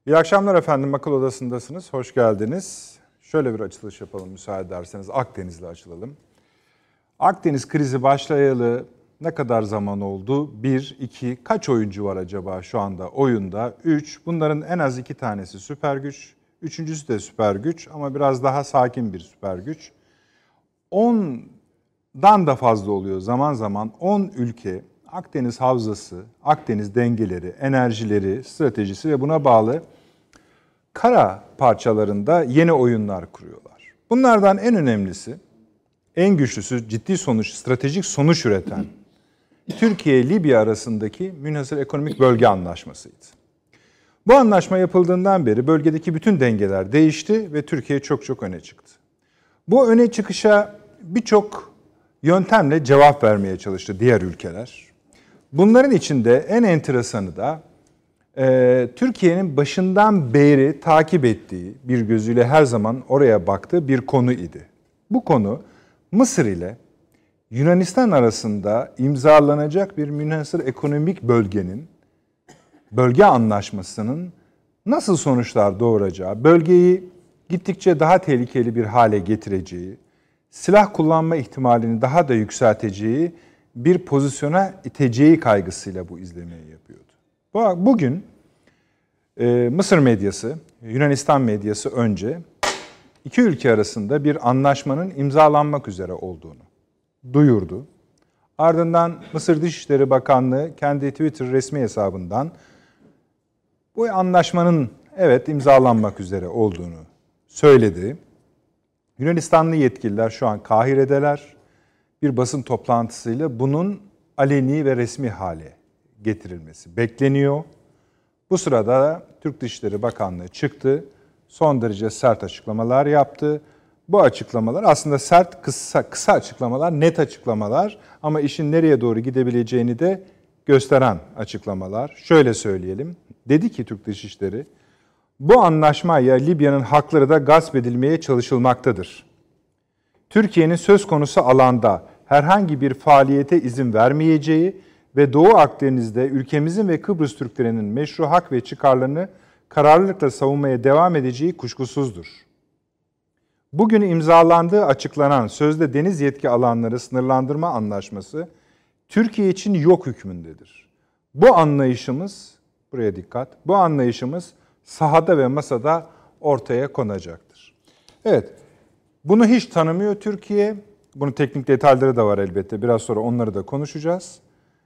İyi akşamlar efendim. Akıl Odası'ndasınız. Hoş geldiniz. Şöyle bir açılış yapalım müsaade ederseniz. Akdeniz'le açılalım. Akdeniz krizi başlayalı ne kadar zaman oldu? 1, 2, kaç oyuncu var acaba şu anda oyunda? 3. Bunların en az 2 tanesi süper güç. Üçüncüsü de süper güç ama biraz daha sakin bir süper güç. 10'dan da fazla oluyor zaman zaman. 10 ülke Akdeniz havzası, Akdeniz dengeleri, enerjileri, stratejisi ve buna bağlı kara parçalarında yeni oyunlar kuruyorlar. Bunlardan en önemlisi, en güçlüsü, ciddi sonuç, stratejik sonuç üreten Türkiye-Libya arasındaki münhasır ekonomik bölge anlaşmasıydı. Bu anlaşma yapıldığından beri bölgedeki bütün dengeler değişti ve Türkiye çok öne çıktı. Bu öne çıkışa birçok yöntemle cevap vermeye çalıştı diğer ülkeler. Bunların içinde en enteresanı da Türkiye'nin başından beri takip ettiği, bir gözüyle her zaman oraya baktığı bir konu idi. Bu konu Mısır ile Yunanistan arasında imzalanacak bir münhasır ekonomik bölge anlaşmasının nasıl sonuçlar doğuracağı, bölgeyi gittikçe daha tehlikeli bir hale getireceği, silah kullanma ihtimalini daha da yükselteceği bir pozisyona iteceği kaygısıyla bu izlemeyi yapıyordu. Bugün Mısır medyası, Yunanistan medyası önce iki ülke arasında bir anlaşmanın imzalanmak üzere olduğunu duyurdu. Ardından Mısır Dışişleri Bakanlığı kendi Twitter resmi hesabından bu anlaşmanın evet imzalanmak üzere olduğunu söyledi. Yunanistanlı yetkililer şu an Kahire'deler. Bir basın toplantısıyla bunun aleni ve resmi hale getirilmesi bekleniyor. Bu sırada Türk Dışişleri Bakanlığı çıktı. Son derece sert açıklamalar yaptı. Bu açıklamalar aslında sert, kısa açıklamalar, net açıklamalar ama işin nereye doğru gidebileceğini de gösteren açıklamalar. Şöyle söyleyelim. Dedi ki Türk Dışişleri, bu anlaşmayla Libya'nın hakları da gasp edilmeye çalışılmaktadır. Türkiye'nin söz konusu alanda herhangi bir faaliyete izin vermeyeceği ve Doğu Akdeniz'de ülkemizin ve Kıbrıs Türklerinin meşru hak ve çıkarlarını kararlılıkla savunmaya devam edeceği kuşkusuzdur. Bugün imzalandığı açıklanan sözde deniz yetki alanları sınırlandırma anlaşması Türkiye için yok hükmündedir. Bu anlayışımız, buraya dikkat, bu anlayışımız sahada ve masada ortaya konacaktır. Evet, bunu hiç tanımıyor Türkiye. Bunun teknik detayları da var elbette. Biraz sonra onları da konuşacağız.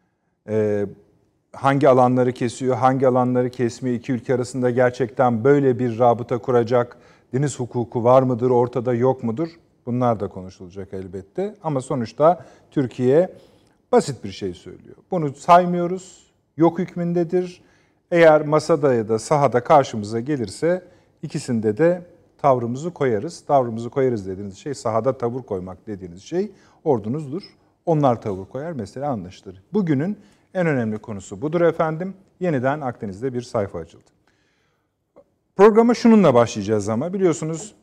Hangi alanları kesiyor, hangi alanları kesmiyor, iki ülke arasında gerçekten böyle bir rabıta kuracak deniz hukuku var mıdır, ortada yok mudur? Bunlar da konuşulacak elbette. Ama sonuçta Türkiye basit bir şey söylüyor. Bunu saymıyoruz, yok hükmündedir. Eğer masada ya da sahada karşımıza gelirse ikisinde de tavrımızı koyarız. Tavrımızı koyarız dediğiniz şey, sahada tavır koymak dediğiniz şey ordunuzdur. Onlar tavır koyar, mesela anlaşılır. Bugünün en önemli konusu budur efendim. Yeniden Akdeniz'de bir sayfa açıldı. Programa şununla başlayacağız ama biliyorsunuz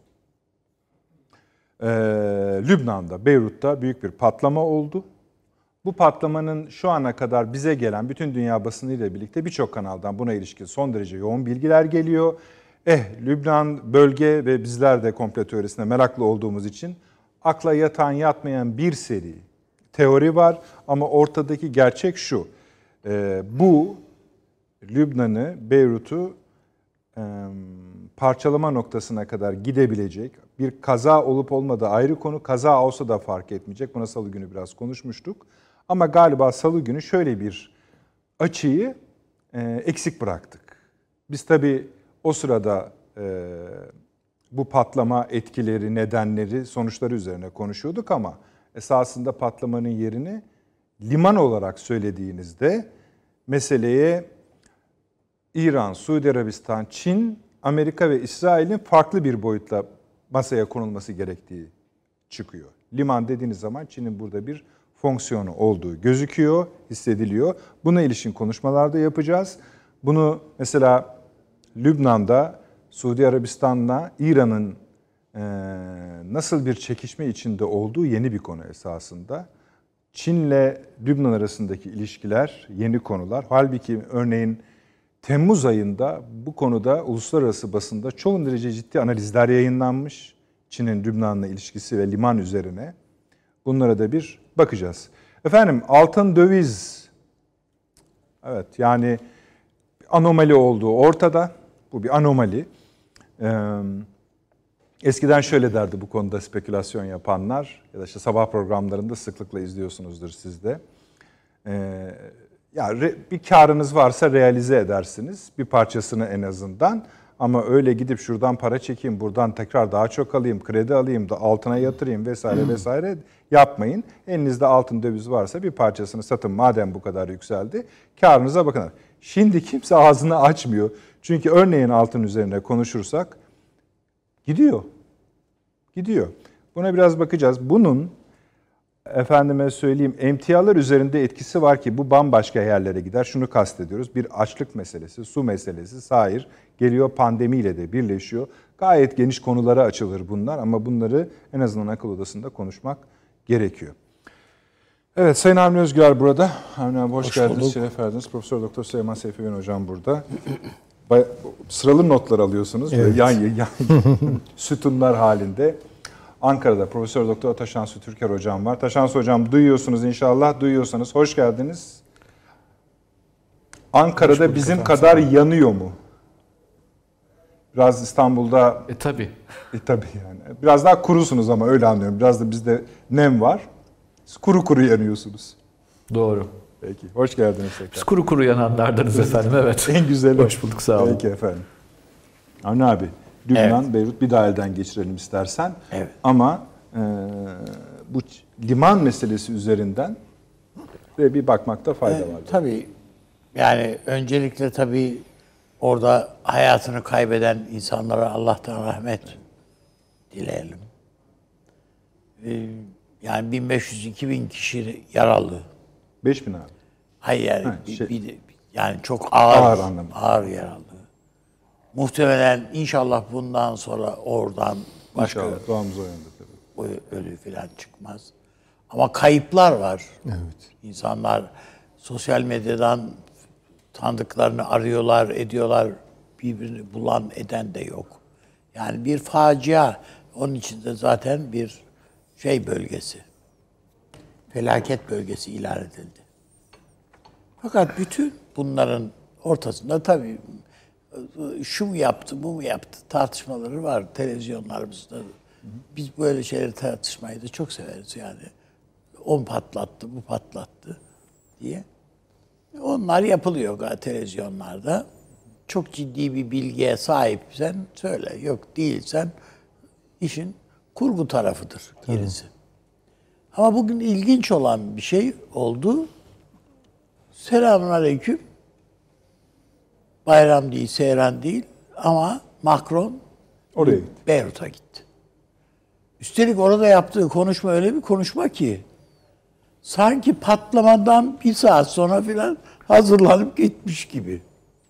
Lübnan'da, Beyrut'ta büyük bir patlama oldu. Bu patlamanın şu ana kadar bize gelen bütün dünya basınıyla birlikte birçok kanaldan buna ilişkin son derece yoğun bilgiler geliyor. Lübnan bölge ve bizler de komplo teorisine meraklı olduğumuz için akla yatan yatmayan bir seri teori var. Ama ortadaki gerçek şu, bu Lübnan'ı, Beyrut'u parçalama noktasına kadar gidebilecek bir kaza olup olmadığı ayrı konu. Kaza olsa da fark etmeyecek. Buna salı günü biraz konuşmuştuk. Ama galiba salı günü şöyle bir açıyı eksik bıraktık. Biz tabii o sırada bu patlama etkileri, nedenleri, sonuçları üzerine konuşuyorduk ama esasında patlamanın yerini liman olarak söylediğinizde meseleye İran, Suudi Arabistan, Çin, Amerika ve İsrail'in farklı bir boyutla masaya konulması gerektiği çıkıyor. Liman dediğiniz zaman Çin'in burada bir fonksiyonu olduğu gözüküyor, hissediliyor. Buna ilişkin konuşmalar da yapacağız. Bunu mesela Lübnan'da Suudi Arabistan'la İran'ın nasıl bir çekişme içinde olduğu yeni bir konu esasında. Çin'le Lübnan arasındaki ilişkiler yeni konular. Halbuki örneğin Temmuz ayında bu konuda uluslararası basında çok derece ciddi analizler yayınlanmış. Çin'in Lübnan'la ilişkisi ve liman üzerine. Bunlara da bir bakacağız. Efendim altın döviz. Evet yani anomali olduğu ortada. Bu bir anomali. Eskiden şöyle derdi bu konuda spekülasyon yapanlar ya da işte sabah programlarında sıklıkla izliyorsunuzdur siz de. Ya bir karınız varsa realize edersiniz bir parçasını en azından. Ama öyle gidip şuradan para çekeyim, buradan tekrar daha çok alayım, kredi alayım da altına yatırayım vesaire vesaire yapmayın. Elinizde altın döviz varsa bir parçasını satın madem bu kadar yükseldi. Karınıza bakın. Şimdi kimse ağzını açmıyor. Çünkü örneğin altın üzerine konuşursak gidiyor. Gidiyor. Buna biraz bakacağız. Bunun efendime söyleyeyim emtialar üzerinde etkisi var ki bu bambaşka yerlere gider. Şunu kastediyoruz. Bir açlık meselesi, su meselesi, sahir geliyor pandemiyle de birleşiyor. Gayet geniş konulara açılır bunlar ama bunları en azından akıl odasında konuşmak gerekiyor. Evet Sayın Avni Özgür burada. Avni abi hoş geldiniz, bulduk. Şeref verdiniz. Profesör Doktor Süleyman Seyfi Öğün hocam burada. Sıralı notlar alıyorsunuz. Evet. Yan sütunlar halinde. Ankara'da Profesör Doktor Taşansu Türker hocam var. Taşansu hocam duyuyorsunuz inşallah. Duyuyorsanız hoş geldiniz. Ankara'da bizim kadar yanıyor mu? Biraz İstanbul'da... Tabii. Tabii yani. Biraz daha kurusunuz ama öyle anlıyorum. Biraz da bizde nem var. Siz kuru kuru yanıyorsunuz. Doğru. Peki. Hoş geldiniz tekrar. Biz kuru kuru yananlardanız efendim. Evet. En güzeli. Hoş bulduk. Sağ olun. Peki efendim. Avni abi. Lübnan, evet. Beyrut bir daha elden geçirelim istersen. Evet. Ama bu liman meselesi üzerinden de bir bakmakta fayda var. Tabii. Yani öncelikle tabii orada hayatını kaybeden insanlara Allah'tan rahmet dileyelim. Yani 1500-2000 kişi yaralı. 5000 abi. Hayır yani, yani çok ağır yaralı. Muhtemelen inşallah bundan sonra oradan başka ölü falan çıkmaz. Ama kayıplar var. Evet. İnsanlar sosyal medyadan tanıdıklarını arıyorlar, ediyorlar. Birbirini bulan eden de yok. Yani bir facia. Onun içinde zaten bir bölgesi. Felaket bölgesi ilan edildi. Fakat bütün bunların ortasında tabii şu mu yaptı, bu mu yaptı tartışmaları var televizyonlarımızda. Biz böyle şeyleri tartışmayı da çok severiz yani. O patlattı, bu patlattı diye. Onlar yapılıyor televizyonlarda. Çok ciddi bir bilgiye sahipsen söyle. Yok değilsen işin kurgu tarafıdır gerisi. Ama bugün ilginç olan bir şey oldu. Selamünaleyküm. Bayram değil, seyran değil ama Macron oraya gitti. Beyrut'a gitti. Üstelik orada yaptığı konuşma öyle bir konuşma ki sanki patlamadan bir saat sonra filan hazırlanıp gitmiş gibi.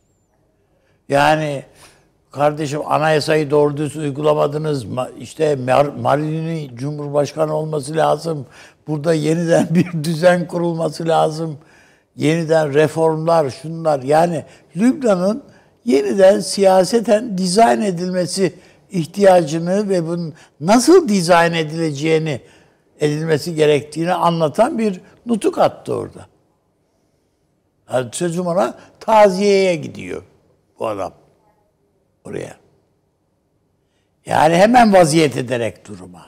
Yani anayasayı doğru düz uygulamadınız. İşte Marin'in Cumhurbaşkanı olması lazım. Burada yeniden bir düzen kurulması lazım. Yeniden reformlar, şunlar. Yani Lübnan'ın yeniden siyaseten dizayn edilmesi ihtiyacını ve bunun nasıl dizayn edilmesi gerektiğini anlatan bir nutuk attı orada. Yani sözüm ona taziyeye gidiyor bu adam oraya. Yani hemen vaziyet ederek duruma.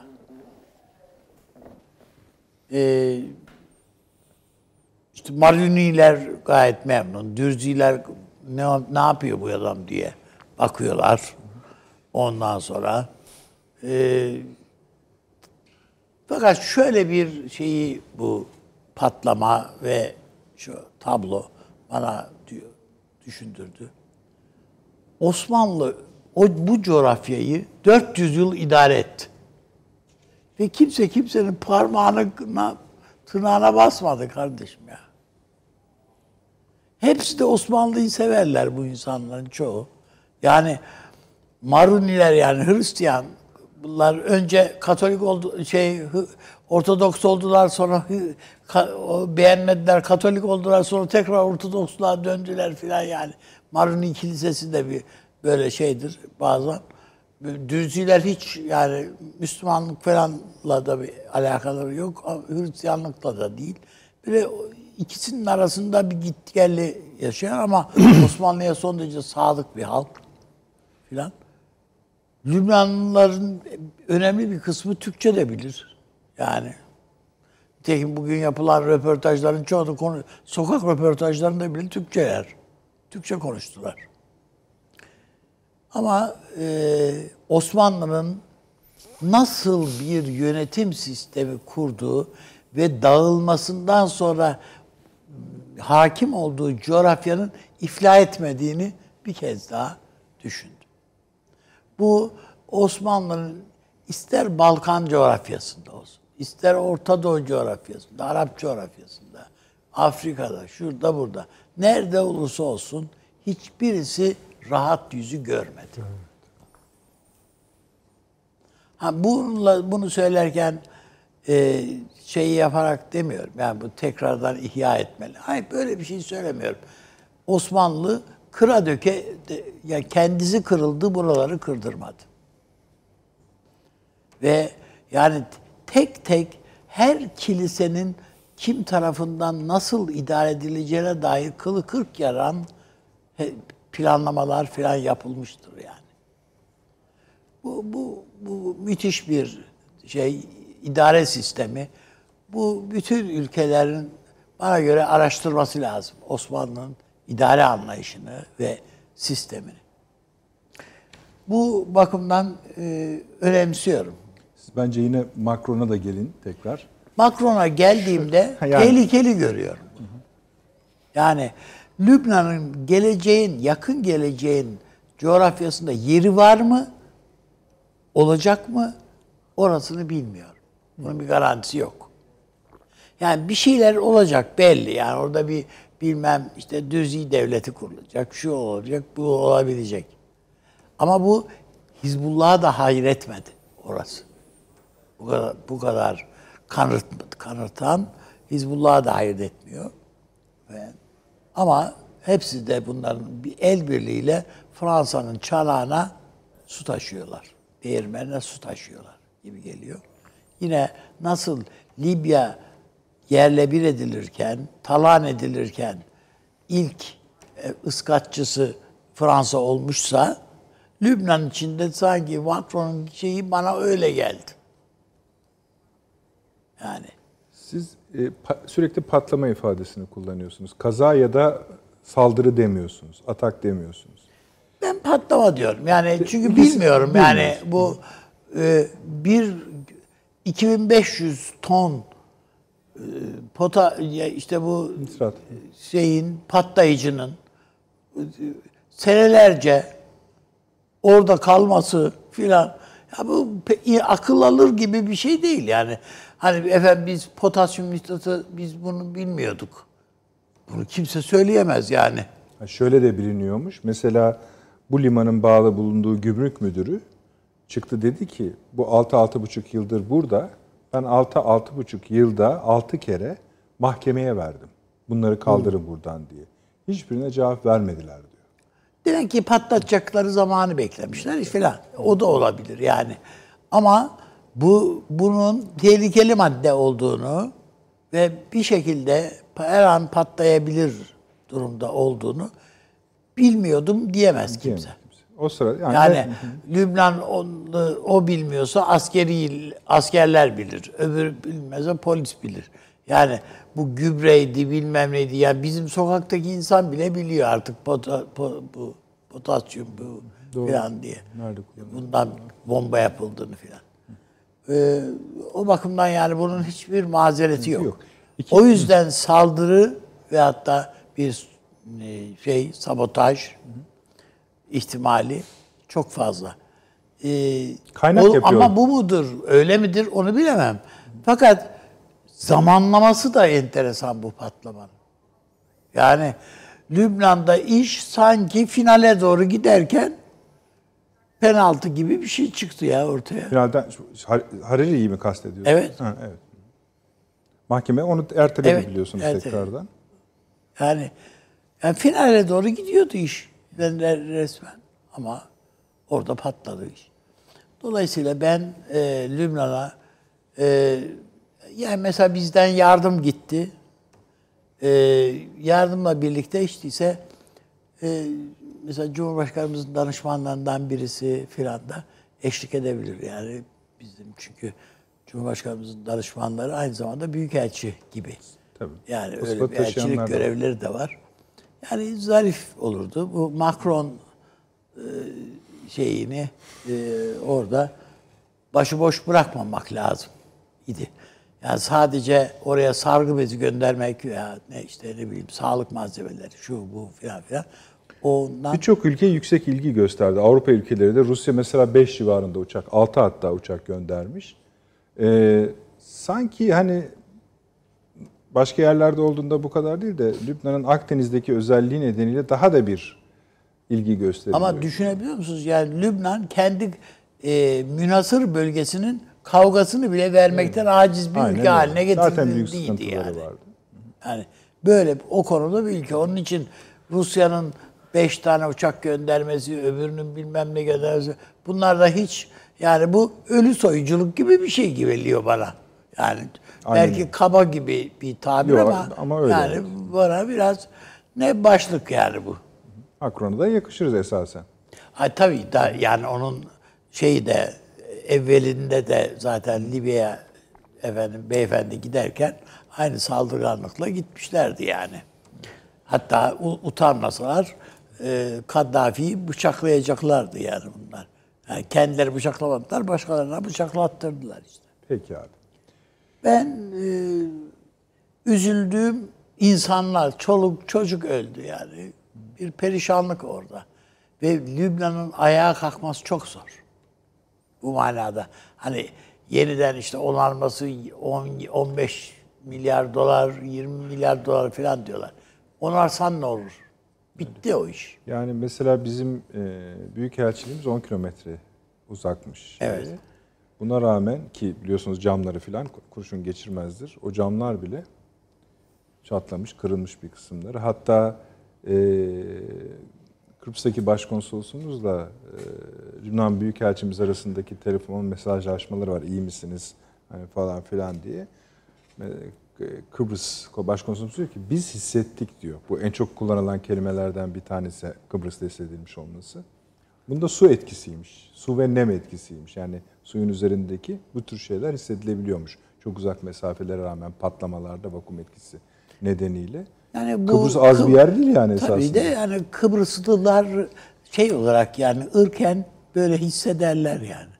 İşte Maruniler gayet memnun. Dürziler ne yapıyor bu adam diye bakıyorlar. Ondan sonra fakat şöyle bir şeyi bu patlama ve şu tablo bana düşündürdü. Osmanlı bu coğrafyayı 400 yıl idare etti. Ve kimse kimsenin tırnağına basmadı kardeşim ya. Hepsi de Osmanlı'yı severler bu insanların çoğu. Yani Maruniler yani Hristiyan bunlar önce Katolik Ortodoks oldular sonra beğenmediler Katolik oldular sonra tekrar Ortodoksluğa döndüler filan yani. Maruni Kilisesi de bir böyle şeydir bazen. Dürziler hiç yani Müslümanlık falanla da bir alakaları yok. Hristiyanlıkla da değil. Böyle ikisinin arasında bir gitgelli yaşayan ama Osmanlı'ya son derece sadık bir halk filan. Lübnanlıların önemli bir kısmı Türkçe de bilir. Yani nitekim bugün yapılan röportajların çoğu sokak röportajlarında bile Türkçeler. Türkçe konuştular. Ama Osmanlı'nın nasıl bir yönetim sistemi kurduğu ve dağılmasından sonra hakim olduğu coğrafyanın iflah etmediğini bir kez daha düşündüm. Bu Osmanlı'nın ister Balkan coğrafyasında olsun, ister Orta Doğu coğrafyasında, Arap coğrafyasında, Afrika'da, şurada burada, nerede olursa olsun hiçbirisi rahat yüzü görmedi. Ha, bunu söylerken şeyi yaparak demiyorum. Yani bu tekrardan ihya etmeli. Hayır, böyle bir şey söylemiyorum. Osmanlı kıra döke ya kendisi kırıldı, buraları kırdırmadı. Ve yani tek tek her kilisenin kim tarafından nasıl idare edileceğine dair kılı kırk yaran planlamalar falan yapılmıştır yani. Bu müthiş bir idare sistemi. Bu bütün ülkelerin bana göre araştırması lazım. Osmanlı'nın idare anlayışını ve sistemini. Bu bakımdan önemsiyorum. Siz bence yine Macron'a da gelin tekrar. Macron'a geldiğimde tehlikeli görüyorum. Yani Lübnan'ın yakın geleceğin coğrafyasında yeri var mı? Olacak mı? Orasını bilmiyorum. Bunun bir garantisi yok. Yani bir şeyler olacak belli. Yani orada bir bilmem işte Düzi devleti kurulacak, şu olacak, bu olabilecek. Ama bu Hizbullah'a da hayretmedi orası. Bu kadar kanırtan Hizbullah'a da hayret etmiyor. Ama hepsi de bunların bir el birliğiyle Fransa'nın çanağına su taşıyorlar. Değirmenine su taşıyorlar gibi geliyor. Yine nasıl Libya yerle bir edilirken, talan edilirken ilk ıskatçısı Fransa olmuşsa, Lübnan içinde sanki Macron'un şeyi bana öyle geldi. Yani. Siz sürekli patlama ifadesini kullanıyorsunuz. Kaza ya da saldırı demiyorsunuz, atak demiyorsunuz. Ben patlama diyorum. Yani çünkü bilmiyorum. Yani bu 2500 ton işte bu Nitrat. patlayıcının senelerce orada kalması filan, ya bu akıl alır gibi bir şey değil yani. Hani efendim biz potasyum nitratı biz bunu bilmiyorduk. Bunu kimse söyleyemez yani. Şöyle de biliniyormuş. Mesela bu limanın bağlı bulunduğu gümrük müdürü çıktı, dedi ki bu 6-6,5 yıldır burada. Ben 6-6,5 yılda 6 kere mahkemeye verdim. Bunları kaldırın buradan diye. Hiçbirine cevap vermediler diyor. Demek ki patlatacakları zamanı beklemişler falan. O da olabilir yani. Ama bunun tehlikeli madde olduğunu ve bir şekilde her an patlayabilir durumda olduğunu bilmiyordum diyemez kimse. O sırada yani Lübnan o bilmiyorsa askerler bilir. Öbür bilmezse polis bilir. Yani bu gübreydi bilmem neydi. Yani bizim sokaktaki insan bile biliyor artık potasyum bu falan diye. Bundan bomba yapıldığını falan. O bakımdan yani bunun hiçbir mazereti yok. O yüzden saldırı ve hatta bir sabotaj ihtimali çok fazla. Kaynak yapıyor. Ama bu mudur, öyle midir onu bilemem. Fakat zamanlaması da enteresan bu patlamanın. Yani Lübnan'da iş sanki finale doğru giderken penaltı gibi bir şey çıktı ya ortaya. Finalden Hariri'yi mi kastediyorsunuz? Evet. Evet. Mahkeme onu erteledi, evet, biliyorsunuz erteledi. tekrardan. Yani finale doğru gidiyordu iş. resmen ama orada patladı iş. Dolayısıyla ben Lübnan'a yani mesela bizden yardım gitti. Yardımla birlikte işte ise mesela Cumhurbaşkanımızın danışmanlarından birisi filan da eşlik edebilir yani bizim çünkü Cumhurbaşkanımızın danışmanları aynı zamanda büyükelçi gibi. Tabii. Yani Pasaport öyle bir elçilik taşıyanlar da var. görevleri de var. Yani zarif olurdu. Bu Macron şeyini orada başıboş bırakmamak lazım idi. Yani sadece oraya sargı bezi göndermek veya ne işte ne bileyim sağlık malzemeleri şu bu filan filan. Ondan Birçok ülke yüksek ilgi gösterdi. Avrupa ülkeleri de Rusya mesela 5 civarında uçak, 6 hatta uçak göndermiş. Sanki hani başka yerlerde olduğunda bu kadar değil de Lübnan'ın Akdeniz'deki özelliği nedeniyle daha da bir ilgi gösteriliyor. ama düşünebiliyor musunuz? Yani Lübnan kendi münhasır bölgesinin kavgasını bile vermekten aciz bir Aynen ülke öyle. haline Zaten büyük getirildiğiydi sıkıntıları yani. vardı. Yani böyle o konuda bir ülke. Onun için Rusya'nın 5 tane uçak göndermesi, öbürünün bilmem ne göndermesi. Bunlar da hiç yani bu ölü soyuculuk gibi bir şey gibi geliyor bana. Yani Aynen. belki kaba gibi bir tabir Yok, ama öyle, yani evet. bana biraz ne başlık yani bu. Macron'a da yakışırız esasen. Ay tabii da yani onun şeyi de evvelinde de zaten Libya'ya beyefendi giderken aynı saldırganlıkla gitmişlerdi yani. Hatta utanmasalar Kaddafi'yi bıçaklayacaklardı yani bunlar. Yani kendileri bıçaklamadılar, başkalarına bıçaklattırdılar işte. Peki abi. Ben üzüldüğüm insanlar, çoluk çocuk öldü yani. Bir perişanlık orada. Ve Lübnan'ın ayağa kalkması çok zor. Bu manada. Hani yeniden işte onarması 15 milyar dolar, 20 milyar dolar falan diyorlar. Onarsan ne olur? Bitti o iş. Yani mesela bizim büyükelçiliğimiz 10 kilometre uzakmış. Evet. Buna rağmen ki biliyorsunuz camları falan kurşun geçirmezdir. O camlar bile çatlamış, kırılmış bir kısımları. Hatta Kıbrıs'taki başkonsolosumuzla Yunan Büyükelçimiz arasındaki telefon mesajlaşmaları var. İyi misiniz? Hani falan filan diye. Kıbrıs başkonsolosumuz diyor ki biz hissettik diyor. Bu en çok kullanılan kelimelerden bir tanesi Kıbrıs'ta hissedilmiş olması. Bunda su etkisiymiş. Su ve nem etkisiymiş. Yani suyun üzerindeki bu tür şeyler hissedilebiliyormuş. Çok uzak mesafelere rağmen patlamalarda vakum etkisi nedeniyle. Yani bu Kıbrıs az bir yer değil yani esasında. Tabii de yani Kıbrıslılar şey olarak yani ırken böyle hissederler yani.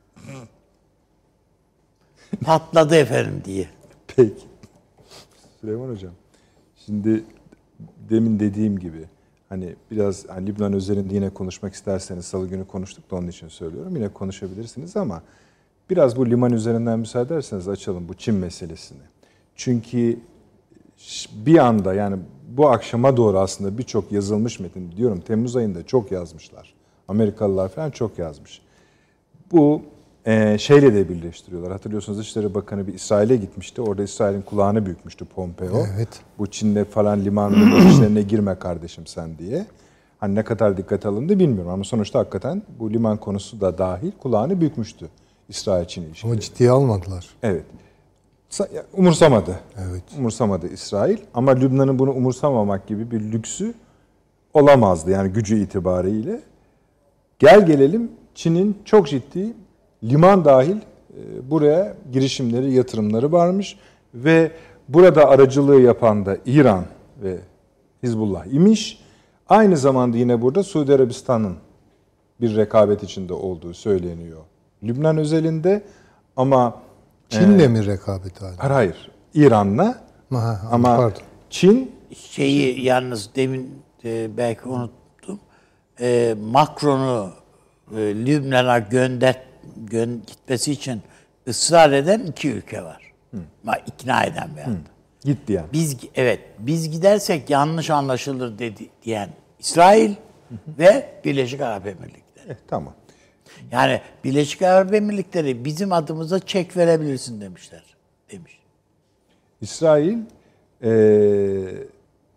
Patladı efendim diye. Peki. Süleyman Hocam, şimdi demin dediğim gibi hani biraz hani Lübnan özelinde yine konuşmak isterseniz Salı günü konuştuk da onun için söylüyorum. Yine konuşabilirsiniz ama biraz bu liman üzerinden müsaade ederseniz açalım bu Çin meselesini. Çünkü bir anda yani bu akşama doğru aslında birçok yazılmış metin diyorum Temmuz ayında çok yazmışlar. Amerikalılar falan çok yazmış. Bu şeyle de birleştiriyorlar. Hatırlıyorsunuz Dışişleri Bakanı bir İsrail'e gitmişti. Orada İsrail'in kulağını bükmüştü Pompeo. Evet. Bu Çin'le falan liman işlerine girme kardeşim sen diye. Hani ne kadar dikkat alındı bilmiyorum ama sonuçta hakikaten bu liman konusu da dahil kulağını bükmüştü İsrail-Çin ilişkileri. Ama ciddiye almadılar. Evet. Umursamadı. Evet. Umursamadı İsrail. Ama Lübnan'ın bunu umursamamak gibi bir lüksü olamazdı. Yani gücü itibariyle. Gel gelelim Çin'in çok ciddi liman dahil buraya girişimleri, yatırımları varmış. Ve burada aracılığı yapan da İran ve Hizbullah imiş. Aynı zamanda yine burada Suudi Arabistan'ın bir rekabet içinde olduğu söyleniyor. Lübnan özelinde ama Çin'le mi rekabet halinde? hayır. İran'la ama pardon. Çin Şeyi yalnız demin belki unuttum. Macron'u Lübnan'a gitmesi için ısrar eden iki ülke var. Ama ikna eden bir anda. gitti yani. Biz gidersek yanlış anlaşılır diyen İsrail ve Birleşik Arap Emirlikleri. Tamam. Yani Birleşik Arap Emirlikleri bizim adımıza çek verebilirsin demiş. İsrail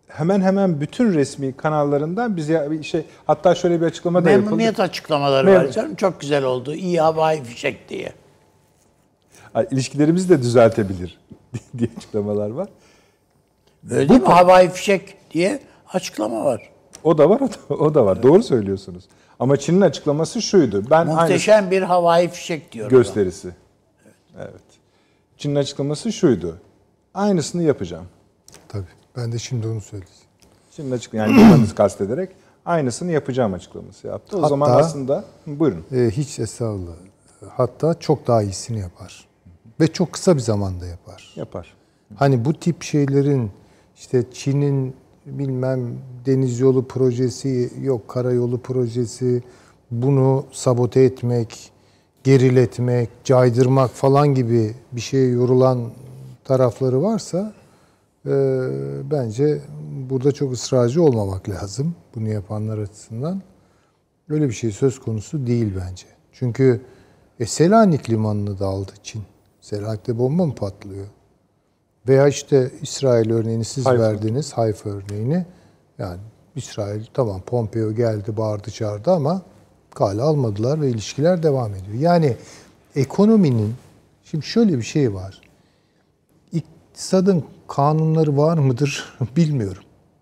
hemen hemen bütün resmi kanallarından biz hatta şöyle bir açıklama da yapıldı. Memnuniyet açıklamaları var canım. Çok güzel oldu. İyi havai fişek diye. İlişkilerimizi de düzeltebilir diye açıklamalar var. Öyle değil mi? Havai fişek diye açıklama var. O da var, o da var. Evet. Doğru söylüyorsunuz. Ama Çin'in açıklaması şuydu. Muhteşem bir havai fişek diyor. Gösterisi. Evet. Çin'in açıklaması şuydu. Aynısını yapacağım. Tabii. Ben de şimdi onu söyleyeceğim. Çin'in açıklaması kastederek aynısını yapacağım açıklaması yaptı. O zaman aslında buyurun. Hiç estağfurullah. Hatta çok daha iyisini yapar. Ve çok kısa bir zamanda yapar. Yapar. Hani bu tip şeylerin işte Çin'in bilmem deniz yolu projesi, yok karayolu projesi, bunu sabote etmek, geriletmek, caydırmak falan gibi bir şeye yorulan tarafları varsa bence burada çok ısrarcı olmamak lazım bunu yapanlar açısından. Öyle bir şey söz konusu değil bence. Çünkü Selanik limanını da aldı Çin. Selanik'te bomba mı patlıyor? Veya işte İsrail örneğini siz verdiniz, Hayfa örneğini. Yani İsrail tamam Pompeo geldi, bağırdı, çağırdı ama kale almadılar ve ilişkiler devam ediyor. Yani ekonominin, şimdi şöyle bir şey var. İktisadın kanunları var mıdır bilmiyorum.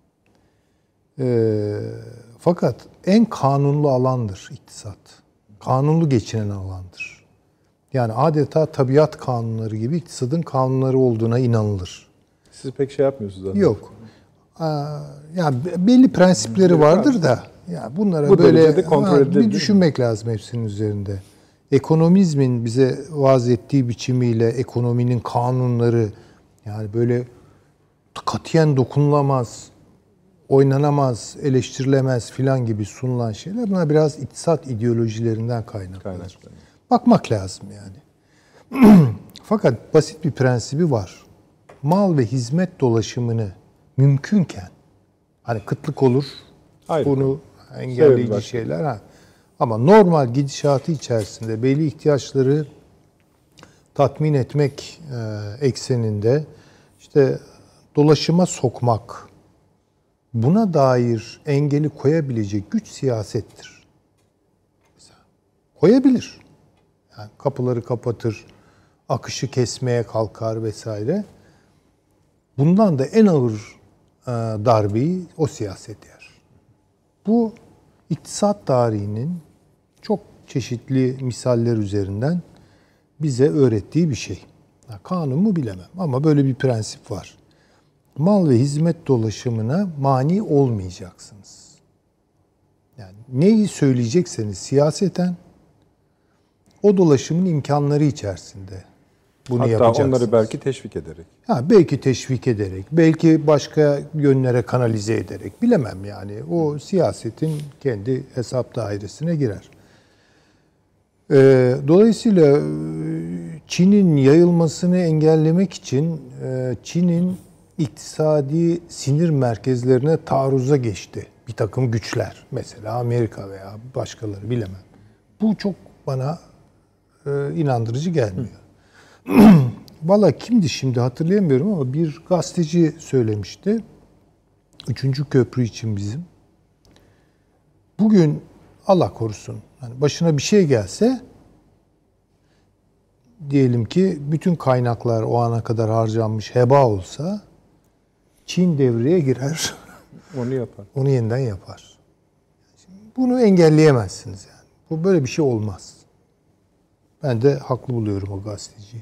Fakat en kanunlu alandır iktisat. Kanunlu geçinen alandır. Yani adeta tabiat kanunları gibi iktisadın kanunları olduğuna inanılır. Siz pek şey yapmıyorsunuz zaten. Yok. Yani belli prensipleri vardır da ya bunlara bu böyle bir düşünmek lazım hepsinin üzerinde. Ekonomizmin bize vaaz ettiği biçimiyle ekonominin kanunları yani böyle katiyen dokunulamaz, oynanamaz, eleştirilemez filan gibi sunulan şeyler bunlar biraz iktisat ideolojilerinden kaynaklanır. Bakmak lazım yani. Fakat basit bir prensibi var. Mal ve hizmet dolaşımını mümkünken hani kıtlık olur, bunu engelleyici şeyler ama normal gidişatı içerisinde belli ihtiyaçları tatmin etmek ekseninde işte dolaşıma sokmak, buna dair engeli koyabilecek güç siyasettir. Mesela koyabilir. Yani kapıları kapatır, akışı kesmeye kalkar vesaire. Bundan da en ağır darbeyi o siyaset yer. Bu iktisat tarihinin çok çeşitli misaller üzerinden bize öğrettiği bir şey. Kanun mu bilemem ama böyle bir prensip var. Mal ve hizmet dolaşımına mani olmayacaksınız. Yani neyi söyleyecekseniz siyaseten o dolaşımın imkanları içerisinde bunu yapacaksınız. Hatta onları belki teşvik ederek. Belki teşvik ederek, belki başka yönlere kanalize ederek bilemem yani. O siyasetin kendi hesap dairesine girer. Dolayısıyla Çin'in yayılmasını engellemek için Çin'in iktisadi sinir merkezlerine taarruza geçti bir takım güçler. Mesela Amerika veya başkaları bilemem. Bu çok bana inandırıcı gelmiyor. Vallahi kimdi şimdi hatırlayamıyorum ama bir gazeteci söylemişti. 3. köprü için bizim. Bugün Allah korusun hani başına bir şey gelse diyelim ki bütün kaynaklar o ana kadar harcanmış heba olsa Çin devreye girer. Onu yapar. Onu yeniden yapar. Bunu engelleyemezsiniz yani. Bu böyle bir şey olmaz. Ben de haklı buluyorum o gazeteciyi.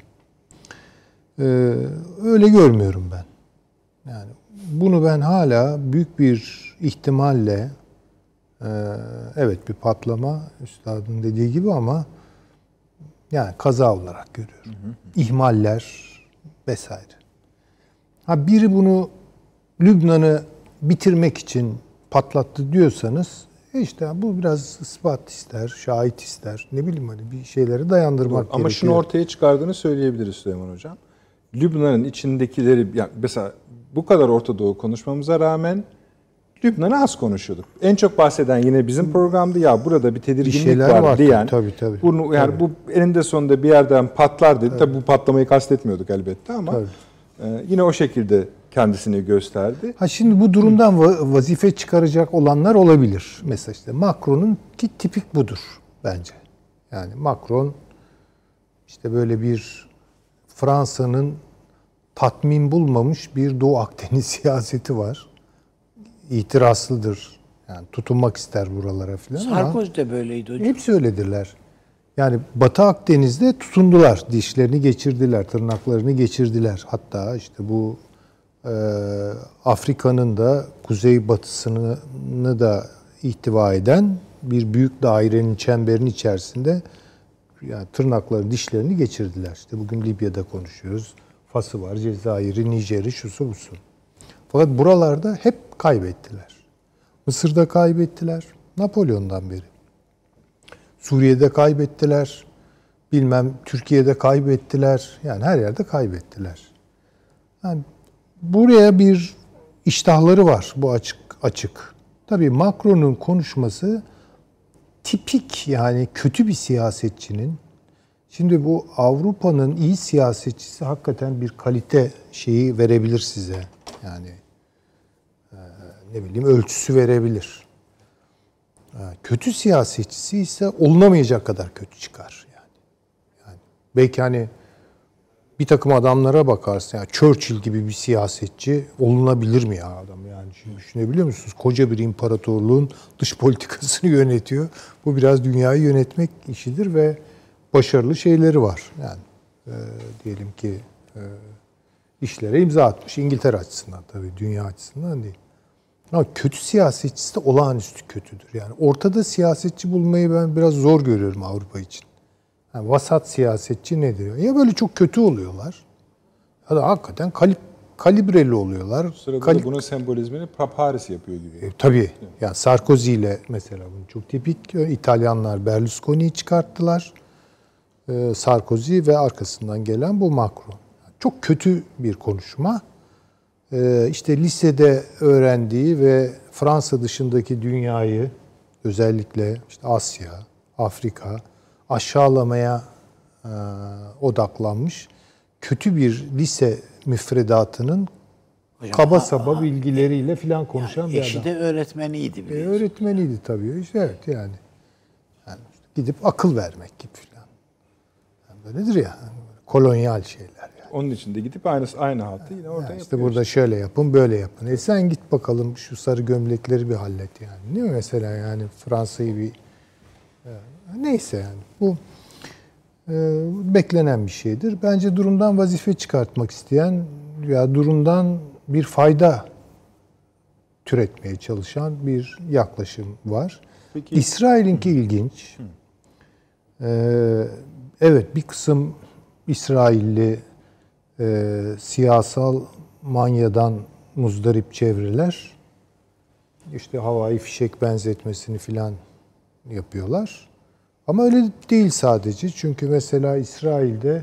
Öyle görmüyorum ben. Yani bunu ben hala büyük bir ihtimalle evet bir patlama üstadın dediği gibi ama yani kaza olarak görüyorum. İhmaller vesaire. Biri bunu Lübnan'ı bitirmek için patlattı diyorsanız işte bu biraz ispat ister, şahit ister. Ne bileyim hani bir şeyleri dayandırmak gerekiyor. Ama şunu ortaya çıkardığını söyleyebiliriz Süleyman Hocam. Lübnan'ın içindekileri yani mesela bu kadar Orta Doğu konuşmamıza rağmen Lübnan'ı az konuşuyorduk. En çok bahseden yine bizim programdı ya burada bir tedirginlik var diyen. Tabii. Bunu yani bu eninde sonunda bir yerden patlar dedi. Tabii bu patlamayı kastetmiyorduk elbette ama yine o şekilde kendisini gösterdi. Ha şimdi bu durumdan vazife çıkaracak olanlar olabilir. Mesela işte Macron'un ki tipik budur bence. Yani Macron işte böyle bir Fransa'nın tatmin bulmamış bir Doğu Akdeniz siyaseti var. İtirazlıdır. Yani tutunmak ister buralara filan ama Sarkozy de böyleydi hocam. hepsi öyledirler. Yani Batı Akdeniz'de tutundular. Dişlerini geçirdiler, tırnaklarını geçirdiler. Hatta işte bu Afrika'nın da kuzeybatısını da ihtiva eden bir büyük dairenin çemberinin içerisinde yani tırnakları, dişlerini geçirdiler. İşte bugün Libya'da konuşuyoruz. Fas'ı var, Cezayir'i, Nijer'i, şusu busu. Fakat buralarda hep kaybettiler. Mısır'da kaybettiler, Napolyon'dan beri. Suriye'de kaybettiler, bilmem Türkiye'de kaybettiler. Yani her yerde kaybettiler. Yani buraya bir iştahları var, bu açık. Tabii Macron'un konuşması tipik, yani kötü bir siyasetçinin. Şimdi bu Avrupa'nın iyi siyasetçisi hakikaten bir kalite şeyi verebilir size. Yani ne bileyim ölçüsü verebilir. Kötü siyasetçisi ise olunamayacak kadar kötü çıkar yani belki hani bir takım adamlara bakarsın. Yani Churchill gibi bir siyasetçi olunabilir mi ya adam? Yani şimdi düşünebiliyor musunuz? Koca bir imparatorluğun dış politikasını yönetiyor. Bu biraz dünyayı yönetmek işidir ve başarılı şeyleri var. Yani diyelim ki işlere imza atmış. İngiltere açısından tabii, dünya açısından değil. Ama kötü siyasetçisi de olağanüstü kötüdür. Yani ortada siyasetçi bulmayı ben biraz zor görüyorum Avrupa için. Yani vasat siyasetçi nedir? Ya böyle çok kötü oluyorlar ya da hakikaten kalibreli oluyorlar. Sırada da bunun sembolizmini Paris yapıyor gibi. Tabii. Yani Sarkozy ile mesela bunu çok tipik. İtalyanlar Berlusconi'yi çıkarttılar. Sarkozy ve arkasından gelen bu Macron. Çok kötü bir konuşma. İşte lisede öğrendiği ve Fransa dışındaki dünyayı, özellikle işte Asya, Afrika aşağılamaya odaklanmış kötü bir lise müfredatının kaba saba bilgileriyle filan konuşan bir adam. Eşi de öğretmeniydi biliyorsun. Öğretmeniydi tabii. İşte evet yani gidip akıl vermek gibi filan. Yani böyledir ya. Kolonyal şeyler. Onun için de gidip aynı hattı yine oradan İşte burada şöyle yapın, böyle yapın. Sen git bakalım şu sarı gömlekleri bir hallet yani. Değil mi mesela yani Fransa'yı bir... Neyse yani bu beklenen bir şeydir. Bence durumdan vazife çıkartmak isteyen ya durumdan bir fayda türetmeye çalışan bir yaklaşım var. Peki. İsrail'inki ilginç. Evet, bir kısım İsrailli siyasal manyadan muzdarip çevreler işte havai fişek benzetmesini filan yapıyorlar. Ama öyle değil sadece. Çünkü mesela İsrail'de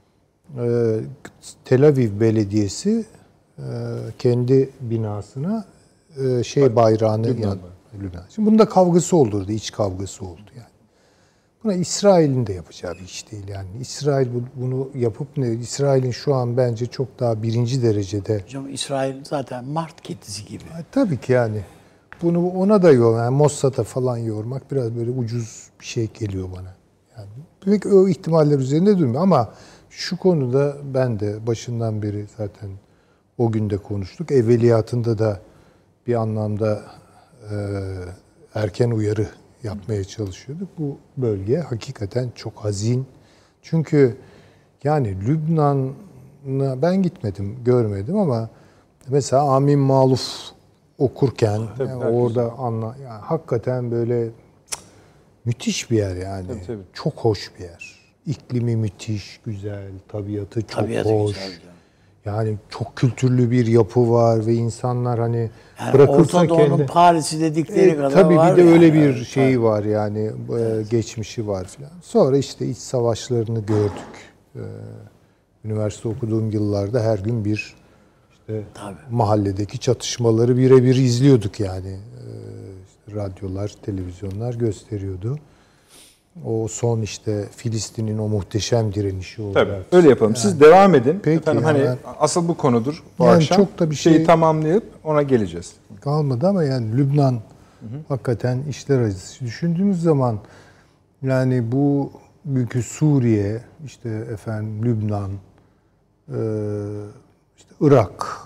Tel Aviv Belediyesi kendi binasına bayrağını Lübnan. Şimdi bunda kavgası olurdu, iç kavgası oldu yani. Buna İsrail'in de yapacağı bir iş değil yani. İsrail bunu yapıp İsrail'in şu an bence çok daha birinci derecede. Hocam İsrail zaten Mart kedisi gibi. Tabii ki yani. Bunu ona da yani Mossad'a falan yormak biraz böyle ucuz bir şey geliyor bana. Yani pek o ihtimaller üzerinde durmuyor ama şu konuda ben de başından beri zaten o gün de konuştuk. Evveliyatında da bir anlamda erken uyarı yapmaya çalışıyorduk. Bu bölge hakikaten çok hazin. Çünkü yani Lübnan'a ben gitmedim, görmedim ama mesela Amin Maluf okurken yani orada yani hakikaten böyle müthiş bir yer yani. Tabii. Çok hoş bir yer. İklimi müthiş, güzel, tabiatı çok hoş. Güzel. Yani çok kültürlü bir yapı var ve insanlar hani Yani bırakırsa Orta Doğu'nun kendi... Paris'i dedikleri kadar tabii var. Tabii bir de yani. öyle bir şeyi var yani geçmişi var filan. Sonra işte iç savaşlarını gördük. Üniversite okuduğum yıllarda her gün bir işte mahalledeki çatışmaları birebir izliyorduk yani. Radyolar, televizyonlar gösteriyordu. O son işte Filistin'in o muhteşem direnişi oldu. Tabii öyle yapalım. Siz devam edin. Peki, Efendim yani hani asıl bu konudur bu yani akşam. çok da bir şeyi şey tamamlayıp ona geleceğiz. kalmadı ama yani Lübnan hakikaten işler acısı. Düşündüğümüz zaman yani bu bugünkü Suriye, işte efendim Lübnan, işte Irak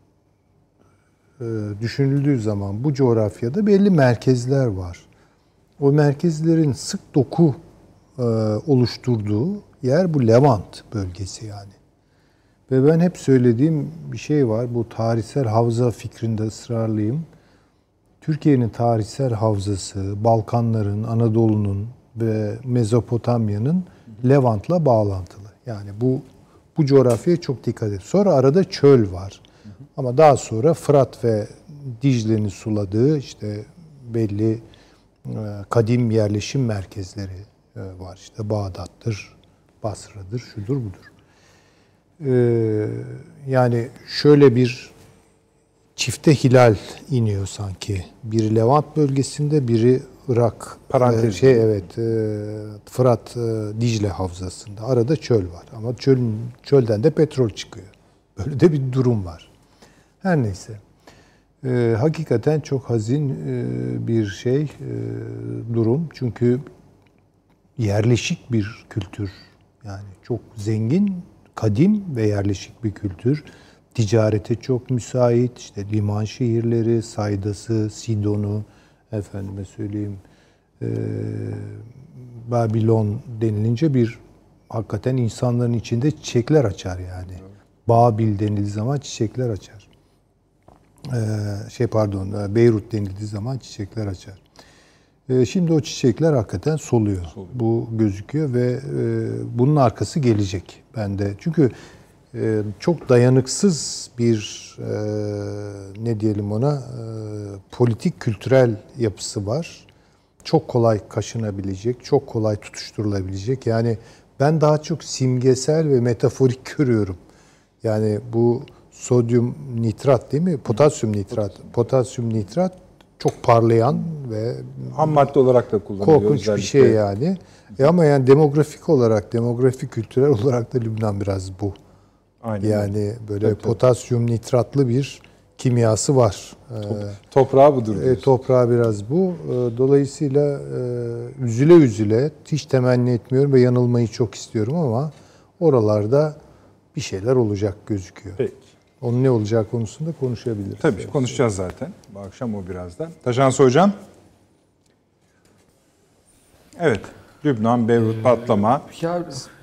düşünüldüğü zaman bu coğrafyada belli merkezler var. O merkezlerin sık doku oluşturduğu yer bu Levant bölgesi yani. Ve ben hep söylediğim bir şey var. Bu tarihsel havza fikrinde ısrarlıyım. Türkiye'nin tarihsel havzası, Balkanların, Anadolu'nun ve Mezopotamya'nın Levant'la bağlantılı. Yani bu coğrafyaya çok dikkat et. Sonra arada çöl var. Ama daha sonra Fırat ve Dicle'nin suladığı işte belli kadim yerleşim merkezleri var. İşte Bağdat'tır, Basra'dır, şudur budur. Yani şöyle bir çifte hilal iniyor sanki. Biri Levant bölgesinde, biri Irak. Parantez. Fırat Dicle havzasında. Arada çöl var. Ama çölden de petrol çıkıyor. Böyle de bir durum var. Her neyse. Hakikaten çok hazin bir durum. Çünkü yerleşik bir kültür. Yani çok zengin, kadim ve yerleşik bir kültür. Ticarete çok müsait. İşte liman şehirleri, Saydas'ı, Sidon'u, efendime söyleyeyim, Babilon denilince bir hakikaten insanların içinde çiçekler açar yani. Babil denildiği zaman çiçekler açar. Beyrut denildiği zaman çiçekler açar. Şimdi o çiçekler hakikaten soluyor. Bu gözüküyor ve bunun arkası gelecek bende. Çünkü çok dayanıksız bir ne diyelim ona politik kültürel yapısı var. Çok kolay kaşınabilecek, çok kolay tutuşturulabilecek. Yani ben daha çok simgesel ve metaforik görüyorum. Yani bu sodyum nitrat değil mi? Potasyum nitrat. Potasyum nitrat çok parlayan ve Ham madde olarak da kullanılıyor. korkunç özellikle. bir şey yani. Ama yani demografik olarak, demografik kültürel olarak da Lübnan biraz bu. Aynen. Yani böyle Tabii. potasyum nitratlı bir kimyası var. Toprağı budur diyorsun. Toprağı biraz bu. Dolayısıyla üzüle üzüle, hiç temenni etmiyorum ve yanılmayı çok istiyorum ama oralarda bir şeyler olacak gözüküyor. Peki. Onun ne olacağı konusunda konuşabiliriz. Tabii konuşacağız zaten. Bu akşam o birazdan. Taşansı Hocam. Evet. Lübnan, Beyrut patlama. Ya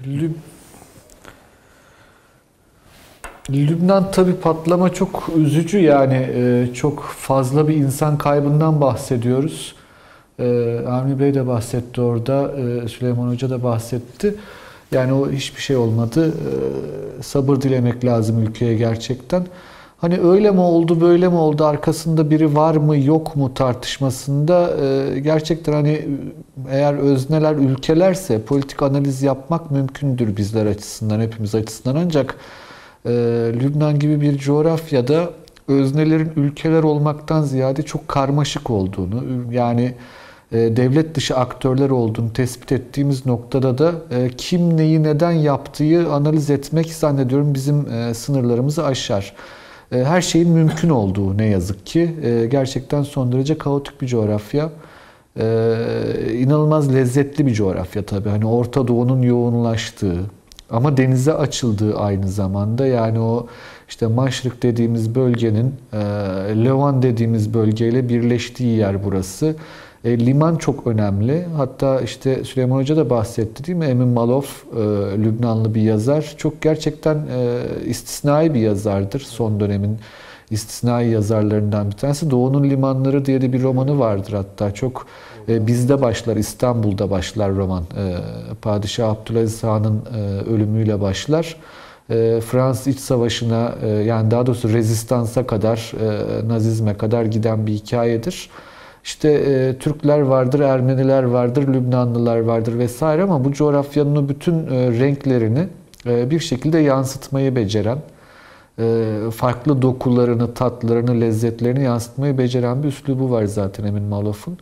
Lübnan tabii patlama çok üzücü yani çok fazla bir insan kaybından bahsediyoruz. Avni Bey de bahsetti orada, Süleyman Hoca da bahsetti. Yani o hiçbir şey olmadı. Sabır dilemek lazım ülkeye gerçekten. Hani öyle mi oldu, böyle mi oldu, arkasında biri var mı, yok mu tartışmasında gerçekten hani eğer özneler ülkelerse politik analiz yapmak mümkündür bizler açısından, hepimiz açısından. Ancak Lübnan gibi bir coğrafyada öznelerin ülkeler olmaktan ziyade çok karmaşık olduğunu, yani devlet dışı aktörler olduğunu tespit ettiğimiz noktada da kim neyi neden yaptığı analiz etmek zannediyorum bizim sınırlarımızı aşar. Her şeyin mümkün olduğu ne yazık ki. Gerçekten son derece kaotik bir coğrafya. İnanılmaz lezzetli bir coğrafya tabii. Hani Orta Doğu'nun yoğunlaştığı ama denize açıldığı aynı zamanda. Yani o işte Maşrik dediğimiz bölgenin Levan dediğimiz bölgeyle birleştiği yer burası. Liman çok önemli. Hatta işte Süleyman Hoca da bahsetti değil mi? Emin Malof, Lübnanlı bir yazar. Çok gerçekten istisnai bir yazardır. Son dönemin istisnai yazarlarından bir tanesi. Doğu'nun Limanları diye de bir romanı vardır hatta. Çok bizde başlar, İstanbul'da başlar roman. Padişah Abdülaziz Han'ın ölümüyle başlar. Fransız İç Savaşı'na yani daha doğrusu rezistansa kadar, Nazizme kadar giden bir hikayedir. İşte Türkler vardır, Ermeniler vardır, Lübnanlılar vardır vesaire ama bu coğrafyanın o bütün renklerini bir şekilde yansıtmayı beceren, farklı dokularını, tatlarını, lezzetlerini yansıtmayı beceren bir üslubu var zaten Emin Malof'un.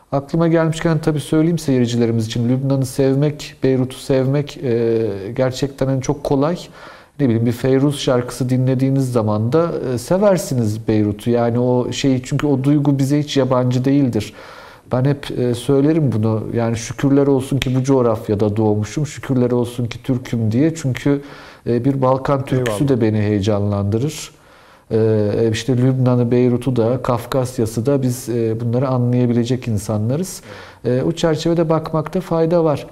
Aklıma gelmişken tabii söyleyeyim seyircilerimiz için. Lübnan'ı sevmek, Beyrut'u sevmek gerçekten hani çok kolay. Ne bileyim bir Feyruz şarkısı dinlediğiniz zaman da seversiniz Beyrut'u. Yani o şey, çünkü o duygu bize hiç yabancı değildir. Ben hep söylerim bunu. Yani şükürler olsun ki bu coğrafyada doğmuşum. Şükürler olsun ki Türk'üm diye. Çünkü bir Balkan türküsü de beni heyecanlandırır. İşte Lübnan'ı, Beyrut'u da, Kafkasya'sı da biz bunları anlayabilecek insanlarız. O çerçevede bakmakta fayda var.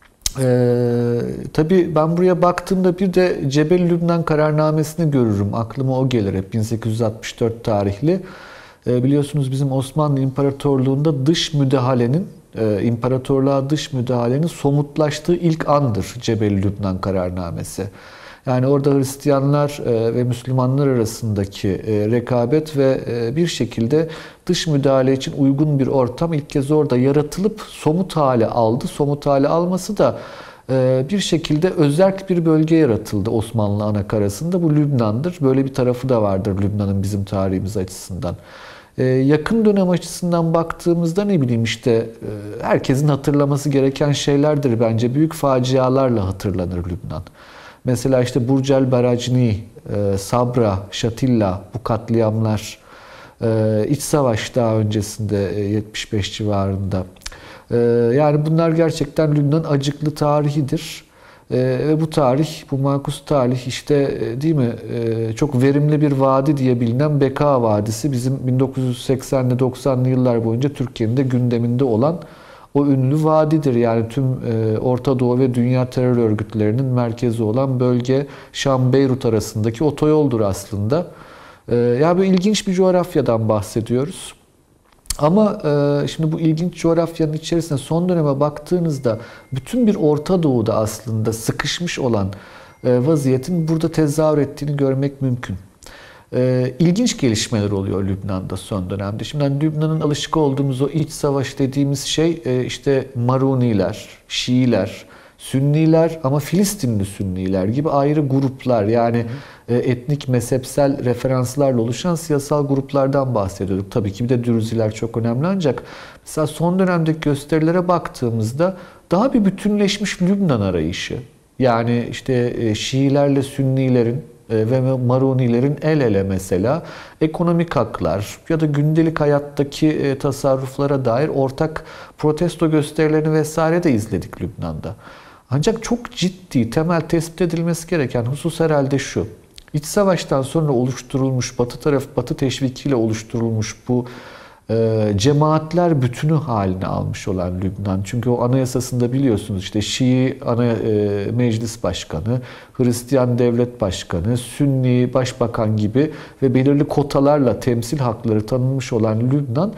Tabii ben buraya baktığımda bir de Cebel Lübnan kararnamesini görürüm. Aklıma o gelir hep, 1864 tarihli. Biliyorsunuz bizim Osmanlı İmparatorluğu'nda dış müdahalenin, imparatorluğa dış müdahalenin somutlaştığı ilk andır Cebel Lübnan kararnamesi. Yani orada Hristiyanlar ve Müslümanlar arasındaki rekabet ve bir şekilde dış müdahale için uygun bir ortam ilk kez orada yaratılıp somut hale aldı. Somut hale alması da bir şekilde özerk bir bölge yaratıldı Osmanlı anakarasında. Bu Lübnan'dır. Böyle bir tarafı da vardır Lübnan'ın bizim tarihimiz açısından. Yakın dönem açısından baktığımızda ne bileyim işte herkesin hatırlaması gereken şeylerdir bence. Büyük facialarla hatırlanır Lübnan. Mesela işte Burj el Barajni, Sabra, Şatilla, bu katliamlar, iç savaş daha öncesinde 75 civarında. Yani bunlar gerçekten Lübnan'ın acıklı tarihidir. Ve bu tarih, bu makus tarih işte değil mi çok verimli bir vadi diye bilinen Beka Vadisi, bizim 1980'li 90'lı yıllar boyunca Türkiye'nin de gündeminde olan o ünlü vadidir. Yani tüm Orta Doğu ve dünya terör örgütlerinin merkezi olan bölge Şam-Beyrut arasındaki otoyoldur aslında. Yani böyle ilginç bir coğrafyadan bahsediyoruz. Ama şimdi bu ilginç coğrafyanın içerisinde son döneme baktığınızda bütün bir Orta Doğu'da aslında sıkışmış olan vaziyetin burada tezahür ettiğini görmek mümkün. İlginç gelişmeler oluyor Lübnan'da son dönemde. Şimdi hani Lübnan'ın alışık olduğumuz o iç savaş dediğimiz şey işte Maruniler, Şiiler, Sünniler ama Filistinli Sünniler gibi ayrı gruplar, yani etnik mezhepsel referanslarla oluşan siyasal gruplardan bahsediyorduk. Tabii ki bir de Dürziler çok önemli, ancak mesela son dönemdeki gösterilere baktığımızda daha bir bütünleşmiş Lübnan arayışı. Yani işte Şiilerle Sünnilerin ve Marunilerin el ele mesela ekonomik haklar ya da gündelik hayattaki tasarruflara dair ortak protesto gösterilerini vesaire de izledik Lübnan'da. Ancak çok ciddi, temel tespit edilmesi gereken husus herhalde şu: İç savaştan sonra oluşturulmuş, Batı teşvikiyle oluşturulmuş bu cemaatler bütünü haline almış olan Lübnan. Çünkü o anayasasında biliyorsunuz işte Şii meclis başkanı, Hristiyan devlet başkanı, Sünni başbakan gibi ve belirli kotalarla temsil hakları tanınmış olan Lübnan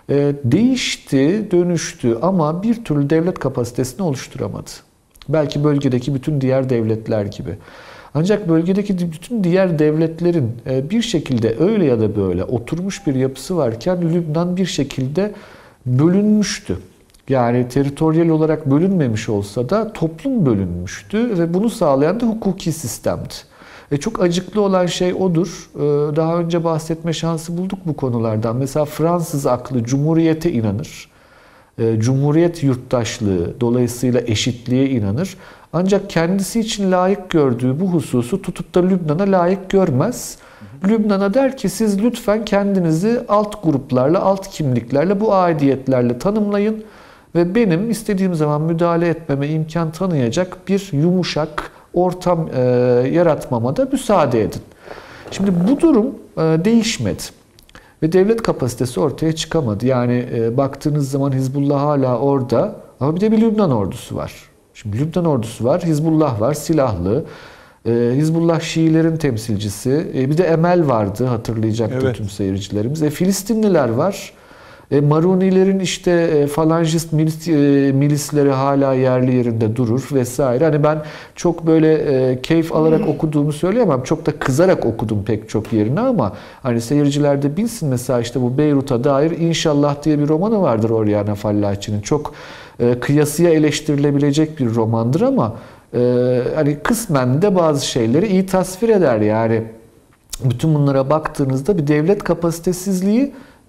değişti, dönüştü ama bir türlü devlet kapasitesini oluşturamadı. Belki bölgedeki bütün diğer devletler gibi. Ancak bölgedeki bütün diğer devletlerin bir şekilde öyle ya da böyle oturmuş bir yapısı varken Lübnan bir şekilde bölünmüştü. Yani teritoryal olarak bölünmemiş olsa da toplum bölünmüştü ve bunu sağlayan da hukuki sistemdi. Çok acıklı olan şey odur. Daha önce bahsetme şansı bulduk bu konulardan. Mesela Fransız aklı cumhuriyete inanır. Cumhuriyet yurttaşlığı, dolayısıyla eşitliğe inanır. Ancak kendisi için layık gördüğü bu hususu tutup da Lübnan'a layık görmez. Lübnan'a der ki siz lütfen kendinizi alt gruplarla, alt kimliklerle, bu aidiyetlerle tanımlayın ve benim istediğim zaman müdahale etmeme imkan tanıyacak bir yumuşak ortam yaratmama da müsaade edin. Şimdi bu durum değişmedi. Ve devlet kapasitesi ortaya çıkamadı. Yani baktığınız zaman Hizbullah hala orada ama bir de bir Lübnan ordusu var. Şimdi Lübnan ordusu var, Hizbullah var, silahlı. Hizbullah Şiilerin temsilcisi. Bir de Emel vardı, hatırlayacaktır evet, tüm seyircilerimiz. Filistinliler var. Marunilerin işte falangist milisleri hala yerli yerinde durur vesaire. Hani ben çok böyle keyif alarak okuduğumu söyleyemem. Çok da kızarak okudum pek çok yerine ama hani seyirciler de bilsin, mesela işte bu Beyrut'a dair İnşallah diye bir romanı vardır Oriana Fallaci'nin. Çok kıyasıya eleştirilebilecek bir romandır ama hani kısmen de bazı şeyleri iyi tasvir eder. Yani bütün bunlara baktığınızda bir devlet kapasitesizliği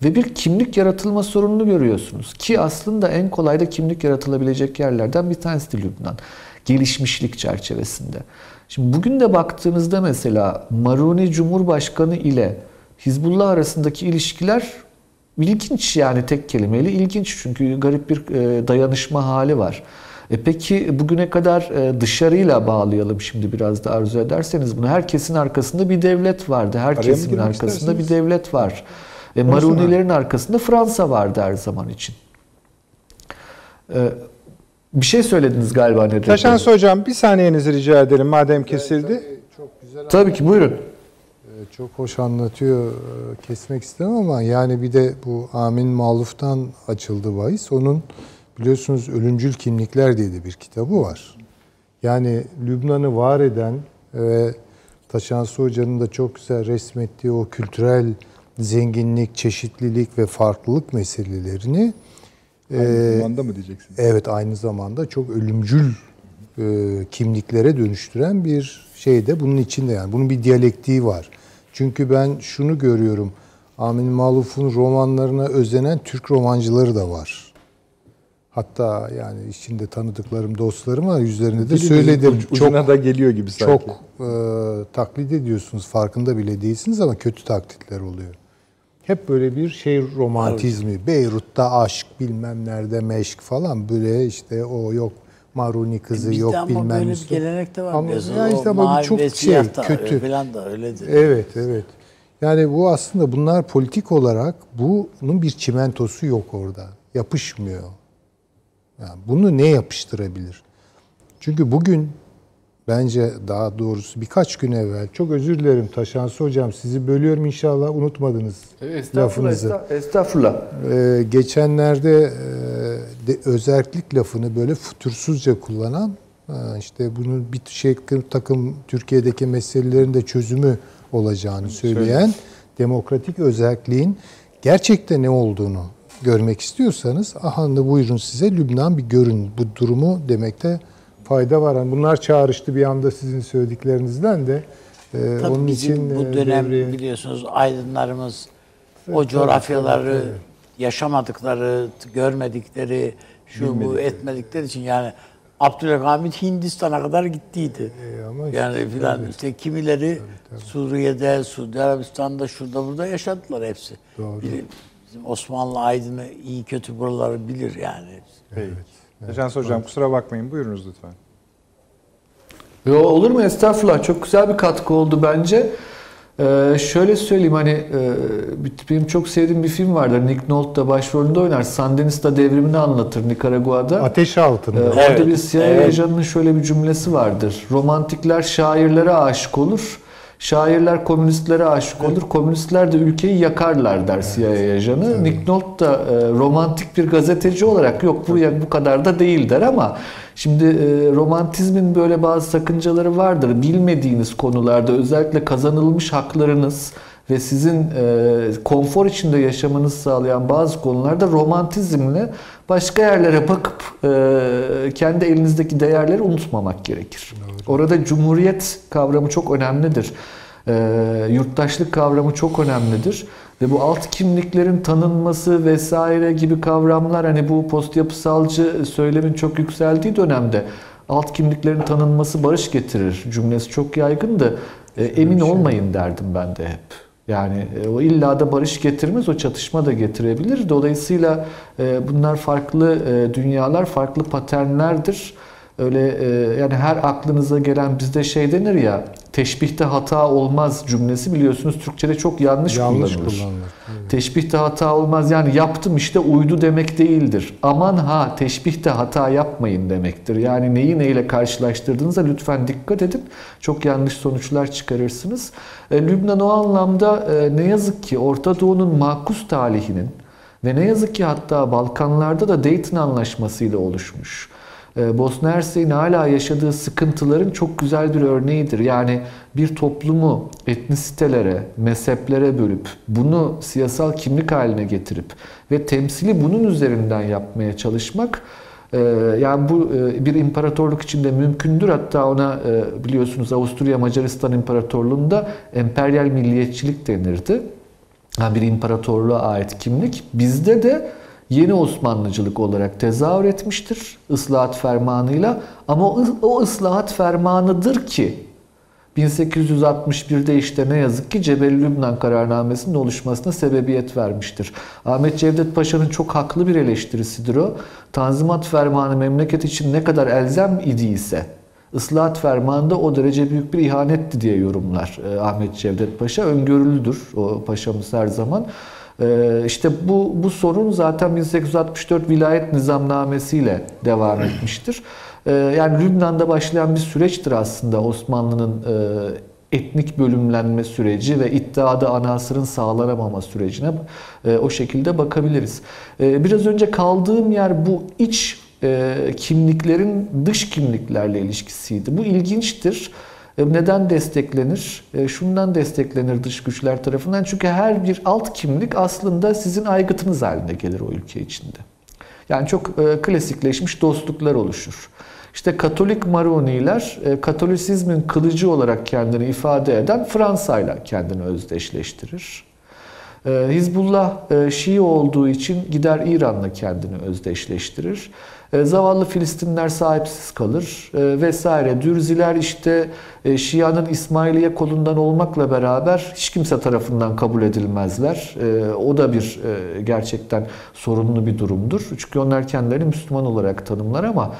ve bir kimlik yaratılma sorununu görüyorsunuz. Ki aslında en kolay da kimlik yaratılabilecek yerlerden bir tanesi de Lübnan. Gelişmişlik çerçevesinde. Şimdi bugün de baktığınızda mesela Maruni Cumhurbaşkanı ile Hizbullah arasındaki ilişkiler ilginç, yani tek kelimeyle ilginç, çünkü garip bir dayanışma hali var. Peki bugüne kadar dışarıyla bağlayalım şimdi biraz da arzu ederseniz bunu. Herkesin arkasında bir devlet vardı. Herkesin arkasında bir devlet var. Marunilerin arkasında Fransa vardı her zaman için. Bir şey söylediniz galiba Nedret Bey. Taşansı Hocam bir saniyenizi rica edelim madem kesildi. Çok güzel. Tabii ki, buyurun. Çok hoş anlatıyor. Kesmek istemem ama yani bir de bu Amin Maluf'tan açıldı bahis. Onun biliyorsunuz Ölümcül Kimlikler diye de bir kitabı var. Yani Lübnan'ı var eden ve Taşansı Hoca'nın da çok güzel resmettiği o kültürel zenginlik, çeşitlilik ve farklılık meselelerini Aynı zamanda mı diyeceksiniz? evet, aynı zamanda çok ölümcül kimliklere dönüştüren bir şey de bunun içinde, yani bunun bir diyalektiği var. Çünkü ben şunu görüyorum. Amin Maluf'un romanlarına özenen Türk romancıları da var. Hatta yani içinde tanıdıklarım, dostlarım var, yüzlerinde de söyledim. Ucuna da geliyor gibi sanki. Çok taklit ediyorsunuz, farkında bile değilsiniz ama kötü taklitler oluyor. Hep böyle bir şey romantizmi, Beyrut'ta aşk, bilmem nerede meşk falan, böyle işte o yok Maruni kızı, yok ama bilmem böyle ne. bir gelenek de var. Ama, Yani işte ama bu çok şey, kötü. Falan da öyledir. Evet, evet. Yani bu aslında, bunlar politik olarak bunun bir çimentosu yok orada. Yapışmıyor. Yani bunu ne yapıştırabilir? Çünkü bugün bence, daha doğrusu birkaç gün evvel, çok özür dilerim Taşansı Hocam, sizi bölüyorum, inşallah unutmadınız lafınızı. Estağfurullah. Geçenlerde özerklik lafını böyle fütursuzca kullanan, işte bunun bir takım Türkiye'deki meselelerin de çözümü olacağını söyleyen, demokratik özerkliğin gerçekten ne olduğunu görmek istiyorsanız, aha da buyurun size Lübnan bir görün. Bu durumu demekte fayda var. Yani bunlar çağrıştı bir anda sizin söylediklerinizden de. Tabii onun bizim için bu dönem biliyorsunuz aydınlarımız o coğrafyaları yaşamadıkları, görmedikleri, bu etmedikleri için, yani Abdülhamit Hindistan'a kadar gittiydi. Ama yani filan işte kimileri Suriye'de, Suudi Arabistan'da, şurada burada yaşadılar hepsi. Doğru. Bizim Osmanlı aydını iyi kötü buraları bilir yani. Peki. Taşansı Hocam kusura bakmayın, buyurunuz lütfen. Yo, olur mu? Estağfurullah. Çok güzel bir katkı oldu bence. Şöyle söyleyeyim, hani benim çok sevdiğim bir film vardır. Nick Nolte da başrolünde oynar. Sandinista devrimini anlatır Nikaragua'da. Ateş altında. Orada bir CIA ajanının şöyle bir cümlesi vardır. Romantikler şairlere aşık olur. Şairler komünistlere aşık olur. Komünistler de ülkeyi yakarlar der CIA ajanı. Nick Nolte da romantik bir gazeteci olarak yok bu kadar da değil der ama şimdi romantizmin böyle bazı sakıncaları vardır. Bilmediğiniz konularda, özellikle kazanılmış haklarınız ve sizin konfor içinde yaşamanızı sağlayan bazı konularda romantizmle başka yerlere bakıp kendi elinizdeki değerleri unutmamak gerekir. Orada cumhuriyet kavramı çok önemlidir. Yurttaşlık kavramı çok önemlidir. Ve bu alt kimliklerin tanınması vesaire gibi kavramlar, hani bu post yapısalcı söylemin çok yükseldiği dönemde alt kimliklerin tanınması barış getirir cümlesi çok yaygındı. Emin olmayın derdim ben de hep. Yani o illa da barış getirmez, o çatışma da getirebilir. Dolayısıyla bunlar farklı dünyalar, farklı paternlerdir. Öyle yani her aklınıza gelen, bizde şey denir ya, teşbihte hata olmaz cümlesi biliyorsunuz Türkçe'de çok yanlış kullanılır. Evet. Teşbihte hata olmaz, yani yaptım işte uydu demek değildir. Aman ha, teşbihte hata yapmayın demektir. Yani neyi neyle karşılaştırdığınızda lütfen dikkat edin. Çok yanlış sonuçlar çıkarırsınız. Lübnan o anlamda ne yazık ki Orta Doğu'nun makus talihinin ve ne yazık ki hatta Balkanlarda da Dayton Anlaşması ile oluşmuş. Bosna Hersek'in hala yaşadığı sıkıntıların çok güzel bir örneğidir. Yani bir toplumu etnisitelere, mezheplere bölüp bunu siyasal kimlik haline getirip ve temsili bunun üzerinden yapmaya çalışmak, yani bu bir imparatorluk içinde mümkündür. Hatta ona biliyorsunuz Avusturya Macaristan İmparatorluğu'nda emperyal milliyetçilik denirdi. Yani bir imparatorluğa ait kimlik. Bizde de yeni Osmanlıcılık olarak tezahür etmiştir ıslahat fermanıyla. Ama o ıslahat fermanıdır ki 1861'de işte ne yazık ki Cebeli Lübnan kararnamesinin oluşmasına sebebiyet vermiştir. Ahmet Cevdet Paşa'nın çok haklı bir eleştirisidir o. Tanzimat Fermanı memleket için ne kadar elzem idiyse ıslahat fermanı da o derece büyük bir ihanetti diye yorumlar Ahmet Cevdet Paşa. Öngörülüdür o paşamız her zaman. İşte bu sorun zaten 1864 vilayet nizamnamesiyle devam etmiştir. Yani Lübnan'da başlayan bir süreçtir aslında Osmanlı'nın etnik bölümlenme süreci ve iddiada anasırın sağlanamama sürecine o şekilde bakabiliriz. Biraz önce kaldığım yer bu iç kimliklerin dış kimliklerle ilişkisiydi. Bu ilginçtir. Neden desteklenir? Şundan desteklenir dış güçler tarafından. Çünkü her bir alt kimlik aslında sizin aygıtınız haline gelir o ülke içinde. Yani çok klasikleşmiş dostluklar oluşur. İşte Katolik Maroniler, Katolisizmin kılıcı olarak kendini ifade eden Fransa'yla kendini özdeşleştirir. Hizbullah Şii olduğu için gider İran'la kendini özdeşleştirir. Zavallı Filistinler sahipsiz kalır vesaire. Dürziler işte Şia'nın İsmailiye kolundan olmakla beraber hiç kimse tarafından kabul edilmezler. O da bir gerçekten sorunlu bir durumdur. Çünkü onlar kendilerini Müslüman olarak tanımlar ama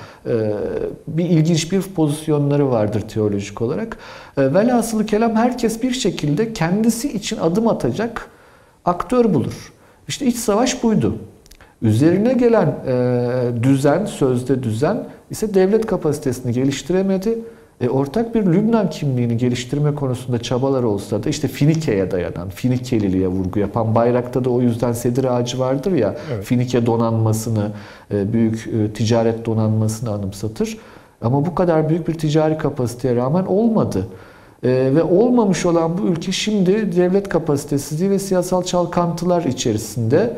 bir ilginç bir pozisyonları vardır teolojik olarak. Velhasılı kelam herkes bir şekilde kendisi için adım atacak aktör bulur. İşte iç savaş buydu. Üzerine gelen düzen, sözde düzen ise devlet kapasitesini geliştiremedi. Ortak bir Lübnan kimliğini geliştirme konusunda çabalar olsa da işte Finike'ye dayanan, Finikeliliğe vurgu yapan, bayrakta da o yüzden sedir ağacı vardır ya, evet. Finike donanmasını, büyük ticaret donanmasını anımsatır. Ama bu kadar büyük bir ticari kapasiteye rağmen olmadı. Ve olmamış olan bu ülke şimdi devlet kapasitesizliği ve siyasal çalkantılar içerisinde.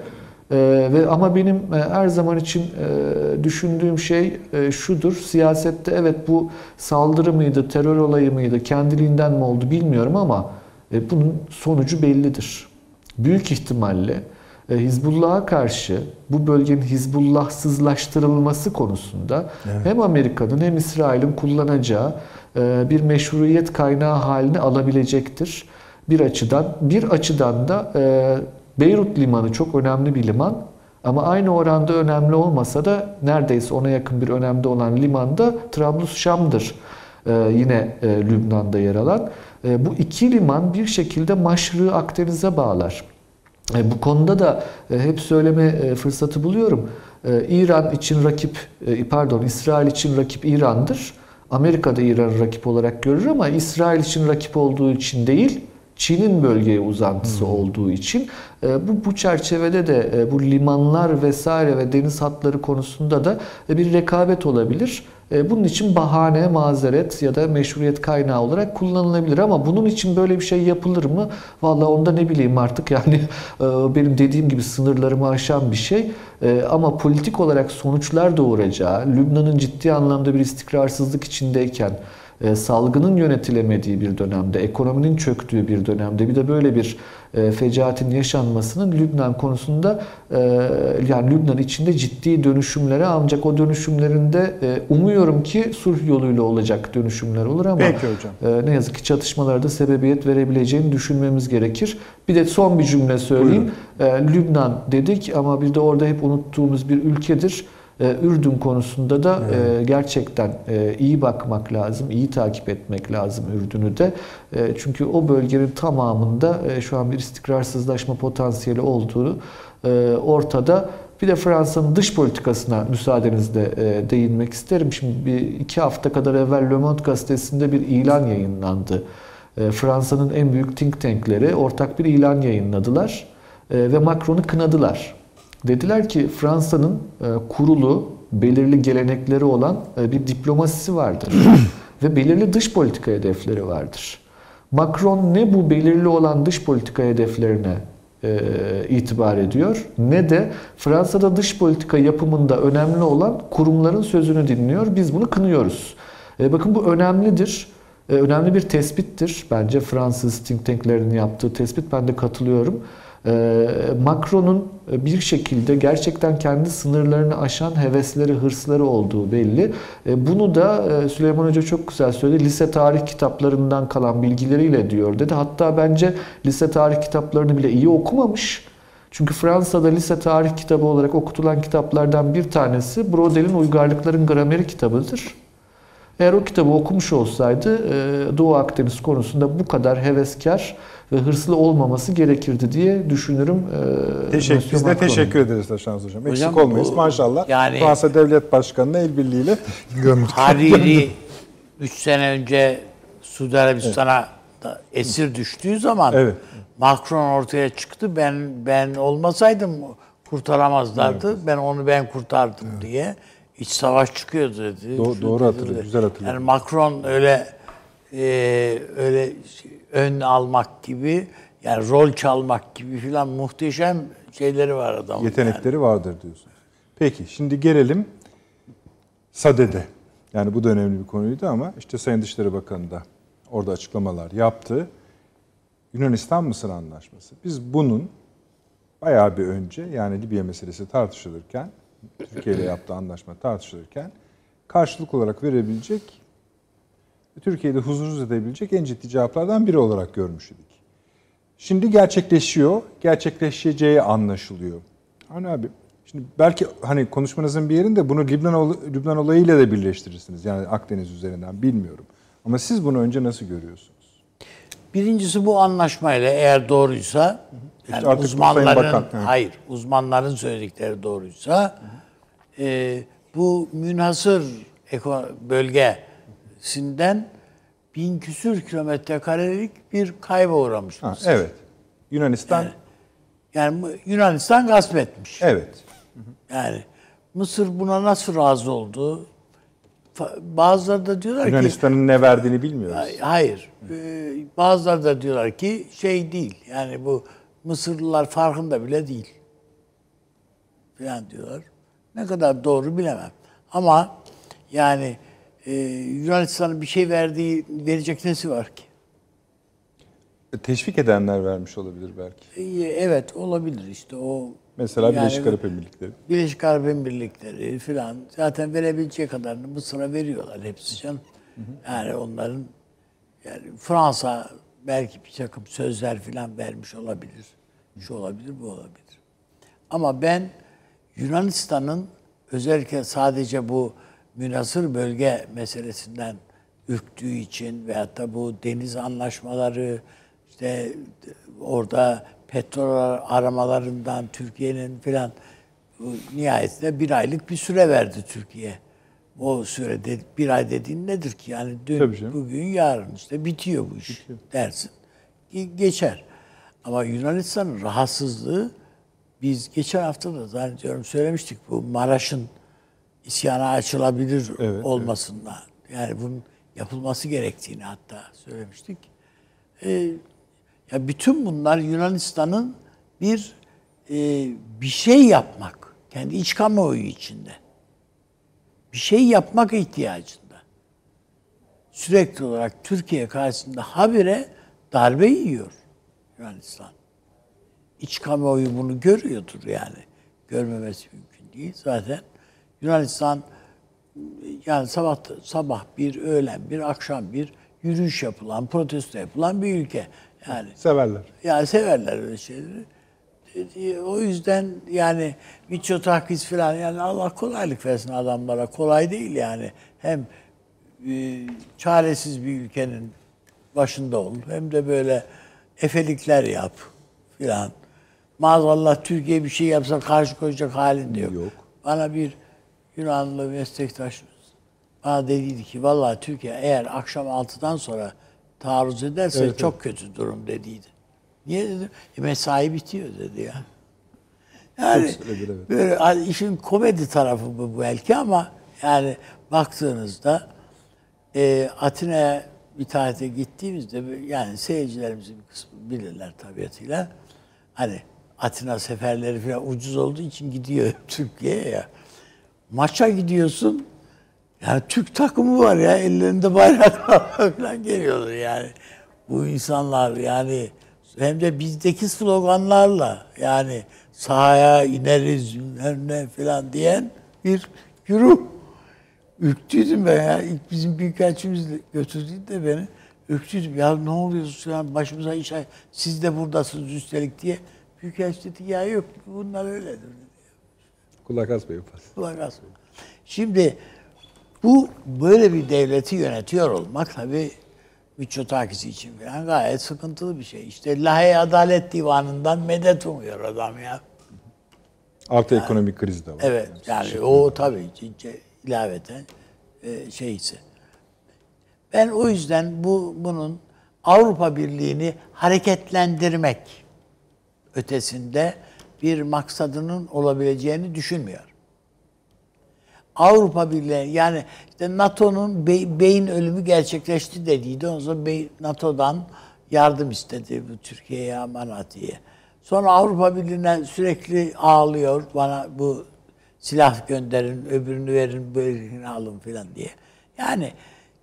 Ama benim her zaman için düşündüğüm şey şudur. Siyasette evet bu saldırı mıydı, terör olayı mıydı, kendiliğinden mi oldu bilmiyorum ama bunun sonucu bellidir. Büyük ihtimalle Hizbullah'a karşı bu bölgenin Hizbullahsızlaştırılması konusunda evet. Hem Amerika'nın hem İsrail'in kullanacağı bir meşruiyet kaynağı haline alabilecektir. Bir açıdan da Beyrut limanı çok önemli bir liman ama aynı oranda önemli olmasa da neredeyse ona yakın bir önemde olan liman da Trablus-Şam'dır. Yine Lübnan'da yer alan. Bu iki liman bir şekilde Maşrık'ı Akdeniz'e bağlar. Bu konuda da hep söyleme fırsatı buluyorum. İsrail için rakip İran'dır. Amerika da İran'ı rakip olarak görür ama İsrail için rakip olduğu için değil, Çin'in bölgeye uzantısı olduğu için bu çerçevede de bu limanlar vesaire ve deniz hatları konusunda da bir rekabet olabilir. Bunun için bahane, mazeret ya da meşruiyet kaynağı olarak kullanılabilir ama bunun için böyle bir şey yapılır mı? Vallahi onda ne bileyim artık yani benim dediğim gibi sınırlarımı aşan bir şey. Ama politik olarak sonuçlar doğuracağı, Lübnan'ın ciddi anlamda bir istikrarsızlık içindeyken salgının yönetilemediği bir dönemde, ekonominin çöktüğü bir dönemde bir de böyle bir fecaatin yaşanmasının Lübnan konusunda yani Lübnan içinde ciddi dönüşümlere ancak o dönüşümlerinde umuyorum ki sulh yoluyla olacak dönüşümler olur ama peki hocam. Ne yazık ki çatışmalarda sebebiyet verebileceğini düşünmemiz gerekir. Bir de son bir cümle söyleyeyim. Lübnan dedik ama bir de orada hep unuttuğumuz bir ülkedir. Ürdün konusunda da gerçekten iyi bakmak lazım, iyi takip etmek lazım Ürdün'ü de. Çünkü o bölgenin tamamında şu an bir istikrarsızlaşma potansiyeli olduğu ortada. Bir de Fransa'nın dış politikasına müsaadenizle değinmek isterim. Şimdi 2 hafta kadar evvel Le Monde gazetesinde bir ilan yayınlandı. Fransa'nın en büyük think tankleri ortak bir ilan yayınladılar ve Macron'u kınadılar. Dediler ki Fransa'nın kurulu, belirli gelenekleri olan bir diplomasisi vardır. Ve belirli dış politika hedefleri vardır. Macron ne bu belirli olan dış politika hedeflerine itibar ediyor ne de Fransa'da dış politika yapımında önemli olan kurumların sözünü dinliyor. Biz bunu kınıyoruz. Bakın bu önemlidir. Önemli bir tespittir. Bence Fransız think tanklerinin yaptığı tespit. Ben de katılıyorum. Macron'un bir şekilde gerçekten kendi sınırlarını aşan hevesleri, hırsları olduğu belli. Bunu da Süleyman Hoca çok güzel söyledi. Lise tarih kitaplarından kalan bilgileriyle diyor dedi. Hatta bence lise tarih kitaplarını bile iyi okumamış. Çünkü Fransa'da lise tarih kitabı olarak okutulan kitaplardan bir tanesi Brodel'in Uygarlıkların Grameri kitabıdır. Eğer o kitabı okumuş olsaydı Doğu Akdeniz konusunda bu kadar heveskar ve hırslı olmaması gerekirdi diye düşünürüm. Biz de teşekkür ederiz Taşansı Hocam. Eksik Hocam, olmayız maşallah. yani- Fransa Devlet Başkanı'na el birliğiyle gömdük. Hariri 3 sene önce Suudi Arabistan'a da esir düştüğü zaman Evet. Macron ortaya çıktı. Ben olmasaydım kurtaramazlardı. Ben kurtardım diye. İç savaş çıkıyordu dedi. Doğru hatırlıyorum. Güzel hatırlıyorum. Yani Macron öyle ön almak gibi, yani rol çalmak gibi filan muhteşem şeyleri var adamın. Yetenekleri vardır diyorsunuz. Peki şimdi gelelim SADE'de. Yani bu da önemli bir konuydu ama işte Sayın Dışişleri Bakanı da orada açıklamalar yaptı. Yunanistan-Mısır anlaşması. Biz bunun bayağı bir önce, yani Libya meselesi tartışılırken, Türkiye ile yaptığı anlaşma tartışılırken karşılık olarak verebilecek, Türkiye'de huzursuz edebilecek en ciddi cevaplardan biri olarak görmüş idik. Şimdi gerçekleşiyor, gerçekleşeceği anlaşılıyor. Hani abi, şimdi belki hani konuşmanızın bir yerinde bunu Lübnan olayıyla da birleştirirsiniz. Yani Akdeniz üzerinden, bilmiyorum. Ama siz bunu önce nasıl görüyorsunuz? Birincisi, bu anlaşmayla eğer doğruysa, yani artık uzmanların söyledikleri doğruysa, bu münhasır bölgesinden 1000 küsür kilometre karelik bir kayba uğramış. Evet. Yunanistan. Yani Yunanistan gasp etmiş. Evet. Yani Mısır buna nasıl razı oldu? Bazıları da diyorlar ki Yunanistan'ın ne verdiğini bilmiyoruz. hayır. Bazıları da diyorlar ki şey değil. Yani bu Mısırlılar farkında bile değil. Falan diyorlar. Ne kadar doğru bilemem. Ama yani Yunanistan'ın bir şey verecek nesi var ki? Teşvik edenler vermiş olabilir belki. Evet, olabilir işte o. Mesela yani, Birleşik Arap Emirlikleri. Birleşik Arap Emirlikleri falan zaten verebileceği kadarını Mısır'a veriyorlar hepsi canım. Yani onların, yani Fransa belki bir takım sözler falan vermiş olabilir. Şu olabilir, bu olabilir. Ama ben Yunanistan'ın özellikle sadece bu münhasır bölge meselesinden ürktüğü için veyahut da bu deniz anlaşmaları, işte orada petrol aramalarından Türkiye'nin filan, nihayetinde 1 aylık bir süre verdi Türkiye. O sürede 1 ay dediğin nedir ki? Yani dün, bugün, yarın işte bitiyor bu iş dersin. Geçer. Ama Yunanistan'ın rahatsızlığı, biz geçen hafta da zannediyorum söylemiştik, bu Maraş'ın isyana açılabilir olmasında. Yani bunun yapılması gerektiğini hatta söylemiştik. Ya bütün bunlar Yunanistan'ın bir şey yapmak, kendi iç kamuoyu içinde bir şey yapmak ihtiyacında. Sürekli olarak Türkiye karşısında habire darbe yiyor Yunanistan. İç kamuoyu bunu görüyordur yani. Görmemesi mümkün değil. Zaten Yunanistan, yani sabah bir, öğlen bir, akşam bir yürüyüş yapılan, protesto yapılan bir ülke. Yani severler. Yani severler öyle şeyleri. O yüzden yani Mitsotakis falan, yani Allah kolaylık versin adamlara. Kolay değil yani. Hem çaresiz bir ülkenin başında ol, hem de böyle efelikler yap filan. Maazallah Türkiye bir şey yapsa karşı koyacak halinde yok. Bana bir Yunanlı meslektaşımız bana dediydi ki, vallahi Türkiye eğer akşam 6'dan sonra taarruz ederse çok kötü durum dediydi. Niye dedim? Mesai bitiyor dedi ya. Yani böyle işin komedi tarafı bu belki, ama yani baktığınızda Atina'ya bir tatile gittiğimizde, yani seyircilerimizin bir kısmı bilirler tabiatıyla. Hani Atina seferleri falan ucuz olduğu için gidiyor Türkiye'ye ya. Maça gidiyorsun. Yani Türk takımı var ya, ellerinde bayrak falan geliyorlar yani. Bu insanlar yani hem de bizdeki sloganlarla, yani sahaya ineriz ne falan diyen bir güruh. Ürktüydüm ben ya. İlk bizim büyükelçimiz götürdü de beni. Ürktüydüm. Ya ne oluyorsunuz ya, başımıza iş, siz de buradasınız üstelik diye. Büyükelçi dedi ya yok bunlar öyledir. Kulak asmayın fazla. Kulak asmayın. Şimdi bu böyle bir devleti yönetiyor olmak tabii Mitsotakis için falan gayet sıkıntılı bir şey. İşte Lahey Adalet Divanı'ndan medet umuyor adam ya. Artı ekonomik kriz de var. Evet yani o tabii ilaveten şeyse. Ben o yüzden bunun Avrupa Birliği'ni hareketlendirmek ötesinde bir maksadının olabileceğini düşünmüyorum. Avrupa Birliği, yani işte NATO'nun beyin ölümü gerçekleşti dediydi. Ondan sonra NATO'dan yardım istedi bu Türkiye'ye aman diye. Sonra Avrupa Birliği'ne sürekli ağlıyor, bana bu silah gönderin, öbürünü verin, böylesini alın filan diye. Yani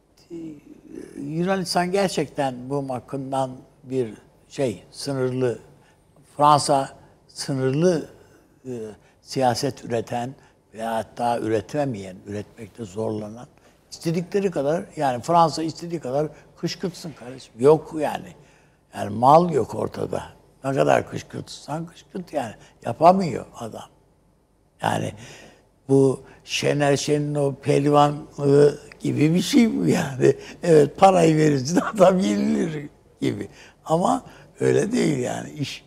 Yunanistan gerçekten bu bakımdan bir sınırlı, Fransa sınırlı siyaset üreten veya hatta üretemeyen, üretmekte zorlanan, istedikleri kadar, yani Fransa istediği kadar kışkırtsın kardeşim. Yok yani. Yani mal yok ortada. Ne kadar kışkırtırsan kışkırt yani. Yapamıyor adam. Yani bu Şener Şen'in o pehlivanlığı gibi bir şey bu yani. Evet parayı verirsin adam yenilir gibi. Ama öyle değil yani. İş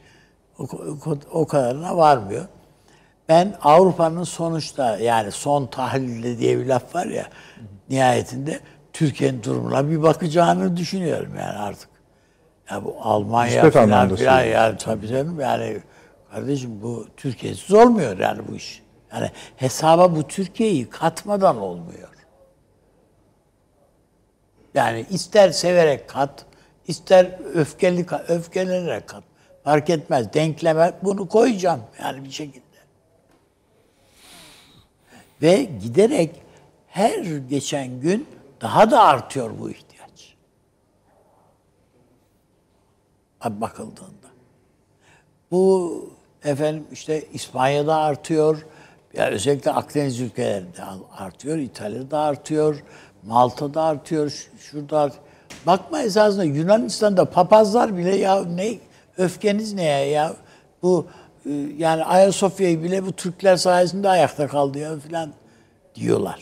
o kadarına varmıyor. Ben Avrupa'nın sonuçta, yani son tahlilde diye bir laf var ya, nihayetinde Türkiye'nin durumuna bir bakacağını düşünüyorum yani artık. Ya bu Almanya falan yani tabii canım, yani kardeşim bu Türkiye'siz olmuyor yani bu iş. Yani hesaba bu Türkiye'yi katmadan olmuyor. Yani ister severek kat, ister öfkelenerek kat. Fark etmez. Denkleme bunu koyacağım yani bir şekilde. Ve giderek her geçen gün daha da artıyor bu ihtiyaç. Abi bakıldığında. Bu işte İspanya'da artıyor. Yani özellikle Akdeniz ülkelerinde artıyor. İtalya'da artıyor. Malta'da artıyor. Şurada artıyor. Bakma esasında Yunanistan'da papazlar bile ya ne öfkeniz ne ya bu yani Ayasofya'yı bile bu Türkler sayesinde ayakta kaldı ya falan diyorlar.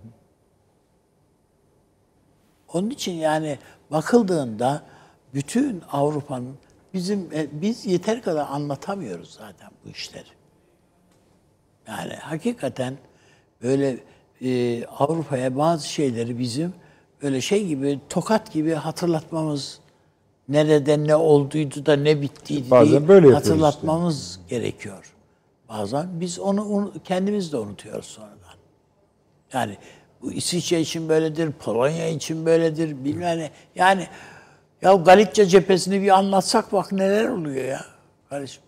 Onun için yani bakıldığında bütün Avrupa'nın biz yeter kadar anlatamıyoruz zaten bu işleri. Yani hakikaten böyle Avrupa'ya bazı şeyleri bizim böyle gibi tokat gibi hatırlatmamız, nerede ne olduydu da ne bittiydi bazen diye hatırlatmamız gerekiyor. Bazen biz onu kendimiz de unutuyoruz sonradan. Yani bu İsviçre için böyledir, Polonya için böyledir, bilmem ne. Yani ya Galicia cephesini bir anlatsak bak neler oluyor ya kardeşim.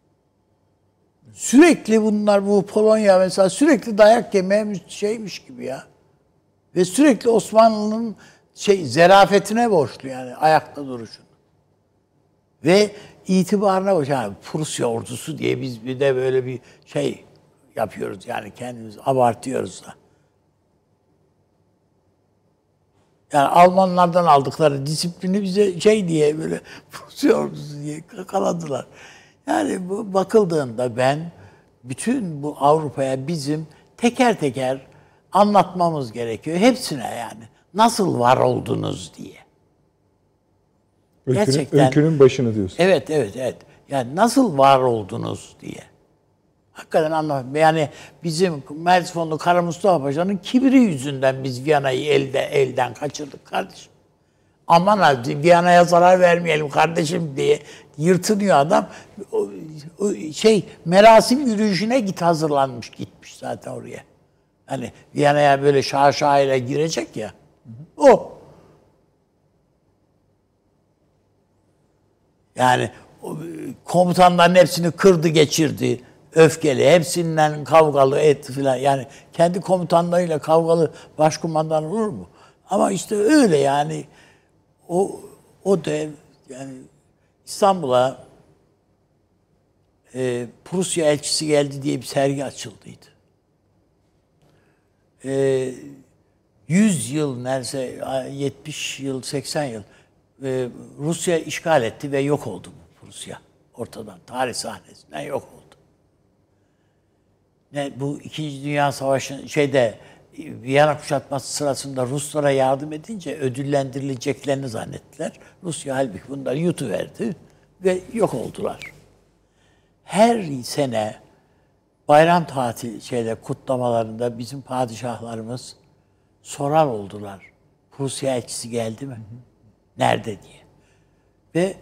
Sürekli bu Polonya mesela sürekli dayak yemeye şeymiş gibi ya. Ve sürekli Osmanlı'nın zerafetine borçlu yani ayakta duruşun. Ve itibarına borçlu. Yani Prusya ordusu diye biz bir de böyle bir yapıyoruz yani kendimiz abartıyoruz da. Yani Almanlardan aldıkları disiplini bize diye böyle Prusya ordusu diye kakaladılar. Yani bu bakıldığında ben bütün bu Avrupa'ya bizim teker teker anlatmamız gerekiyor. Hepsine yani. Nasıl var oldunuz diye. Öykünün başını diyorsun. Evet. Yani nasıl var oldunuz diye. Hakikaten anlamadım. Yani bizim Merzifonlu Kara Mustafa Paşa'nın kibri yüzünden biz Viyana'yı elden kaçırdık kardeşim. Aman abi Viyana'ya zarar vermeyelim kardeşim diye yırtınıyor adam. Merasim yürüyüşüne hazırlanmış gitmiş zaten oraya. Hani Viyana'ya böyle şaşayla girecek ya. O. Yani komutanların hepsini kırdı geçirdi. Öfkeli, hepsinden kavgalı etti filan. Yani kendi komutanlarıyla kavgalı başkumandan olur mu? Ama işte öyle yani o dev yani İstanbul'a Prusya elçisi geldi diye bir sergi açıldıydı. 100 yıl neredeyse 70 yıl 80 yıl Rusya işgal etti ve yok oldu bu Prusya ortadan, tarih sahnesinden yok oldu. Bu İkinci Dünya Savaşı'nın Viyana kuşatması sırasında Ruslara yardım edince ödüllendirileceklerini zannettiler. Rusya halbuki bunları yutuverdi ve yok oldular. Her sene bayram kutlamalarında bizim padişahlarımız sorar oldular. Prusya elçisi geldi mi? Nerede diye. Ve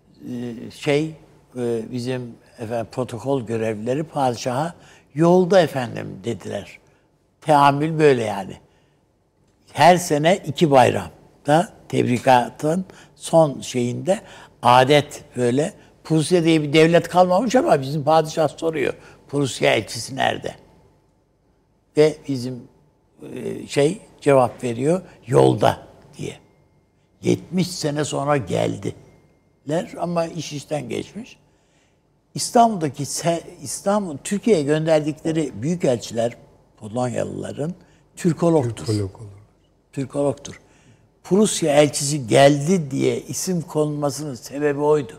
bizim protokol görevlileri padişaha yolda efendim dediler. Teamül böyle yani. Her sene 2 bayramda tebrikatın son şeyinde adet böyle. Prusya diye bir devlet kalmamış ama bizim padişah soruyor. Prusya elçisi nerede? Ve bizim cevap veriyor. Yolda diye. 70 sene sonra geldiler ama iş işten geçmiş. Türkiye'ye gönderdikleri büyükelçiler Polonyalıların Türkologtur. Türkologtur. Prusya elçisi geldi diye isim konulmasının sebebi oydu.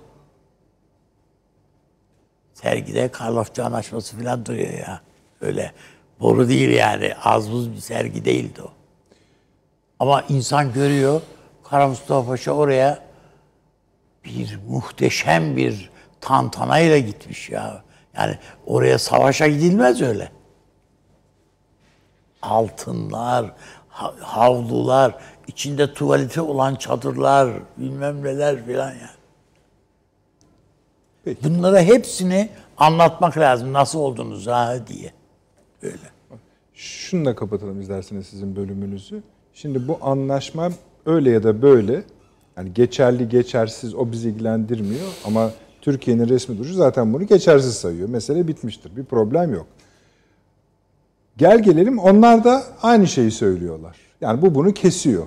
Sergide Karlofça Anlaşması falan duruyor ya. Öyle boru değil yani. Az buz bir sergi değildi o. Ama insan görüyor. Kara Mustafa Paşa oraya muhteşem bir tantanayla gitmiş ya. Yani oraya savaşa gidilmez öyle. Altınlar, havlular, içinde tuvaleti olan çadırlar, bilmem neler filan yani. Peki. Bunlara hepsini anlatmak lazım. Nasıl oldunuz diye. Öyle. Şununla kapatalım isterseniz sizin bölümünüzü. Şimdi bu anlaşma öyle ya da böyle, yani geçerli geçersiz o bizi ilgilendirmiyor ama Türkiye'nin resmi duruşu zaten bunu geçersiz sayıyor. Mesele bitmiştir. Bir problem yok. Gel gelelim onlar da aynı şeyi söylüyorlar. Yani bu bunu kesiyor.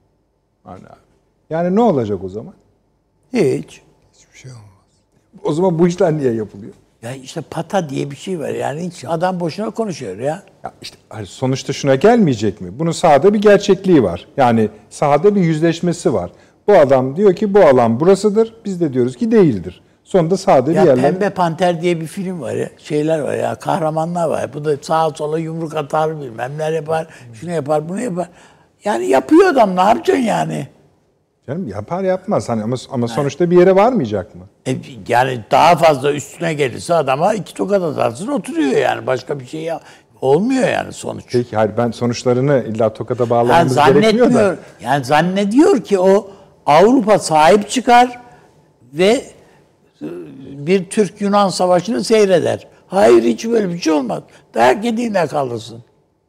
Yani ne olacak o zaman? Hiç. Hiçbir şey olmaz. O zaman bu işler niye yapılıyor? Ya işte pata diye bir şey var. Yani hiç adam boşuna konuşuyor ya. Ya işte sonuçta şuna gelmeyecek mi? Bunun sahada bir gerçekliği var. Yani sahada bir yüzleşmesi var. Bu adam diyor ki bu alan burasıdır. Biz de diyoruz ki değildir. Sonunda sahada bir yerler... Pembe Panter diye bir film var ya. Şeyler var ya. Kahramanlar var. Bu da sağa sola yumruk atar bilmem ne yapar. Şunu yapar bunu yapar. Yani yapıyor adam. Ne yapacaksın yani? Canım yapar yapmaz. Ama sonuçta bir yere varmayacak mı? Yani daha fazla üstüne gelirse adama 2 tokat atarsın oturuyor yani. Başka bir şey olmuyor yani sonuç. Peki hayır ben sonuçlarını illa tokata bağlamamız gerekmiyor da. Yani zannediyor ki o Avrupa sahip çıkar ve bir Türk-Yunan savaşını seyreder. Hayır hiç böyle bir şey olmaz. Dayak yediğine kalırsın.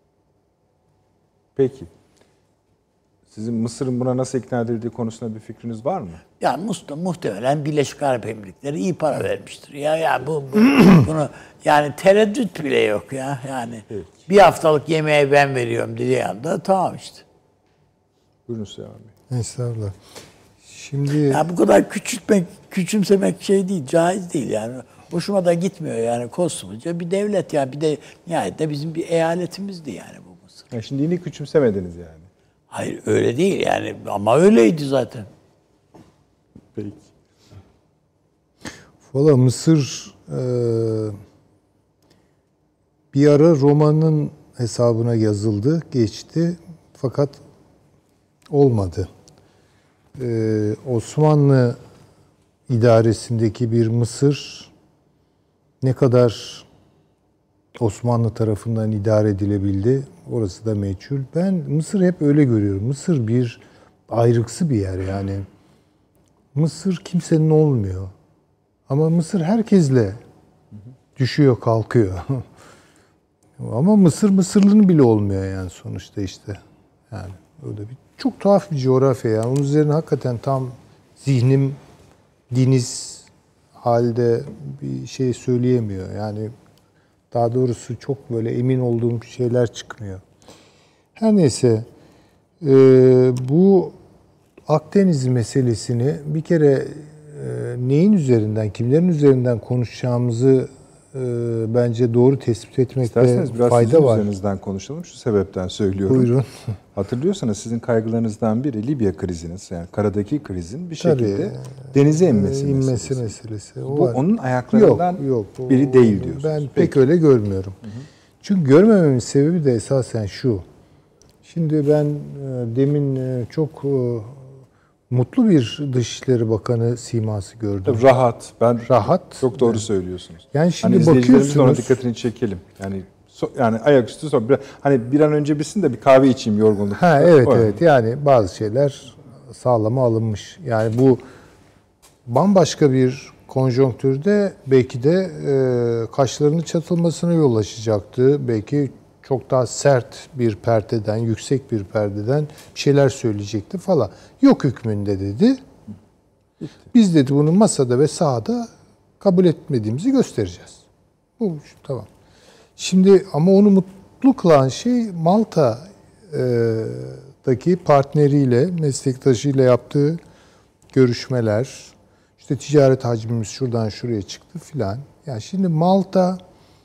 Peki. Sizin Mısır'ın buna nasıl ikna edildiği konusunda bir fikriniz var mı? Ya muhtemelen Birleşik Arap Emirlikleri iyi para vermiştir. Ya bunu yani tereddüt bile yok ya. Yani evet. Bir haftalık yemeği ben veriyorum dediği anda tamam işte. Buyurun Süleyman Bey. Estağfurullah. Şimdi ya bu kadar küçümsemek şey değil, caiz değil yani. Hoşuma da gitmiyor yani koskoca bir devlet ya. Bir de nihayet bizim bir eyaletimizdi yani bu Mısır. Ya şimdi yine küçümsemediniz yani. Hayır öyle değil yani ama öyleydi zaten. Peki. Valla Mısır bir ara Roma'nın hesabına yazıldı, geçti fakat olmadı. Osmanlı idaresindeki bir Mısır ne kadar Osmanlı tarafından idare edilebildi orası da meçhul. Ben Mısır hep öyle görüyorum. Mısır bir ayrıksı bir yer yani. Mısır kimsenin olmuyor. Ama Mısır herkesle düşüyor, kalkıyor. Ama Mısır Mısırlı'nın bile olmuyor yani sonuçta işte. Yani öyle bir çok tuhaf bir coğrafya yani. Onun üzerine hakikaten tam zihnim diniz halde bir şey söyleyemiyor. Yani daha doğrusu çok böyle emin olduğum şeyler çıkmıyor. Her neyse bu Akdeniz meselesini bir kere neyin üzerinden, kimlerin üzerinden konuşacağımızı bence doğru tespit etmekte İsterseniz biraz fayda sizin var. üzerinizden konuşalım. Şu sebepten söylüyorum. Buyurun. Hatırlıyorsanız sizin kaygılarınızdan biri Libya kriziniz. Yani karadaki krizin bir şekilde denize inmesi meselesi. O Bu var. onun ayaklarından biri değil diyorsunuz. Ben pek öyle görmüyorum. Çünkü görmememin sebebi de esasen şu. Şimdi ben demin çok mutlu bir Dışişleri Bakanı siması gördüm. Rahat. Rahat. Çok doğru söylüyorsunuz. Yani şimdi izleyicilerimizin ona bakıyorsunuz. dikkatini çekelim. Yani ayaküstü hani bir an önce bitsin de bir kahve içeyim yorgunluk. Evet. Yani bazı şeyler sağlama alınmış. Yani bu bambaşka bir konjonktürde belki de kaşlarının çatılmasına yol açacaktı. Belki çok daha sert bir perdeden, yüksek bir perdeden bir şeyler söyleyecekti falan. Yok hükmünde dedi. Biz dedi bunu masada ve sahada kabul etmediğimizi göstereceğiz. Bu tamam. Şimdi ama onu mutlu kılan şey Malta'daki partneriyle, meslektaşıyla yaptığı görüşmeler. İşte ticaret hacmimiz şuradan şuraya çıktı filan. Yani şimdi Malta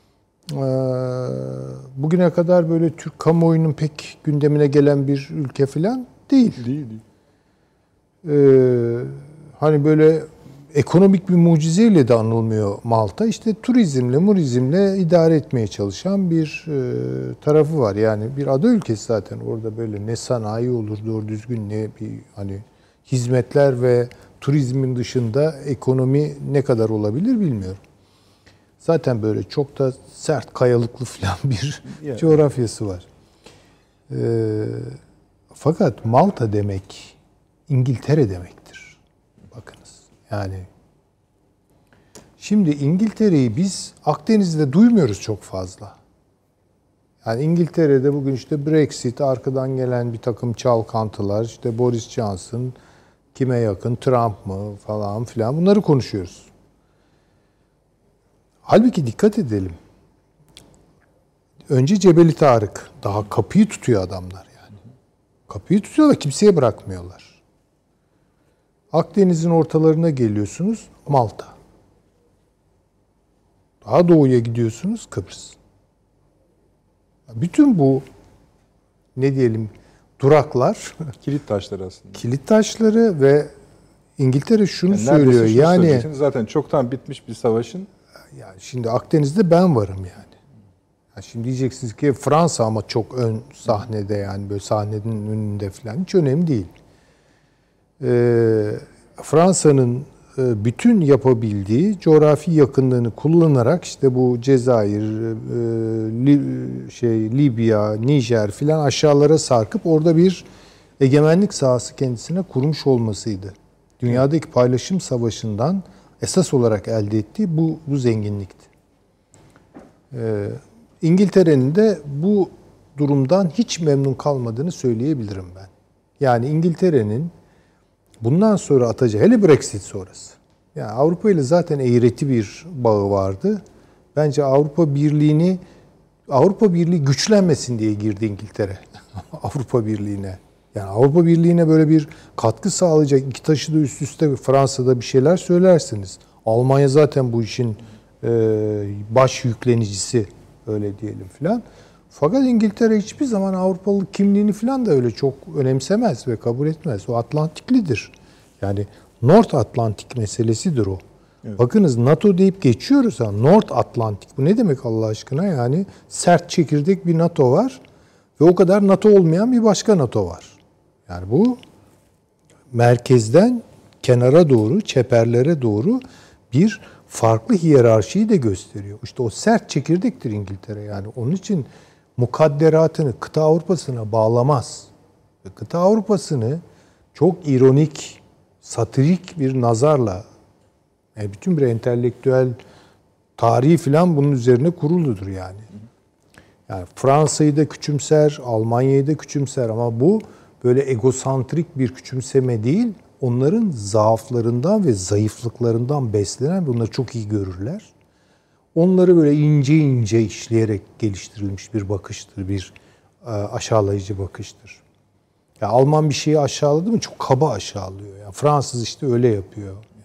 bugüne kadar böyle Türk kamuoyunun pek gündemine gelen bir ülke filan değil. Hani böyle ekonomik bir mucizeyle de anılmıyor Malta. İşte turizmle idare etmeye çalışan bir tarafı var. Yani bir ada ülkesi zaten. Orada böyle ne sanayi olur doğru düzgün ne bir hani hizmetler ve turizmin dışında ekonomi ne kadar olabilir bilmiyorum. Zaten böyle çok da sert kayalıklı falan bir coğrafyası var. Fakat Malta demek İngiltere demektir. Bakınız. Yani şimdi İngiltere'yi biz Akdeniz'de duymuyoruz çok fazla. Yani İngiltere'de bugün işte Brexit, arkadan gelen bir takım çalkantılar, işte Boris Johnson kime yakın, Trump mı falan filan bunları konuşuyoruz. Halbuki dikkat edelim. Önce Cebeli Tarık. Daha kapıyı tutuyor adamlar yani. Kapıyı tutuyorlar, kimseye bırakmıyorlar. Akdeniz'in ortalarına geliyorsunuz, Malta. Daha doğuya gidiyorsunuz, Kıbrıs. Bütün bu ne diyelim duraklar Kilit taşları aslında. kilit taşları ve İngiltere şunu Yani söylüyor. Yani zaten çoktan bitmiş bir savaşın. yani şimdi Akdeniz'de ben varım yani. Şimdi diyeceksiniz ki Fransa ama çok ön sahnede yani böyle sahnenin önünde falan hiç önemli değil. Fransa'nın bütün yapabildiği coğrafi yakınlığını kullanarak işte bu Cezayir, Libya, Nijer filan aşağılara sarkıp orada bir egemenlik sahası kendisine kurmuş olmasıydı. Dünyadaki paylaşım savaşından esas olarak elde ettiği bu zenginlikti. İngiltere'nin de bu durumdan hiç memnun kalmadığını söyleyebilirim ben. Yani İngiltere'nin bundan sonra atacağı, hele Brexit sonrası. Yani Avrupa ile zaten eğreti bir bağı vardı. Bence Avrupa Birliği güçlenmesin diye girdi İngiltere. Avrupa Birliği'ne. Yani Avrupa Birliği'ne böyle bir katkı sağlayacak iki taşı da üst üste Fransa'da bir şeyler söylersiniz. Almanya zaten bu işin baş yüklenicisi öyle diyelim filan. Fakat İngiltere hiçbir zaman Avrupalı kimliğini filan da öyle çok önemsemez ve kabul etmez. O Atlantiklidir. Yani North Atlantik meselesidir o. Evet. Bakınız NATO deyip geçiyoruz ha. North Atlantik. Bu ne demek Allah aşkına? Yani sert çekirdek bir NATO var ve o kadar NATO olmayan bir başka NATO var. Yani bu merkezden kenara doğru, çeperlere doğru bir farklı hiyerarşiyi de gösteriyor. İşte o sert çekirdektir İngiltere. Yani onun için mukadderatını kıta Avrupa'sına bağlamaz. Ve kıta Avrupa'sını çok ironik, satirik bir nazarla, yani bütün bir entelektüel tarihi falan bunun üzerine kuruludur yani. Yani Fransa'yı da küçümser, Almanya'yı da küçümser ama bu böyle egosantrik bir küçümseme değil, onların zaaflarından ve zayıflıklarından beslenen, bunları çok iyi görürler. Onları böyle ince ince işleyerek geliştirilmiş bir bakıştır, bir aşağılayıcı bakıştır. Ya Alman bir şeyi aşağıladı mı çok kaba aşağılıyor. Yani Fransız işte öyle yapıyor.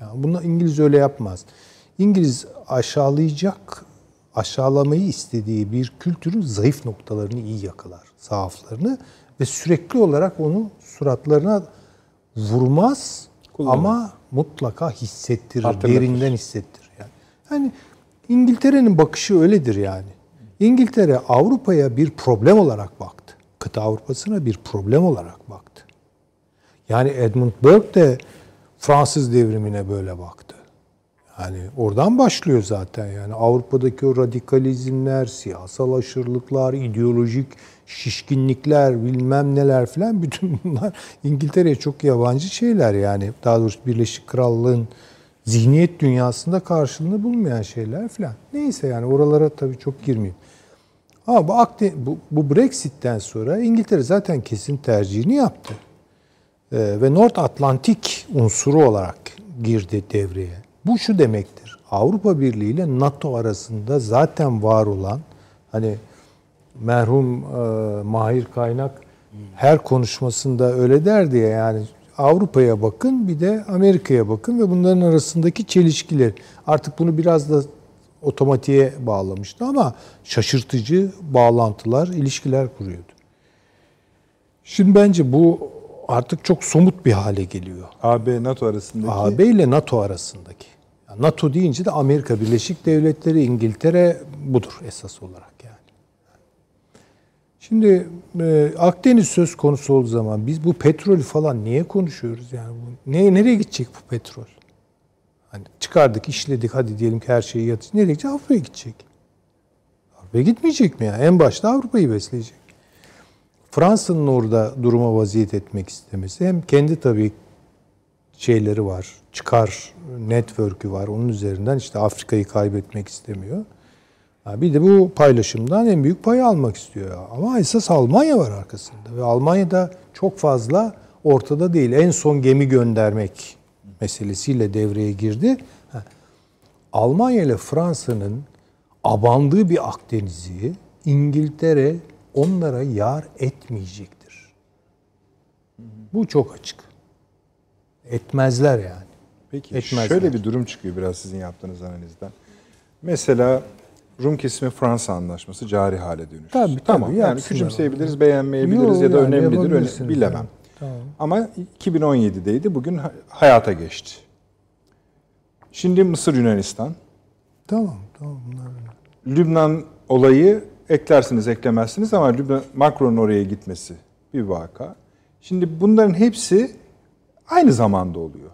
Yani bunu İngiliz öyle yapmaz. İngiliz aşağılamayı istediği bir kültürün zayıf noktalarını iyi yakalar, zaaflarını ve sürekli olarak onu suratlarına vurmaz ama mutlaka hissettirir, derinden hissettirir. Yani İngiltere'nin bakışı öyledir yani. İngiltere Avrupa'ya bir problem olarak baktı. Kıta Avrupa'sına bir problem olarak baktı. Yani Edmund Burke de Fransız devrimine böyle baktı. Yani oradan başlıyor zaten yani Avrupa'daki o radikalizmler, siyasal aşırılıklar, ideolojik şişkinlikler, bilmem neler filan bütün bunlar İngiltere'ye çok yabancı şeyler yani. Daha doğrusu Birleşik Krallığın zihniyet dünyasında karşılığını bulmayan şeyler filan. Neyse yani oralara tabii çok girmeyeyim. Ama bu Brexit'ten sonra İngiltere zaten kesin tercihini yaptı. Ve North Atlantik unsuru olarak girdi devreye. Bu şu demektir. Avrupa Birliği ile NATO arasında zaten var olan hani merhum Mahir Kaynak her konuşmasında öyle derdi ya yani Avrupa'ya bakın bir de Amerika'ya bakın ve bunların arasındaki çelişkiler. Artık bunu biraz da otomatiğe bağlamıştı ama şaşırtıcı bağlantılar, ilişkiler kuruyordu. Şimdi bence bu artık çok somut bir hale geliyor. AB-NATO arasındaki... AB ile NATO arasındaki. Yani NATO deyince de Amerika Birleşik Devletleri, İngiltere budur esas olarak yani. Şimdi Akdeniz söz konusu olduğu zaman biz bu petrolü falan niye konuşuyoruz yani? Nereye gidecek bu petrol? Hani çıkardık, işledik, hadi diyelim ki her şeyi yatış. Nereye gidecek? Avrupa'ya gidecek. Avrupa'ya gitmeyecek mi yani? En başta Avrupa'yı besleyecek. Fransa'nın orada duruma vaziyet etmek istemesi hem kendi tabii şeyleri var, çıkar network'ü var. Onun üzerinden işte Afrika'yı kaybetmek istemiyor. Bir de bu paylaşımdan en büyük payı almak istiyor. Ama esas Almanya var arkasında. Ve Almanya'da çok fazla ortada değil. En son gemi göndermek meselesiyle devreye girdi. Almanya ile Fransa'nın abandığı bir Akdeniz'i İngiltere onlara yar etmeyecektir. Bu çok açık. Etmezler yani. Peki Etmezler. Şöyle bir durum çıkıyor biraz sizin yaptığınız analizden. Mesela Rum kesimi Fransa anlaşması cari hale dönüşür. Tabii, tamam. Yani küçümseyebiliriz, beğenmeyebiliriz ya da yani önemlidir, bilemem. Yani. Tamam. Ama 2017'deydi, bugün hayata geçti. Şimdi Mısır, Yunanistan. Tamam. Lübnan olayı eklersiniz, eklemezsiniz ama Macron'un oraya gitmesi bir vaka. Şimdi bunların hepsi aynı zamanda oluyor.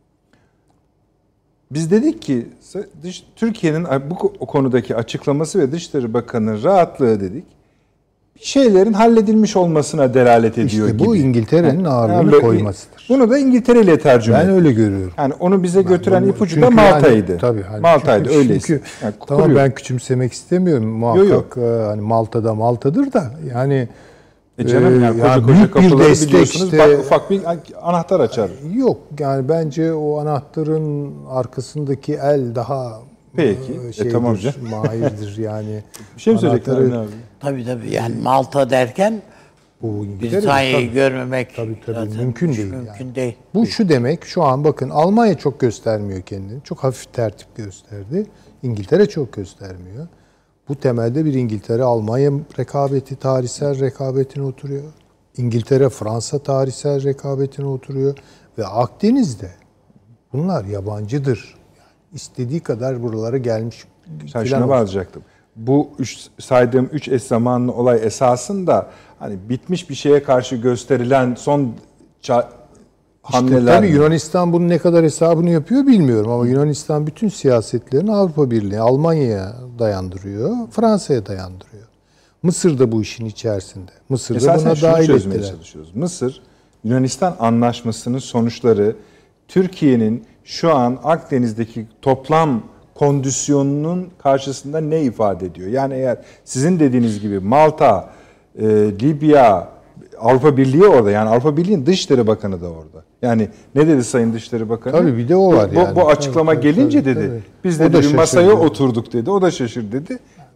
Biz dedik ki Türkiye'nin bu konudaki açıklaması ve Dışişleri Bakanı'nın rahatlığı dedik. Bir şeylerin halledilmiş olmasına delalet ediyor İşte bu gibi. İngiltere'nin ağırlığını koymasıdır. Bunu da İngiltere ile tercüme Ben ettim. öyle görüyorum. Yani onu bize götüren ipucu da Malta'ydı. Tabii. Malta'ydı öyleyse. Çünkü, Yani tamam ben küçümsemek istemiyorum. Muhakkak Yok. Hani Malta'da Malta'dır da yani canım yani koca büyük bir kapıları destek biliyorsunuz. işte, Bak, ufak bir anahtar açar. Yok yani bence o anahtarın arkasındaki el daha Peki. Tamam canım. mahirdir yani. Bir şey mi söyleyecekler abi? Tabii yani Malta derken Bu Britanya'yı görmemek tabii, zaten mümkün değil. Mümkün Yani. değil. Bu şu demek şu an bakın Almanya çok göstermiyor kendini. Çok hafif tertip gösterdi. İngiltere çok göstermiyor. Bu temelde bir İngiltere-Almanya rekabeti, tarihsel rekabetine oturuyor. İngiltere-Fransa tarihsel rekabetine oturuyor. Ve Akdeniz'de bunlar yabancıdır. Yani istediği kadar buralara gelmiş. Sen şuna bağlayacaktım. Bu saydığım 3 eş zamanlı olay esasında hani bitmiş bir şeye karşı gösterilen son hamleler. Tabii Yunanistan bunun ne kadar hesabını yapıyor bilmiyorum ama Yunanistan bütün siyasetlerini Avrupa Birliği, Almanya'ya dayandırıyor, Fransa'ya dayandırıyor. Mısır da bu işin içerisinde. Mısır da buna dahil ettiler. Çalışıyoruz. Mısır, Yunanistan anlaşmasının sonuçları Türkiye'nin şu an Akdeniz'deki toplam kondisyonunun karşısında ne ifade ediyor? Yani eğer sizin dediğiniz gibi Malta, Libya, Avrupa Birliği orada. Yani Avrupa Birliği'nin Dışişleri Bakanı da orada. Yani ne dedi Sayın Dışişleri Bakanı? Tabii bir de o var yani. Bu açıklama gelince dedi. Tabii. Biz O dedi da bir masaya şaşırdı. oturduk dedi. O da şaşırdı dedi.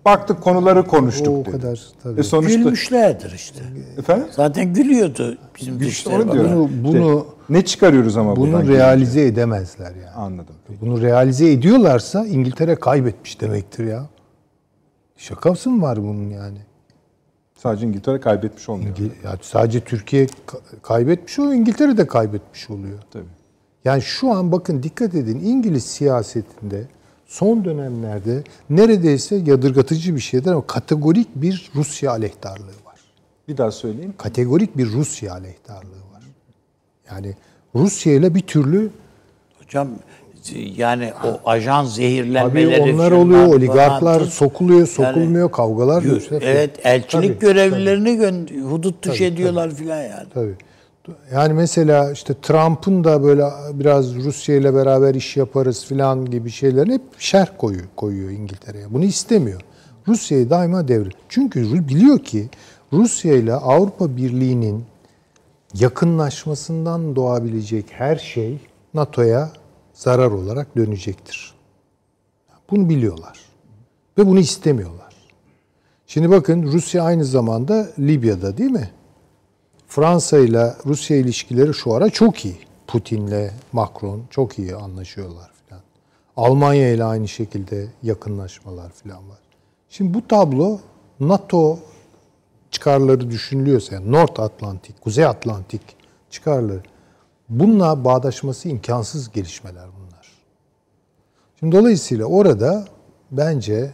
Baktık konuları konuştuk O dedi. kadar tabii. Sonuçta Gülmüşlerdir işte. efendim Zaten gülüyordu bizim Dışişleri onu Bakanı. diyorum. Bunu ne çıkarıyoruz ama bunu buradan realize edemezler yani. gelince? Anladım. Bunu realize ediyorlarsa İngiltere kaybetmiş demektir ya. Şakası mı var bunun yani? Sadece İngiltere kaybetmiş olmuyor. Ya sadece Türkiye kaybetmiş oluyor, İngiltere de kaybetmiş oluyor. Tabii. Yani şu an bakın dikkat edin, İngiliz siyasetinde son dönemlerde neredeyse yadırgatıcı bir şeyden ama kategorik bir Rusya aleyhtarlığı var. Bir daha söyleyeyim. Kategorik bir Rusya aleyhtarlığı var. Yani Rusya ile bir türlü Hocam yani o ajan zehirlenmeleri tabii onlar şundan oluyor, falan oligarklar tut. sokuluyor, sokulmuyor, Yani, kavgalar. evet, elçilik Tabii, görevlilerini hudut dışı ediyorlar filan yani. Tabii. Yani mesela işte Trump'ın da böyle biraz Rusya ile beraber iş yaparız filan gibi şeylerin hep şerh koyuyor İngiltere'ye. Bunu istemiyor. Rusya'yı daima devre. Çünkü biliyor ki Rusya ile Avrupa Birliği'nin yakınlaşmasından doğabilecek her şey NATO'ya zarar olarak dönecektir. Bunu biliyorlar. Ve bunu istemiyorlar. Şimdi bakın Rusya aynı zamanda Libya'da değil mi? Fransa ile Rusya ilişkileri şu ara çok iyi. Putin'le Macron çok iyi anlaşıyorlar filan. Almanya ile aynı şekilde yakınlaşmalar filan var. Şimdi bu tablo NATO çıkarları düşünülüyorsa, yani North Atlantik, Kuzey Atlantik çıkarları, bununla bağdaşması imkansız gelişmeler bunlar. Şimdi dolayısıyla orada bence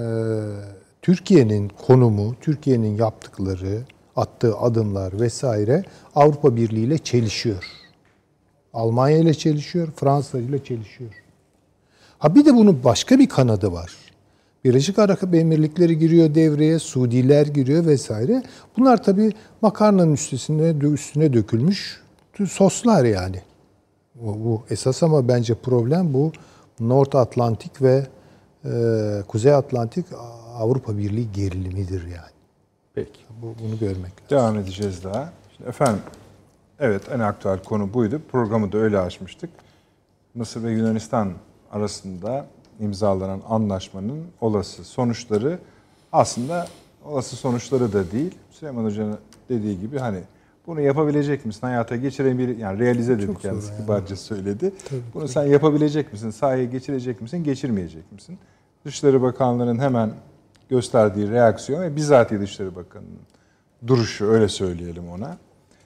Türkiye'nin konumu, Türkiye'nin yaptıkları, attığı adımlar vesaire Avrupa Birliği ile çelişiyor. Almanya ile çelişiyor, Fransa ile çelişiyor. Ha bir de bunun başka bir kanadı var. Birleşik Arap Emirlikleri giriyor devreye, Suudiler giriyor vesaire. Bunlar tabii makarnanın üstüne dökülmüş soslar yani. Bu esas ama bence problem bu North Atlantik ve Kuzey Atlantik Avrupa Birliği gerilimidir yani. Peki. Bunu görmek lazım. Devam edeceğiz daha. Şimdi efendim, evet en aktüel konu buydu. Programı da öyle açmıştık. Mısır ve Yunanistan arasında imzalanan anlaşmanın olası sonuçları aslında olası sonuçları da değil. Süleyman Hoca'nın dediği gibi hani bunu yapabilecek misin? Hayata geçirebilir, yani realize dedi kendisi kibarca söyledi. Bunu sen yapabilecek misin? Sahaya geçirecek misin? Geçirmeyecek misin? Dışişleri Bakanlığı'nın hemen gösterdiği reaksiyon ve bizatihi Dışişleri Bakanı'nın duruşu, öyle söyleyelim ona.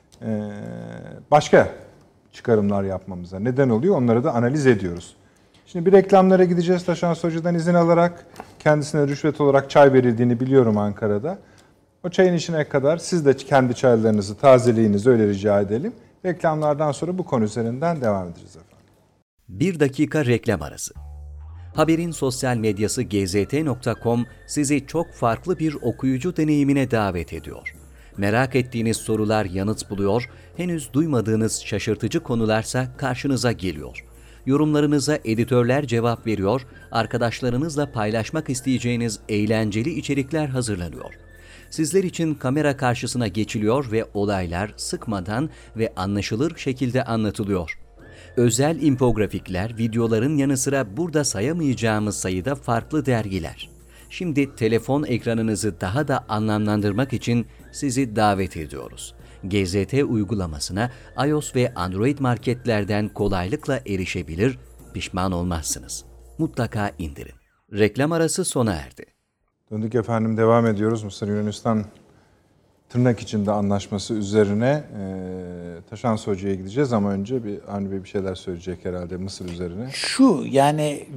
Başka çıkarımlar yapmamıza neden oluyor. Onları da analiz ediyoruz. Şimdi bir reklamlara gideceğiz. Taşans Hoca'dan izin alarak kendisine rüşvet olarak çay verildiğini biliyorum Ankara'da. O çayın içine kadar siz de kendi çaylarınızı tazeleyiniz, öyle rica edelim. Reklamlardan sonra bu konu üzerinden devam edeceğiz efendim. 1 dakika reklam arası. Haberin sosyal medyası gzt.com sizi çok farklı bir okuyucu deneyimine davet ediyor. Merak ettiğiniz sorular yanıt buluyor, henüz duymadığınız şaşırtıcı konularsa karşınıza geliyor. Yorumlarınıza editörler cevap veriyor, arkadaşlarınızla paylaşmak isteyeceğiniz eğlenceli içerikler hazırlanıyor. Sizler için kamera karşısına geçiliyor ve olaylar sıkmadan ve anlaşılır şekilde anlatılıyor. Özel infografikler, videoların yanı sıra burada sayamayacağımız sayıda farklı dergiler. Şimdi telefon ekranınızı daha da anlamlandırmak için sizi davet ediyoruz. GZT uygulamasına iOS ve Android marketlerden kolaylıkla erişebilir, pişman olmazsınız. Mutlaka indirin. Reklam arası sona erdi. Döndük efendim, devam ediyoruz. Mısır Yunanistan tırnak içinde anlaşması üzerine Taşans Hoca'ya gideceğiz ama önce Avni Bey bir şeyler söyleyecek herhalde Mısır üzerine. Şu yani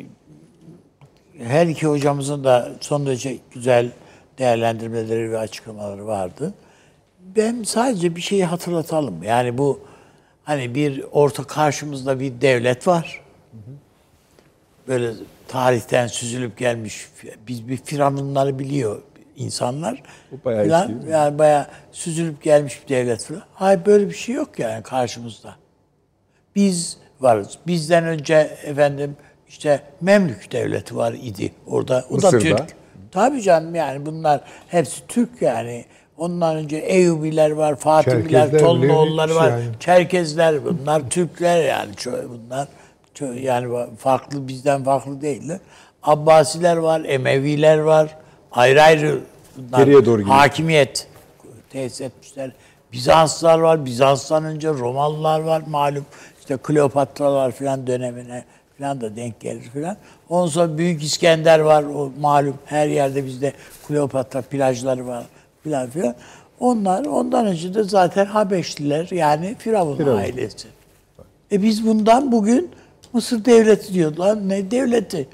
her iki hocamızın da son derece güzel değerlendirmeleri ve açıklamaları vardı. Ben sadece bir şeyi hatırlatalım. Yani bu hani bir karşımızda bir devlet var. Böyle tarihten süzülüp gelmiş, biz bir firavunları biliyor insanlar. Bu bayağı falan. eski. Yani bayağı süzülüp gelmiş bir devlet falan. Hayır, böyle bir şey yok yani karşımızda. Biz varız. Bizden önce efendim işte Memlük devleti var idi orada. O Mısır'da. da Türk. Tabii canım, yani bunlar hepsi Türk yani. Ondan önce Eyyubiler var, Fatimiler, Çerkezler, Tolluoğulları var, yani. Çerkezler, bunlar Türkler yani. Bunlar yani farklı, bizden farklı değiller. Abbasiler var, Emeviler var. ayrı ayrı bunlar Geriye doğru gidiyor. hakimiyet tesis etmişler. Bizanslar var. Bizans'tan önce Romalılar var malum. İşte Kleopatralar falan dönemine falan da denk gelir falan. Ondan sonra Büyük İskender var. O malum her yerde bizde Kleopatra plajları var falan filan. Onlar ondan önce de zaten Habeşliler yani Firavun ailesi. Biz bundan bugün Mısır devleti diyorlar. Ne devleti?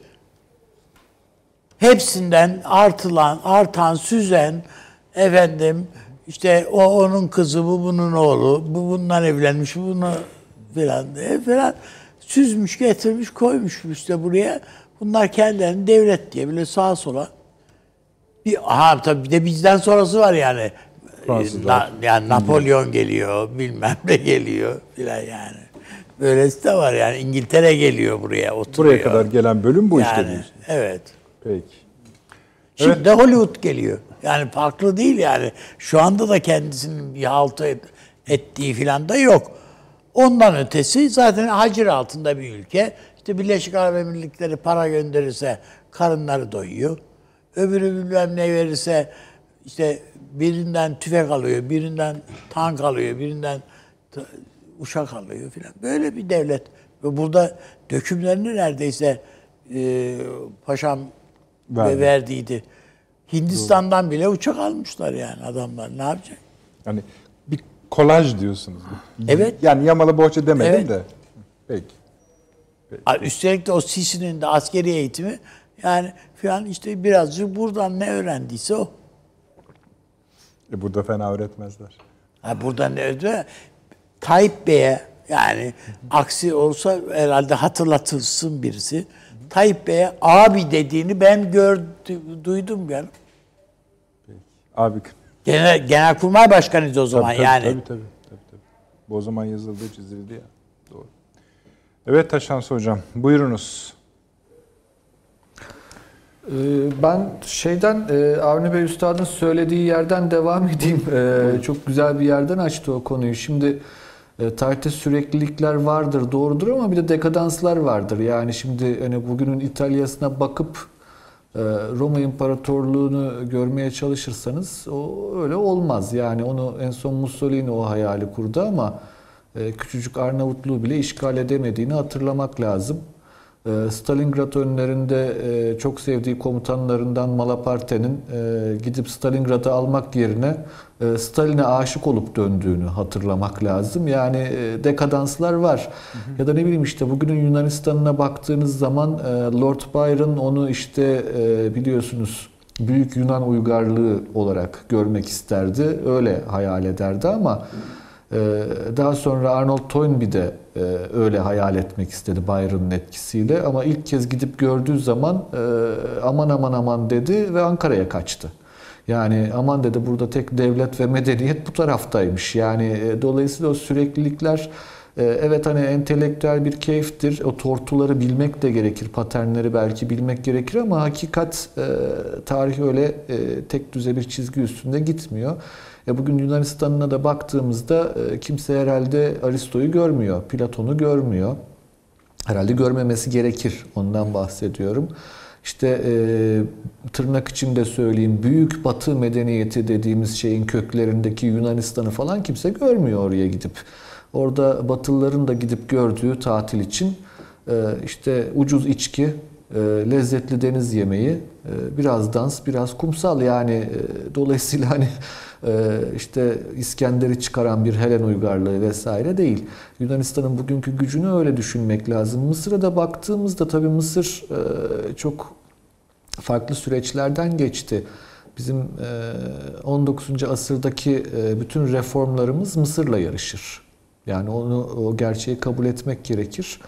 Hepsinden artan, süzen efendim işte o onun kızı, bu bunun oğlu, bu bundan evlenmiş, bunu falan süzmüş, getirmiş, koymuş işte buraya. Bunlar kendilerini devlet diye böyle sağa sola tabii bir de bizden sonrası var yani. Yani Napolyon geliyor, bilmem ne geliyor filan yani. Böylesi de var yani. İngiltere geliyor buraya, oturuyor. Buraya kadar gelen bölüm bu yani, işte diyorsun. Evet. Peki. Şimdi de Hollywood geliyor. Yani farklı değil yani. Şu anda da kendisinin bir halt ettiği filan da yok. Ondan ötesi zaten hacir altında bir ülke. İşte Birleşik Arap Emirlikleri para gönderirse karınları doyuyor. Öbürü bilmem ne verirse işte birinden tüfek alıyor, birinden tank alıyor, birinden uçak alıyor filan. Böyle bir devlet. Ve burada dökümlerini neredeyse paşam verdiydi. Hindistan'dan bile uçak almışlar yani adamlar. Ne yapacak? Yani bir kolaj diyorsunuz. Evet. Yani yamalı bohça demedim Evet. de. Peki. Üstelik de o Sisi'nin de askeri eğitimi yani filan işte birazcık buradan ne öğrendiyse o. Burada fena öğretmezler. Buradan ne öğrendi? Tayyip Bey'e yani aksi olsa herhalde hatırlatılsın birisi. Tayyip Bey'e abi dediğini ben duydum yani. Abi. Genelkurmay Başkanıydı o zaman tabii, yani. Tabii. Bu o zaman yazıldı, çizildi ya. Doğru. Evet Taşansı Hocam, buyurunuz. Ben Avni Bey Üstad'ın söylediği yerden devam edeyim. Çok güzel bir yerden açtı o konuyu. Şimdi tarihte süreklilikler vardır, doğrudur ama bir de dekadanslar vardır. Yani şimdi hani bugünün İtalya'sına bakıp Roma İmparatorluğu'nu görmeye çalışırsanız o öyle olmaz. Yani onu en son Mussolini o hayali kurdu ama küçücük Arnavutluğu bile işgal edemediğini hatırlamak lazım. Stalingrad önlerinde çok sevdiği komutanlarından Malaparte'nin gidip Stalingrad'ı almak yerine Stalin'e aşık olup döndüğünü hatırlamak lazım. Yani dekadanslar var. Ya da ne bileyim işte bugünün Yunanistan'ına baktığınız zaman Lord Byron onu işte biliyorsunuz büyük Yunan uygarlığı olarak görmek isterdi. Öyle hayal ederdi ama daha sonra Arnold Toynbee de öyle hayal etmek istedi Byron'un etkisiyle. Ama ilk kez gidip gördüğü zaman aman dedi ve Ankara'ya kaçtı. Yani aman dedi burada tek devlet ve medeniyet bu taraftaymış. Yani dolayısıyla o süreklilikler evet hani entelektüel bir keyiftir. O tortuları bilmek de gerekir. Paternleri belki bilmek gerekir ama hakikat tarih öyle tek düze bir çizgi üstünde gitmiyor. Bugün Yunanistan'ına da baktığımızda kimse herhalde Aristo'yu görmüyor, Platon'u görmüyor. Herhalde görmemesi gerekir, ondan bahsediyorum. İşte tırnak içinde söyleyeyim, büyük Batı medeniyeti dediğimiz şeyin köklerindeki Yunanistan'ı falan kimse görmüyor oraya gidip. Orada Batılıların da gidip gördüğü tatil için işte ucuz içki, lezzetli deniz yemeği, biraz dans, biraz kumsal yani dolayısıyla hani işte İskender'i çıkaran bir Helen uygarlığı vesaire değil. Yunanistan'ın bugünkü gücünü öyle düşünmek lazım. Mısır'a da baktığımızda tabii Mısır çok farklı süreçlerden geçti. Bizim 19. asırdaki bütün reformlarımız Mısır'la yarışır. Yani o gerçeği kabul etmek gerekir.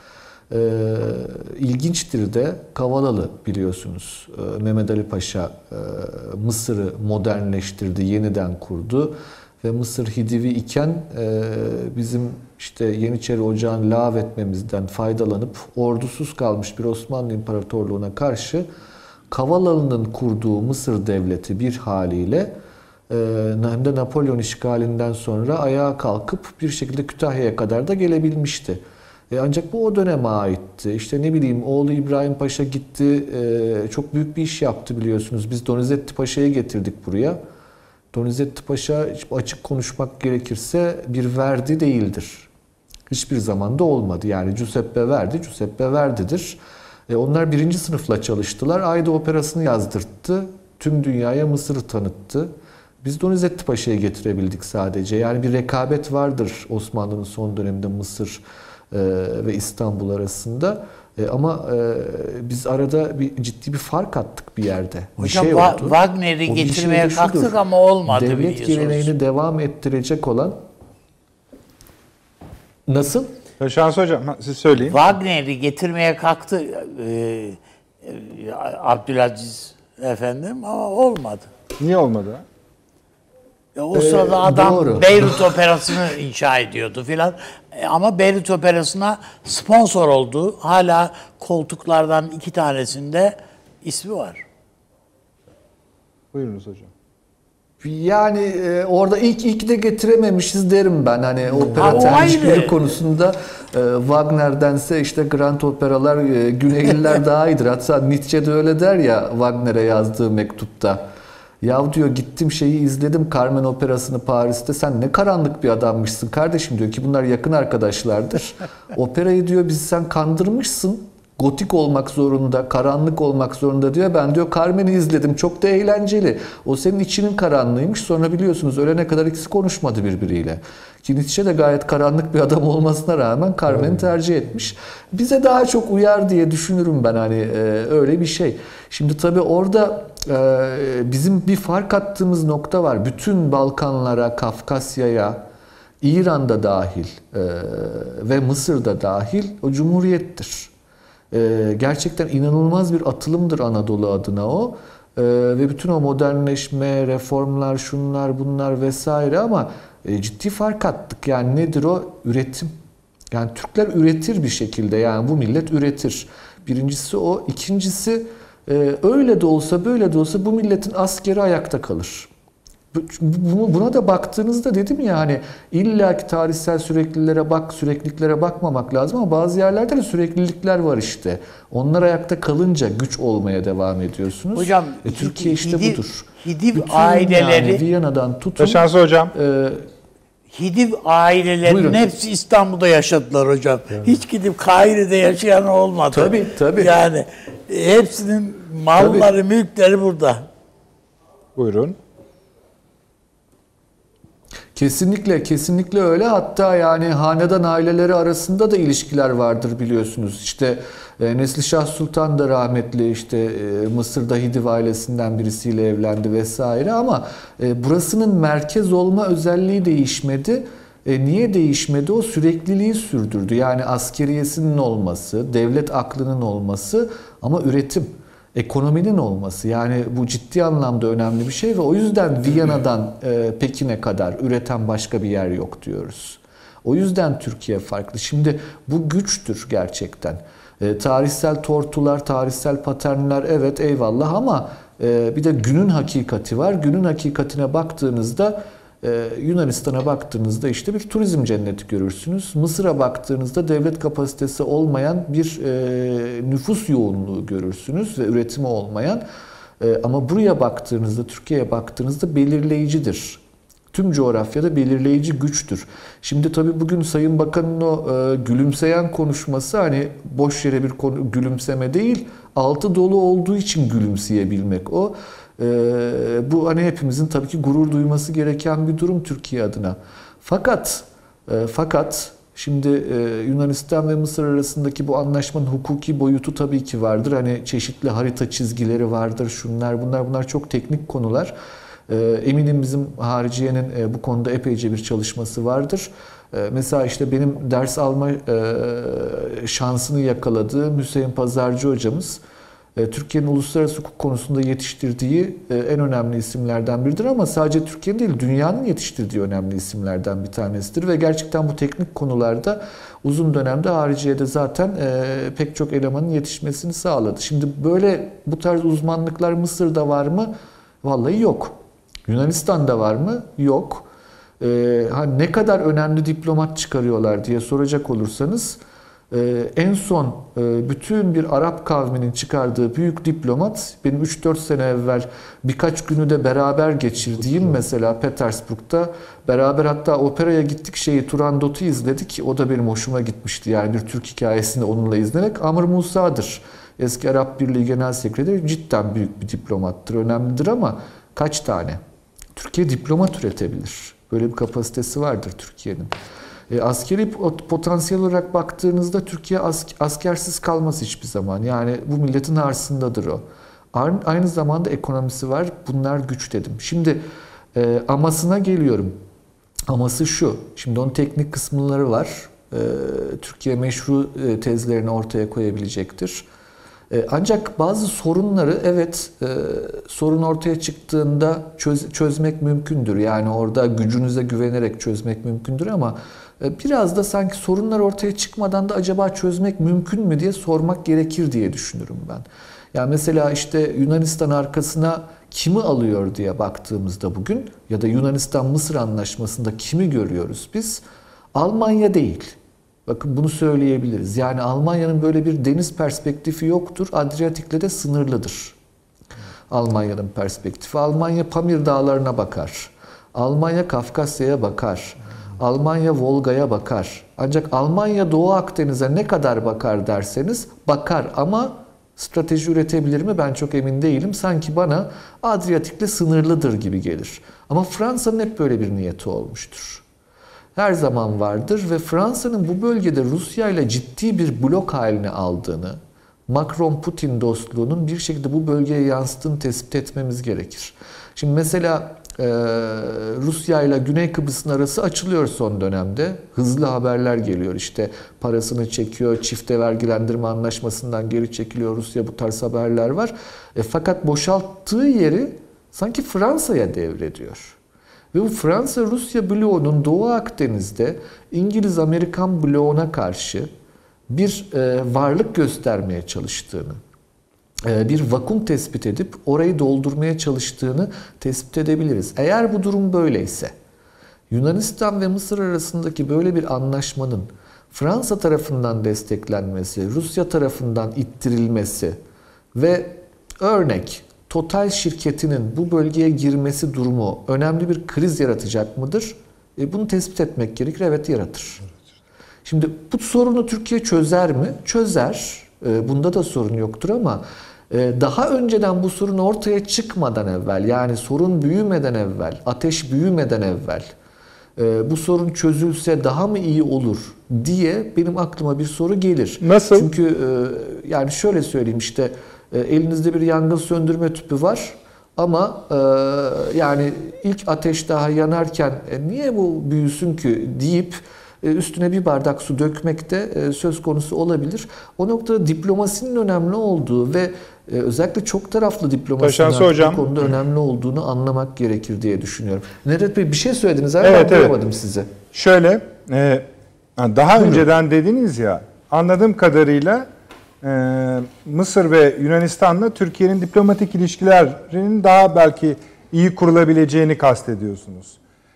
İlginçtir de Kavalalı biliyorsunuz. Mehmet Ali Paşa Mısır'ı modernleştirdi, yeniden kurdu ve Mısır Hidivi iken bizim işte Yeniçeri Ocağı'nı lağvetmemizden faydalanıp ordusuz kalmış bir Osmanlı İmparatorluğu'na karşı Kavalalı'nın kurduğu Mısır devleti bir haliyle hem de Napolyon işgalinden sonra ayağa kalkıp bir şekilde Kütahya'ya kadar da gelebilmişti. Ancak bu o döneme aitti. İşte ne bileyim oğlu İbrahim Paşa gitti, çok büyük bir iş yaptı biliyorsunuz. Biz Donizetti Paşa'yı getirdik buraya. Donizetti Paşa açık konuşmak gerekirse bir Verdi değildir. Hiçbir zaman da olmadı. Yani Giuseppe Verdi'dir. Onlar birinci sınıfla çalıştılar. Aida Operası'nı yazdırttı. Tüm dünyaya Mısır'ı tanıttı. Biz Donizetti Paşa'yı getirebildik sadece. Yani bir rekabet vardır Osmanlı'nın son döneminde Mısır ve İstanbul arasında. Ama biz arada ciddi bir fark attık bir yerde. Hocam bir şey oldu. Wagner'i O bir getirmeye şey kalktık şudur. ama olmadı Devlet biliyorsunuz. geleneğini devam ettirecek olan nasıl? Şans Hocam siz söyleyin. Wagner'i getirmeye kalktı Abdülaziz efendim ama olmadı. Niye olmadı? O sırada adam doğru. Beyrut Operası'nı inşa ediyordu filan. Ama Beyrut Operası'na sponsor oldu. Hala koltuklardan 2 tanesinde ismi var. Buyurunuz hocam. Yani orada ilk de getirememişiz derim ben. Hani opera o tercihleri ayrı. konusunda Wagner'dense işte Grand Operalar Güneyliler daha iyidir. Hatta Nietzsche de öyle der ya Wagner'e yazdığı mektupta. Ya diyor gittim şeyi izledim Carmen Operası'nı Paris'te. Sen ne karanlık bir adammışsın kardeşim diyor ki bunlar yakın arkadaşlardır. Operayı diyor bizi sen kandırmışsın. Gotik olmak zorunda, karanlık olmak zorunda diyor. Ben diyor Carmen'i izledim. Çok da eğlenceli. O senin içinin karanlığıymış. Sonra biliyorsunuz ölene kadar ikisi konuşmadı birbiriyle. Ki Nietzsche de gayet karanlık bir adam olmasına rağmen Carmen'i tercih etmiş. Bize daha çok uyar diye düşünürüm ben hani öyle bir şey. Şimdi tabii orada bizim bir fark attığımız nokta var. Bütün Balkanlara, Kafkasya'ya, İran'da dahil ve Mısır'da dahil o cumhuriyettir. Gerçekten inanılmaz bir atılımdır Anadolu adına o. Ve bütün o modernleşme, reformlar, şunlar bunlar vesaire ama ciddi fark attık. Yani nedir o? Üretim. Yani Türkler üretir bir şekilde. Yani bu millet üretir. Birincisi o. İkincisi öyle de olsa böyle de olsa bu milletin askeri ayakta kalır. Buna da baktığınızda dedim ya hani illaki tarihsel süreklilikleri bakmamak lazım ama bazı yerlerde de süreklilikler var işte. Onlar ayakta kalınca güç olmaya devam ediyorsunuz. Hocam Türkiye işte budur. Hidiv Bütün aileleri yani Viyana'dan tutun. Şans Hocam. Hidiv ailelerinin Buyurun. hepsi İstanbul'da yaşadılar hocam. Hiç gidip Kahire'de yaşayan olmadı. Tabii. Yani hepsinin malları, mülkleri burada. Buyurun. Kesinlikle öyle. Hatta yani hanedan aileleri arasında da ilişkiler vardır biliyorsunuz. İşte Neslişah Sultan da rahmetli işte Mısır'da Hidiv ailesinden birisiyle evlendi vesaire ama burasının merkez olma özelliği değişmedi. Niye değişmedi? O sürekliliği sürdürdü. Yani askeriyesinin olması, devlet aklının olması ama üretim. Ekonominin olması yani bu ciddi anlamda önemli bir şey ve o yüzden Viyana'dan Pekin'e kadar üreten başka bir yer yok diyoruz. O yüzden Türkiye farklı. Şimdi bu güçtür gerçekten. Tarihsel tortular, tarihsel paternler evet eyvallah ama bir de günün hakikati var. Günün hakikatine baktığınızda Yunanistan'a baktığınızda işte bir turizm cenneti görürsünüz. Mısır'a baktığınızda devlet kapasitesi olmayan bir nüfus yoğunluğu görürsünüz ve üretimi olmayan. Ama buraya baktığınızda, Türkiye'ye baktığınızda belirleyicidir. Tüm coğrafyada belirleyici güçtür. Şimdi tabii bugün Sayın Bakan'ın o gülümseyen konuşması hani boş yere bir gülümseme değil, altı dolu olduğu için gülümseyebilmek o. Bu hani hepimizin tabii ki gurur duyması gereken bir durum Türkiye adına. Fakat şimdi Yunanistan ve Mısır arasındaki bu anlaşmanın hukuki boyutu tabii ki vardır. Hani çeşitli harita çizgileri vardır, şunlar bunlar çok teknik konular. Eminim bizim hariciyenin bu konuda epeyce bir çalışması vardır. Mesela işte benim ders alma şansını yakaladığım Hüseyin Pazarcı hocamız Türkiye'nin uluslararası hukuk konusunda yetiştirdiği en önemli isimlerden biridir ama sadece Türkiye'nin değil dünyanın yetiştirdiği önemli isimlerden bir tanesidir ve gerçekten bu teknik konularda uzun dönemde hariciyede zaten pek çok elemanın yetişmesini sağladı. Şimdi böyle bu tarz uzmanlıklar Mısır'da var mı? Vallahi yok. Yunanistan'da var mı? Yok. Ne kadar önemli diplomat çıkarıyorlar diye soracak olursanız En son bütün bir Arap kavminin çıkardığı büyük diplomat, benim 3-4 sene evvel birkaç günü de beraber geçirdiğim mesela Petersburg'da beraber hatta operaya gittik, Turandot'u izledik. O da benim hoşuma gitmişti. Yani bir Türk hikayesini onunla izlemek. Amr Musa'dır. Eski Arap Birliği Genel Sekreteri, cidden büyük bir diplomattır, önemlidir ama kaç tane? Türkiye diplomat üretebilir. Böyle bir kapasitesi vardır Türkiye'nin. Askeri potansiyel olarak baktığınızda Türkiye askersiz kalmaz hiçbir zaman. Yani bu milletin arasındadır o. Aynı zamanda ekonomisi var. Bunlar güç dedim. Şimdi amasına geliyorum. Aması şu. Şimdi onun teknik kısımları var. Türkiye meşru tezlerini ortaya koyabilecektir. Ancak bazı sorunları sorun ortaya çıktığında çözmek mümkündür. Yani orada gücünüze güvenerek çözmek mümkündür ama biraz da sanki sorunlar ortaya çıkmadan da acaba çözmek mümkün mü diye sormak gerekir diye düşünürüm ben. Yani mesela işte Yunanistan arkasına kimi alıyor diye baktığımızda bugün ya da Yunanistan-Mısır anlaşmasında kimi görüyoruz biz? Almanya değil. Bakın bunu söyleyebiliriz. Yani Almanya'nın böyle bir deniz perspektifi yoktur. Adriyatik'le de sınırlıdır. Almanya'nın perspektifi. Almanya Pamir Dağları'na bakar. Almanya Kafkasya'ya bakar. Almanya Volga'ya bakar. Ancak Almanya Doğu Akdeniz'e ne kadar bakar derseniz bakar ama strateji üretebilir mi ben çok emin değilim. Sanki bana Adriyatik'le sınırlıdır gibi gelir. Ama Fransa'nın hep böyle bir niyeti olmuştur. Her zaman vardır ve Fransa'nın bu bölgede Rusya ile ciddi bir blok haline aldığını, Macron-Putin dostluğunun bir şekilde bu bölgeye yansıttığını tespit etmemiz gerekir. Şimdi mesela Rusya ile Güney Kıbrıs'ın arası açılıyor son dönemde. Hızlı haberler geliyor. İşte parasını çekiyor, çifte vergilendirme anlaşmasından geri çekiliyor Rusya, bu tarz haberler var. Fakat boşalttığı yeri sanki Fransa'ya devrediyor. Ve bu Fransa-Rusya bloğunun Doğu Akdeniz'de İngiliz-Amerikan bloğuna karşı bir varlık göstermeye çalıştığını, bir vakum tespit edip orayı doldurmaya çalıştığını tespit edebiliriz. Eğer bu durum böyleyse, Yunanistan ve Mısır arasındaki böyle bir anlaşmanın Fransa tarafından desteklenmesi, Rusya tarafından ittirilmesi ve örnek Total şirketinin bu bölgeye girmesi durumu önemli bir kriz yaratacak mıdır? Bunu tespit etmek gerekir. Evet, yaratır. Şimdi bu sorunu Türkiye çözer mi? Çözer. Bunda da sorun yoktur ama daha önceden bu sorun ortaya çıkmadan evvel, yani sorun büyümeden evvel, ateş büyümeden evvel bu sorun çözülse daha mı iyi olur diye benim aklıma bir soru gelir. Nasıl? Çünkü yani şöyle söyleyeyim, işte elinizde bir yangın söndürme tüpü var ama yani ilk ateş daha yanarken niye bu büyüsün ki deyip üstüne bir bardak su dökmek de söz konusu olabilir. O noktada diplomasinin önemli olduğu ve özellikle çok taraflı diplomasinin bu konuda önemli olduğunu anlamak gerekir diye düşünüyorum. Nedret Bey, bir şey söylediniz ama ben duyamadım sizi. Şöyle, daha önceden dediniz ya, anladığım kadarıyla Mısır ve Yunanistan'la Türkiye'nin diplomatik ilişkilerinin daha belki iyi kurulabileceğini kastediyorsunuz.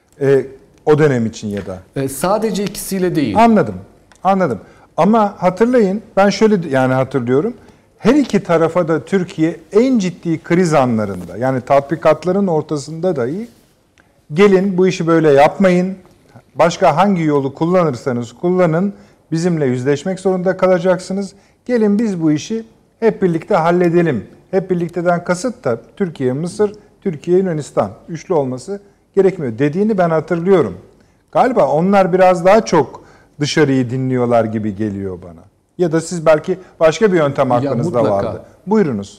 O dönem için ya da. Sadece ikisiyle değil. Anladım. Ama hatırlayın, ben şöyle hatırlıyorum. Her iki tarafa da Türkiye en ciddi kriz anlarında, yani tatbikatların ortasında dahi gelin bu işi böyle yapmayın, başka hangi yolu kullanırsanız kullanın, bizimle yüzleşmek zorunda kalacaksınız. Gelin biz bu işi hep birlikte halledelim. Hep birlikteden kasıt da Türkiye, Mısır, Türkiye, Yunanistan üçlü olması gerekmiyor dediğini ben hatırlıyorum. Galiba onlar biraz daha çok dışarıyı dinliyorlar gibi geliyor bana. Ya da siz belki başka bir yöntem aklınızda vardı. Buyurunuz.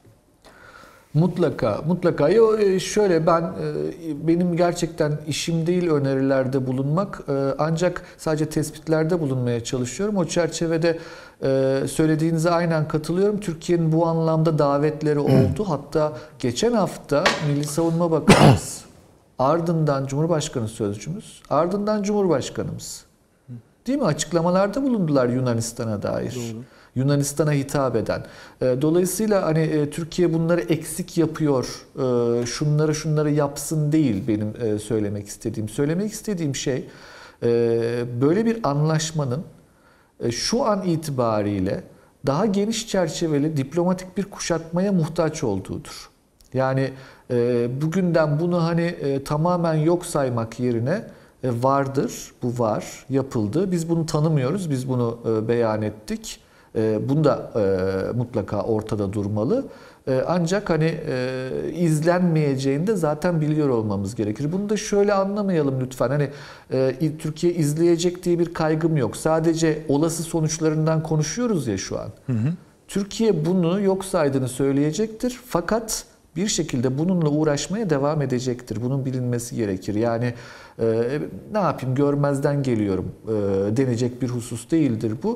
Mutlaka. Şöyle, benim gerçekten işim değil önerilerde bulunmak, ancak sadece tespitlerde bulunmaya çalışıyorum. O çerçevede söylediğinize aynen katılıyorum. Türkiye'nin bu anlamda davetleri oldu. Hatta geçen hafta Milli Savunma Bakanımız, ardından Cumhurbaşkanı Sözcümüz, ardından Cumhurbaşkanımız, değil mi, açıklamalarda bulundular Yunanistan'a dair. Doğru. Yunanistan'a hitap eden. Dolayısıyla hani Türkiye bunları eksik yapıyor, şunları yapsın değil benim söylemek istediğim. Söylemek istediğim şey, böyle bir anlaşmanın şu an itibariyle daha geniş çerçeveli diplomatik bir kuşatmaya muhtaç olduğudur. Yani bugünden bunu hani tamamen yok saymak yerine vardır, bu var, yapıldı. Biz bunu tanımıyoruz, biz bunu beyan ettik. Bunu da mutlaka ortada durmalı. Ancak hani izlenmeyeceğini de zaten biliyor olmamız gerekir. Bunu da şöyle anlamayalım lütfen. Hani Türkiye izleyecek diye bir kaygım yok. Sadece olası sonuçlarından konuşuyoruz ya şu an. Türkiye bunu yok saydığını söyleyecektir. Fakat bir şekilde bununla uğraşmaya devam edecektir. Bunun bilinmesi gerekir. Yani ne yapayım görmezden geliyorum denecek bir husus değildir bu.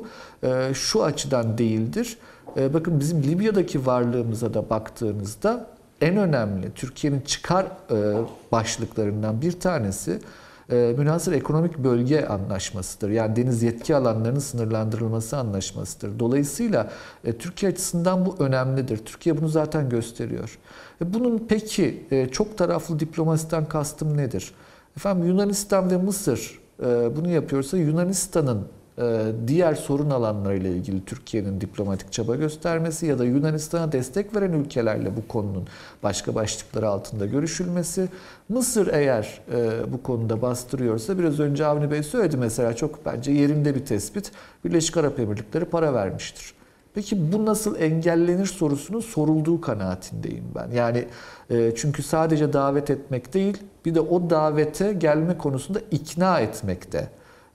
Şu açıdan değildir. Bakın bizim Libya'daki varlığımıza da baktığınızda en önemli Türkiye'nin çıkar başlıklarından bir tanesi münhasır ekonomik bölge anlaşmasıdır. Yani deniz yetki alanlarının sınırlandırılması anlaşmasıdır. Dolayısıyla Türkiye açısından bu önemlidir. Türkiye bunu zaten gösteriyor. Bunun peki çok taraflı diplomasiden kastım nedir? Efendim Yunanistan ve Mısır bunu yapıyorsa Yunanistan'ın diğer sorun alanlarıyla ilgili Türkiye'nin diplomatik çaba göstermesi ya da Yunanistan'a destek veren ülkelerle bu konunun başka başlıkları altında görüşülmesi. Mısır eğer bu konuda bastırıyorsa biraz önce Avni Bey söyledi mesela çok bence yerinde bir tespit. Birleşik Arap Emirlikleri para vermiştir. Peki bu nasıl engellenir sorusunun sorulduğu kanaatindeyim ben. Yani çünkü sadece davet etmek değil bir de o davete gelme konusunda ikna etmek de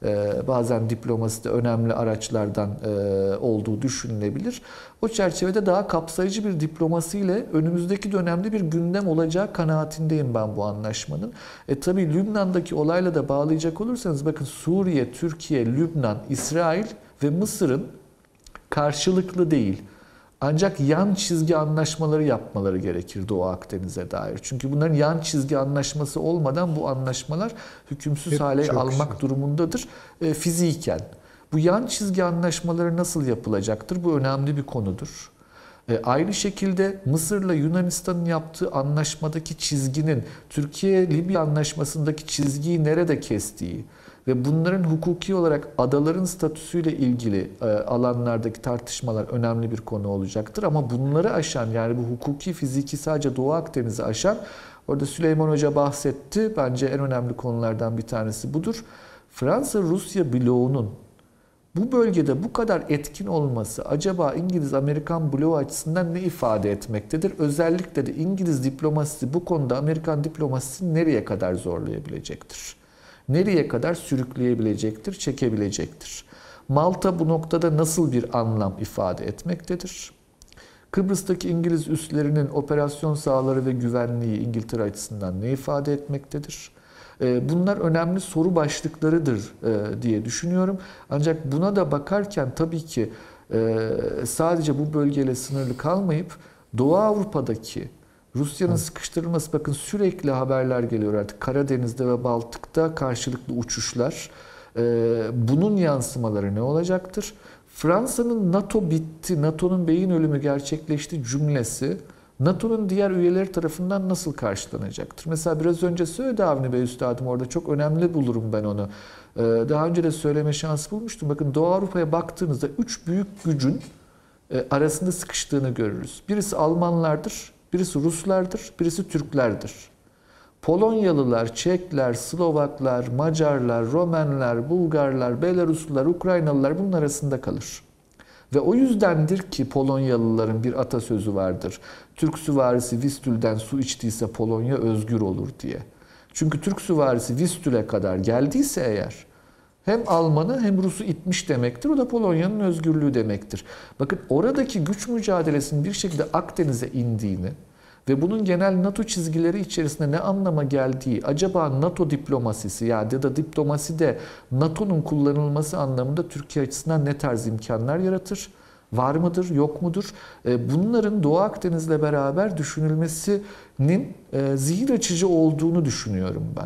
bazen diplomaside önemli araçlardan olduğu düşünülebilir. O çerçevede daha kapsayıcı bir diplomasiyle önümüzdeki dönemde bir gündem olacağı kanaatindeyim ben bu anlaşmanın. Tabii Lübnan'daki olayla da bağlayacak olursanız bakın Suriye, Türkiye, Lübnan, İsrail ve Mısır'ın karşılıklı değil. Ancak yan çizgi anlaşmaları yapmaları gerekir Doğu Akdeniz'e dair. Çünkü bunların yan çizgi anlaşması olmadan bu anlaşmalar hükümsüz hale almak durumundadır fiziken. Bu yan çizgi anlaşmaları nasıl yapılacaktır? Bu önemli bir konudur. Aynı şekilde Mısır'la Yunanistan'ın yaptığı anlaşmadaki çizginin Türkiye-Libya anlaşmasındaki çizgiyi nerede kestiği ve bunların hukuki olarak adaların statüsüyle ilgili alanlardaki tartışmalar önemli bir konu olacaktır. Ama bunları aşan yani bu hukuki fiziki sadece Doğu Akdeniz'i aşan orada Süleyman Hoca bahsetti. Bence en önemli konulardan bir tanesi budur. Fransa-Rusya bloğunun bu bölgede bu kadar etkin olması acaba İngiliz-Amerikan bloğu açısından ne ifade etmektedir? Özellikle de İngiliz diplomasisi bu konuda Amerikan diplomasisini nereye kadar zorlayabilecektir? Nereye kadar sürükleyebilecektir, çekebilecektir? Malta bu noktada nasıl bir anlam ifade etmektedir? Kıbrıs'taki İngiliz üslerinin operasyon sahaları ve güvenliği İngiltere açısından ne ifade etmektedir? Bunlar önemli soru başlıklarıdır diye düşünüyorum. Ancak buna da bakarken tabii ki sadece bu bölgeyle sınırlı kalmayıp Doğu Avrupa'daki Rusya'nın sıkıştırılması, bakın sürekli haberler geliyor artık Karadeniz'de ve Baltık'ta karşılıklı uçuşlar. Bunun yansımaları ne olacaktır? Fransa'nın NATO bitti, NATO'nun beyin ölümü gerçekleşti cümlesi NATO'nun diğer üyeleri tarafından nasıl karşılanacaktır? Mesela biraz önce söyledi Avni Bey Üstadım orada çok önemli bulurum ben onu. Daha önce de söyleme şansı bulmuştum. Bakın Doğu Avrupa'ya baktığınızda 3 büyük gücün arasında sıkıştığını görürüz. Birisi Almanlardır, birisi Ruslardır, birisi Türklerdir. Polonyalılar, Çekler, Slovaklar, Macarlar, Romenler, Bulgarlar, Belaruslular, Ukraynalılar bunun arasında kalır. Ve o yüzdendir ki Polonyalıların bir atasözü vardır. Türk süvarisi Vistül'den su içtiyse Polonya özgür olur diye. Çünkü Türk süvarisi Vistül'e kadar geldiyse eğer hem Alman'ı hem Rus'u itmiş demektir. O da Polonya'nın özgürlüğü demektir. Bakın oradaki güç mücadelesinin bir şekilde Akdeniz'e indiğini ve bunun genel NATO çizgileri içerisinde ne anlama geldiği, acaba NATO diplomasisi ya da diplomaside NATO'nun kullanılması anlamında Türkiye açısından ne tarz imkanlar yaratır? Var mıdır, yok mudur? Bunların Doğu Akdeniz'le beraber düşünülmesinin zihin açıcı olduğunu düşünüyorum ben.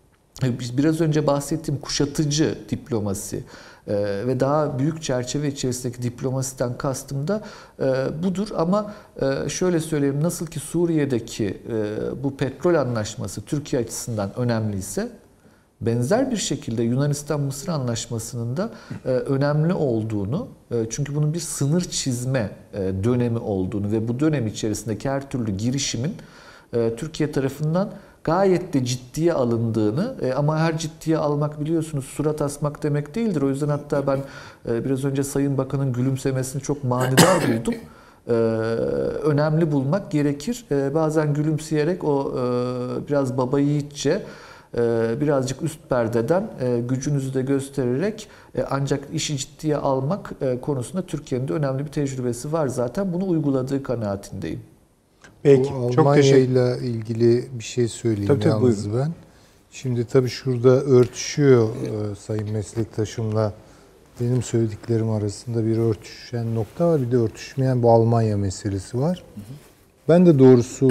Biraz önce bahsettiğim kuşatıcı diplomasi ve daha büyük çerçeve içerisindeki diplomasiden kastım da budur. Ama şöyle söyleyeyim, nasıl ki Suriye'deki bu petrol anlaşması Türkiye açısından önemliyse, benzer bir şekilde Yunanistan-Mısır anlaşmasının da önemli olduğunu, çünkü bunun bir sınır çizme dönemi olduğunu ve bu dönem içerisindeki her türlü girişimin Türkiye tarafından gayet de ciddiye alındığını, ama her ciddiye almak biliyorsunuz surat asmak demek değildir. O yüzden hatta ben biraz önce Sayın Bakan'ın gülümsemesini çok manidar buldum. Önemli bulmak gerekir. Bazen gülümseyerek o biraz baba yiğitçe, birazcık üst perdeden gücünüzü de göstererek ancak işi ciddiye almak konusunda Türkiye'nin de önemli bir tecrübesi var zaten. Bunu uyguladığı kanaatindeyim. Peki. Bu Çok Almanya teşekkür ile ilgili bir şey söyleyeyim Tabii, yalnız buyurun. ben. Şimdi tabii şurada örtüşüyor sayın meslektaşımla benim söylediklerim arasında bir örtüşen nokta var. Bir de örtüşmeyen bu Almanya meselesi var. Ben de doğrusu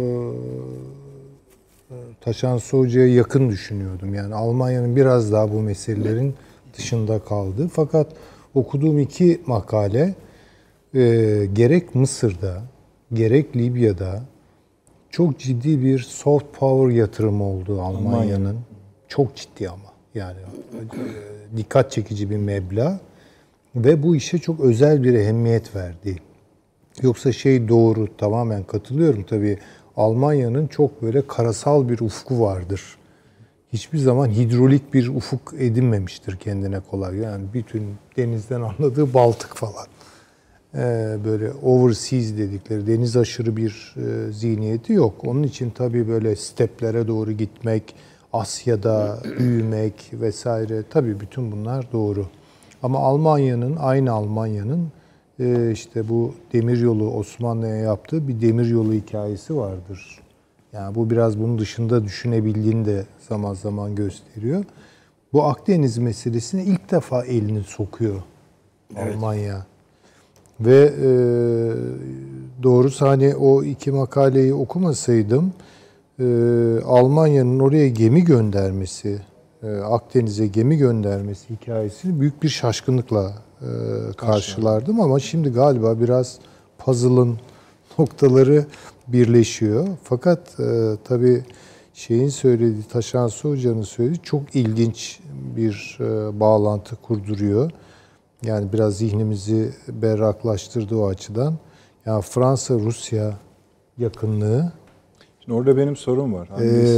Taşansı Hoca'ya yakın düşünüyordum. Yani Almanya'nın biraz daha bu meselelerin dışında kaldı. Fakat okuduğum iki makale gerek Mısır'da gerek Libya'da çok ciddi bir soft power yatırımı oldu Almanya'nın. Çok ciddi ama. Yani dikkat çekici bir meblağ ve bu işe çok özel bir ehemmiyet verdi. Yoksa doğru, tamamen katılıyorum tabii. Almanya'nın çok böyle karasal bir ufku vardır. Hiçbir zaman hidrolik bir ufuk edinmemiştir kendine kolay. Yani bütün denizden anladığı Baltık falan. Böyle overseas dedikleri deniz aşırı bir zihniyeti yok. Onun için tabii böyle steplere doğru gitmek, Asya'da büyümek vesaire, tabii bütün bunlar doğru. Ama aynı Almanya'nın işte bu demiryolu Osmanlı'ya yaptığı bir demiryolu hikayesi vardır. Yani bu biraz bunun dışında düşünebildiğini de zaman zaman gösteriyor. Bu Akdeniz meselesine ilk defa elini sokuyor Almanya. Ve doğrusu hani o iki makaleyi okumasaydım Almanya'nın oraya gemi göndermesi, Akdeniz'e gemi göndermesi hikayesini büyük bir şaşkınlıkla karşılardım. Ama şimdi galiba biraz puzzle'ın noktaları birleşiyor. Fakat tabii Taşansı Hoca'nın söylediği çok ilginç bir bağlantı kurduruyor. Yani biraz zihnimizi berraklaştırdı o açıdan. Yani Fransa-Rusya yakınlığı. Şimdi orada benim sorum var.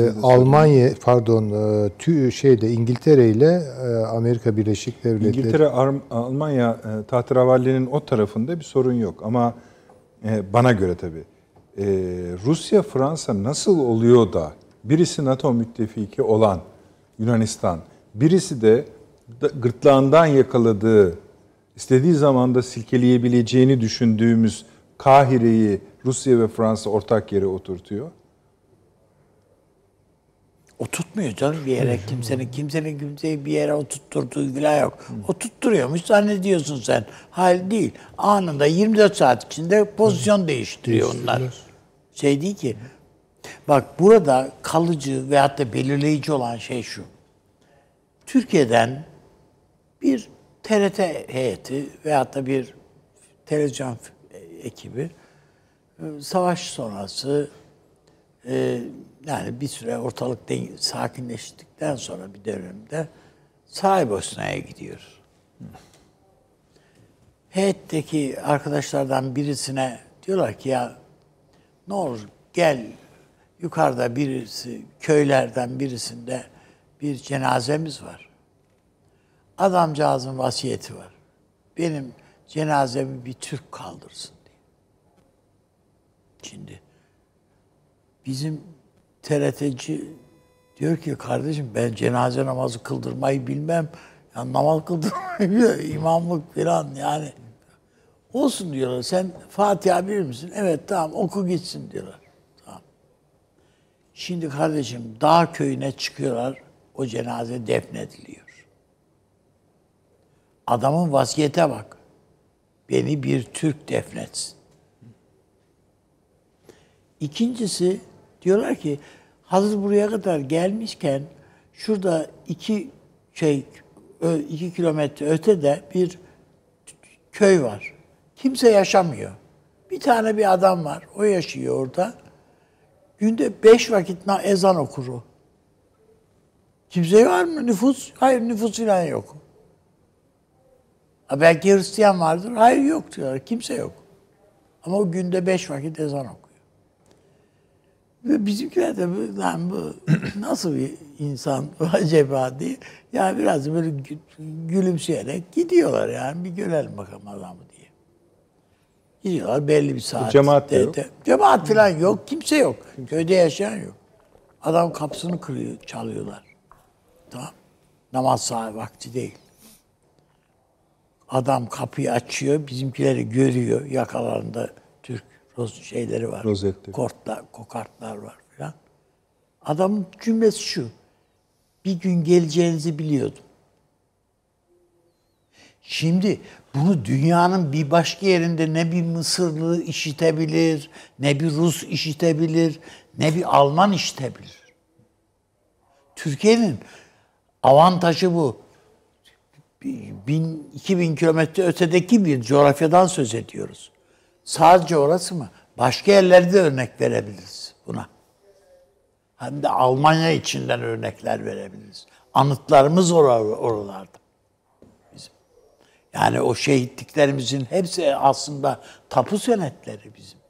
İngiltere ile Amerika Birleşik Devletleri. İngiltere, Almanya tahterevallinin o tarafında bir sorun yok. Ama bana göre tabii. Rusya, Fransa nasıl oluyor da birisi NATO müttefiki olan Yunanistan, birisi de gırtlağından yakaladığı, istediği zaman da silkeleyebileceğini düşündüğümüz Kahire'yi Rusya ve Fransa ortak yere oturtuyor? Oturtmuyor canım bir yere. Kimsenin kimseyi bir yere oturtturduğu falan yok. Oturtturuyormuş zannediyorsun sen. Hal değil. Anında 24 saat içinde pozisyon değiştiriyor onlar. Değil ki. Bak burada kalıcı veyahut da belirleyici olan şey şu. Türkiye'den bir TRT heyeti veyahut da bir televizyon ekibi savaş sonrası yani bir süre ortalık sakinleştikten sonra bir dönemde Saraybosna'ya gidiyor. Heyetteki arkadaşlardan birisine diyorlar ki ya ne olur gel yukarıda köylerden birisinde bir cenazemiz var. Adamcağızın vasiyeti var. Benim cenazemi bir Türk kaldırsın diye. Şimdi bizim TRT'ci diyor ki kardeşim ben cenaze namazı kıldırmayı bilmem. Yani namaz kıldırmayı biliyor, imamlık falan yani. Olsun diyorlar. Sen Fatiha bilir misin? Evet tamam oku gitsin diyorlar. Tamam. Şimdi kardeşim dağ köyüne çıkıyorlar. O cenaze defnediliyor. Adamın vasiyete bak. Beni bir Türk defnetsin. İkincisi diyorlar ki hazır buraya kadar gelmişken şurada 2 kilometre ötede bir köy var. Kimse yaşamıyor. Bir tane bir adam var. O yaşıyor orada. Günde 5 vakit ezan okur o. Kimse var mı? Nüfus? Hayır, nüfus falan yok. Ha, belki Hristiyan vardır. Hayır, yok diyorlar. Kimse yok. Ama o günde 5 vakit ezan okuyor. Ve bizimkiler de lan bu nasıl bir insan acaba diye. Yani biraz böyle gülümseyerek gidiyorlar yani. Bir görelim bakalım adamı diye. Gidiyorlar belli bir saat. Cemaat de yok. Cemaat falan yok. Kimse yok. Köyde yaşayan yok. Adam kapısını kırıyor, çalıyorlar. Tamam. Namaz saat vakti değil. Adam kapıyı açıyor, bizimkileri görüyor. Yakalarında Türk şeyleri var. Rozetleri. Kokartlar var falan. Adamın cümlesi şu. Bir gün geleceğinizi biliyordum. Şimdi bunu dünyanın bir başka yerinde ne bir Mısırlı işitebilir, ne bir Rus işitebilir, ne bir Alman işitebilir. Türkiye'nin avantajı bu. 2000 kilometre ötedeki bir coğrafyadan söz ediyoruz. Sadece orası mı? Başka yerlerde örnek verebiliriz buna. Hem de Almanya içinden örnekler verebiliriz. Anıtlarımız oralarda. Bizim. Yani o şehitliklerimizin hepsi aslında tapu senetleri bizim.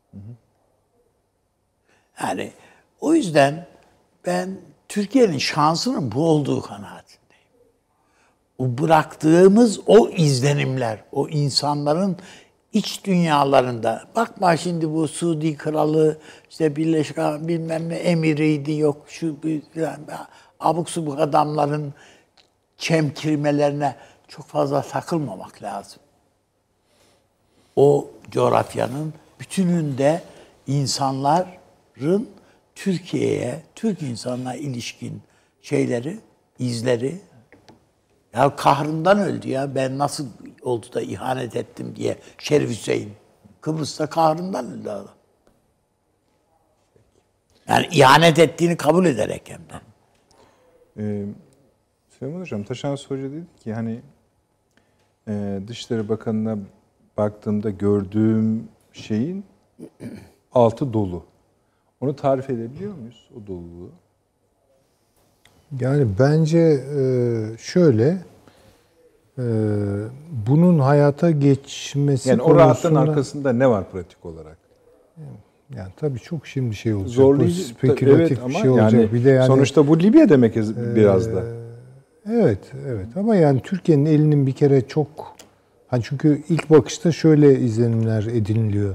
Yani o yüzden ben Türkiye'nin şansının bu olduğu kanaatindeyim. O bıraktığımız o izlenimler, o insanların iç dünyalarında, bakma şimdi bu Suudi kralı, işte Birleşik Arap bilmem ne emiriydi, yok şu falan, abuk subuk adamların çemkirmelerine çok fazla takılmamak lazım. O coğrafyanın bütününde insanların Türkiye'ye, Türk insanına ilişkin şeyleri, izleri, ya kahrından öldü ya. Ben nasıl oldu da ihanet ettim diye Şerif Hüseyin. Kıbrıs'ta kahrından öldü adam. Yani ihanet ettiğini kabul ederek hem de. Süleyman Hocam, Taşans Hoca dedi ki hani Dışişleri Bakanı'na baktığımda gördüğüm şeyin altı dolu. Onu tarif edebiliyor muyuz, o doluluğu? Yani bence şöyle, bunun hayata geçmesi Yani konusunda... o rahatlığın arkasında ne var pratik olarak? Yani tabii çok şimdi şey olacak. Zorlayıcı, bu spekülatif evet, bir şey olacak. Yani, bir de yani sonuçta bu Libya demek biraz da. Evet ama yani Türkiye'nin elinin bir kere çok, hani çünkü ilk bakışta şöyle izlenimler ediniliyor.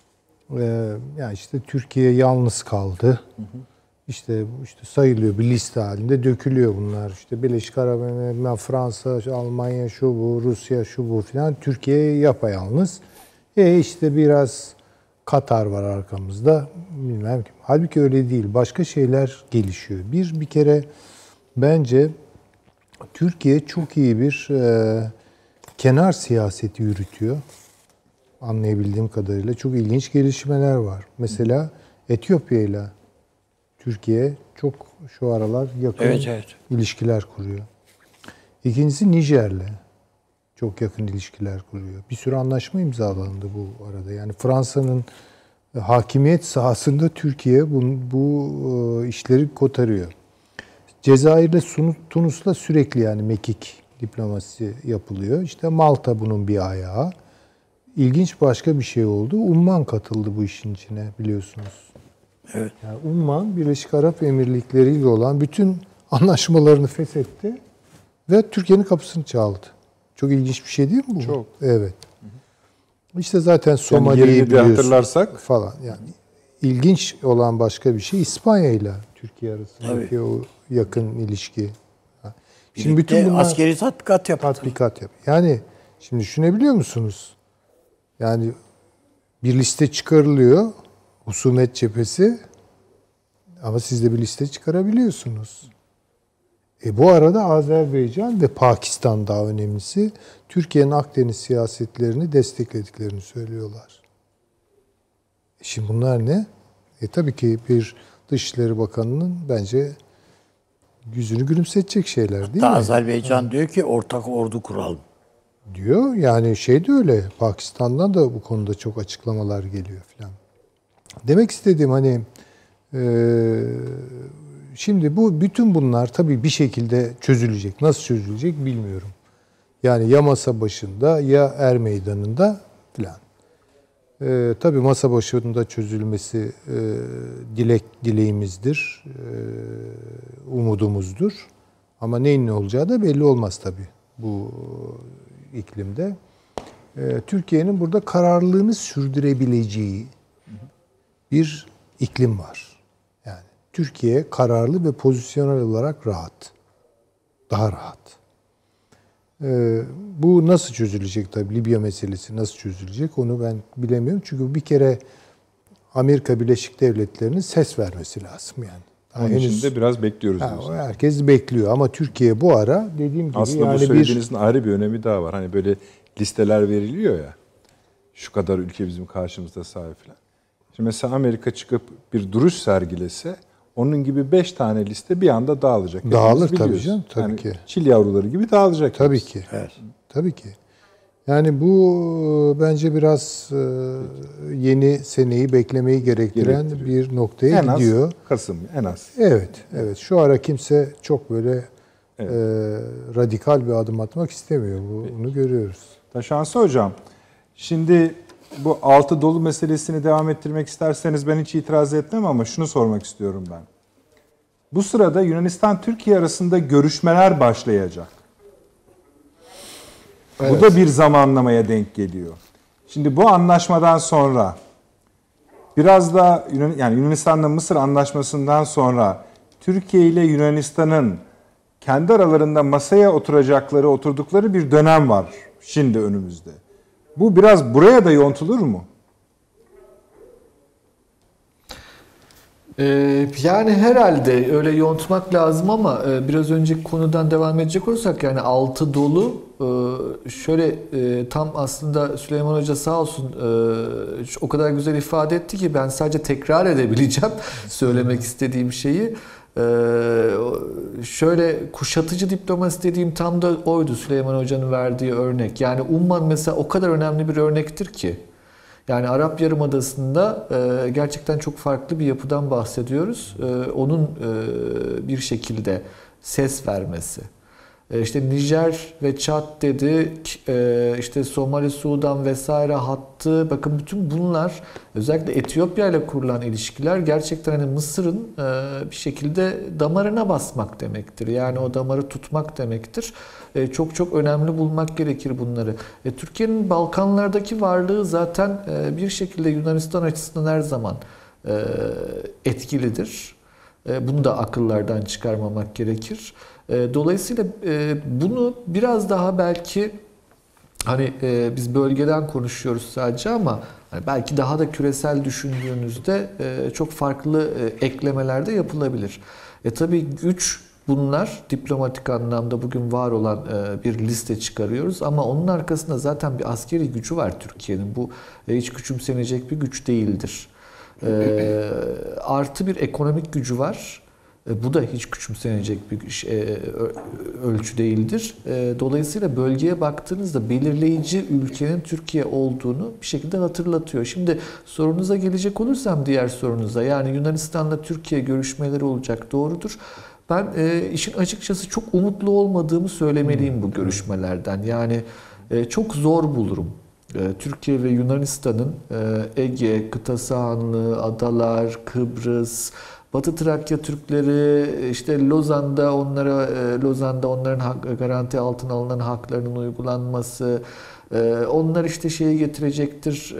Yani işte Türkiye yalnız kaldı. İşte sayılıyor, bir liste halinde dökülüyor bunlar. İşte Birleşik Arap Emirlikleri, Fransa, Almanya, şu bu, Rusya, şu bu filan. Türkiye yapayalnız. İşte biraz Katar var arkamızda. Bilmem ki. Halbuki öyle değil. Başka şeyler gelişiyor. Bir kere bence Türkiye çok iyi bir kenar siyaseti yürütüyor. Anlayabildiğim kadarıyla çok ilginç gelişmeler var. Mesela Etiyopya ile Türkiye çok şu aralar yakın ilişkiler kuruyor. İkincisi Nijer'le çok yakın ilişkiler kuruyor. Bir sürü anlaşma imzalandı bu arada. Yani Fransa'nın hakimiyet sahasında Türkiye bu işleri kotarıyor. Cezayir'le Tunus'la sürekli yani mekik diplomasisi yapılıyor. İşte Malta bunun bir ayağı. İlginç başka bir şey oldu. Umman katıldı bu işin içine, biliyorsunuz. Evet. Yani Umman, Birleşik Arap Emirlikleri ile olan bütün anlaşmalarını feshetti ve Türkiye'nin kapısını çaldı. Çok ilginç bir şey değil mi bu? Çok. Evet. İşte zaten Somali'yi yerini de biliyorsun hatırlarsak falan. Yani ilginç olan başka bir şey İspanya ile Türkiye arasındaki o yakın ilişki. Şimdi bütün bunlar askeri tatbikat yaptı. Yani şimdi düşünebiliyor musunuz? Yani bir liste çıkarılıyor, husumet cephesi, ama siz de bir liste çıkarabiliyorsunuz. Bu arada Azerbaycan ve Pakistan, daha önemlisi, Türkiye'nin Akdeniz siyasetlerini desteklediklerini söylüyorlar. Şimdi bunlar ne? Tabii ki bir Dışişleri Bakanı'nın bence yüzünü gülümsetecek şeyler değil mi? Azerbaycan diyor ki ortak ordu kuralım diyor. Yani şey de öyle. Pakistan'dan da bu konuda çok açıklamalar geliyor filan. Demek istediğim hani Şimdi bütün bunlar tabii bir şekilde çözülecek. Nasıl çözülecek bilmiyorum. Yani ya masa başında ya er meydanında filan. Tabii masa başında çözülmesi dileğimizdir, umudumuzdur. Ama neyin ne olacağı da belli olmaz tabii bu iklimde. Türkiye'nin burada kararlılığını sürdürebileceği bir iklim var. Yani Türkiye kararlı ve pozisyonel olarak rahat. Daha rahat. Bu nasıl çözülecek tabii? Libya meselesi nasıl çözülecek onu ben bilemiyorum. Çünkü bir kere Amerika Birleşik Devletleri'nin ses vermesi lazım yani. Onun için de biraz bekliyoruz. Herkes bekliyor ama Türkiye bu ara dediğim gibi aslında yani bu söylediğinizin ayrı bir önemi daha var. Hani böyle listeler veriliyor ya. Şu kadar ülke bizim karşımızda sahip falan. Şimdi mesela Amerika çıkıp bir duruş sergilese onun gibi 5 tane liste bir anda dağılacak. Dağılır tabii canım. Tabii yani ki. Çil yavruları gibi dağılacak. Tabii ki. Evet. Tabii ki. Yani bu bence biraz yeni seneyi beklemeyi gerektiren bir noktaya en gidiyor. Az Kasım en az. Evet, evet. Şu ara kimse çok böyle radikal bir adım atmak istemiyor. Bunu görüyoruz. Taşansı Hocam, şimdi bu altı dolu meselesini devam ettirmek isterseniz ben hiç itiraz etmem ama şunu sormak istiyorum ben. Bu sırada Yunanistan-Türkiye arasında görüşmeler başlayacak. Evet. Bu da bir zamanlamaya denk geliyor. Şimdi bu anlaşmadan sonra biraz da yani Yunanistan'la Mısır anlaşmasından sonra Türkiye ile Yunanistan'ın kendi aralarında masaya oturdukları bir dönem var şimdi önümüzde. Bu biraz buraya da yontulur mu? Yani herhalde öyle yontmak lazım ama biraz önceki konudan devam edecek olursak yani altı dolu şöyle tam aslında Süleyman Hoca sağ olsun o kadar güzel ifade etti ki ben sadece tekrar edebileceğim söylemek istediğim şeyi. Şöyle kuşatıcı diplomasi dediğim tam da oydu Süleyman Hoca'nın verdiği örnek. Yani Umman mesela o kadar önemli bir örnektir ki. Yani Arap Yarımadası'nda gerçekten çok farklı bir yapıdan bahsediyoruz. Onun bir şekilde ses vermesi. İşte Nijer ve Çad dedik, işte Somali, Sudan vesaire hattı. Bakın bütün bunlar özellikle Etiyopya ile kurulan ilişkiler gerçekten hani Mısır'ın bir şekilde damarına basmak demektir. Yani o damarı tutmak demektir. Çok çok önemli bulmak gerekir bunları. Türkiye'nin Balkanlardaki varlığı zaten bir şekilde Yunanistan açısından her zaman etkilidir. Bunu da akıllardan çıkarmamak gerekir. Dolayısıyla bunu biraz daha belki hani biz bölgeden konuşuyoruz sadece ama belki daha da küresel düşündüğünüzde çok farklı eklemeler de yapılabilir. Tabii güç bunlar diplomatik anlamda bugün var olan bir liste çıkarıyoruz ama onun arkasında zaten bir askeri gücü var Türkiye'nin. Bu hiç küçümsenecek bir güç değildir. Artı bir ekonomik gücü var. Bu da hiç küçümsenecek bir ölçü değildir. Dolayısıyla bölgeye baktığınızda belirleyici ülkenin Türkiye olduğunu bir şekilde hatırlatıyor. Şimdi sorunuza gelecek olursam diğer sorunuza yani Yunanistan'la Türkiye görüşmeleri olacak doğrudur. Ben işin açıkçası çok umutlu olmadığımı söylemeliyim bu görüşmelerden. Yani çok zor bulurum. Türkiye ve Yunanistan'ın Ege, kıta sahanlığı, adalar, Kıbrıs, Batı Trakya Türkleri, işte Lozan'da onların garanti altına alınan haklarının uygulanması, onlar işte şeyi getirecektir,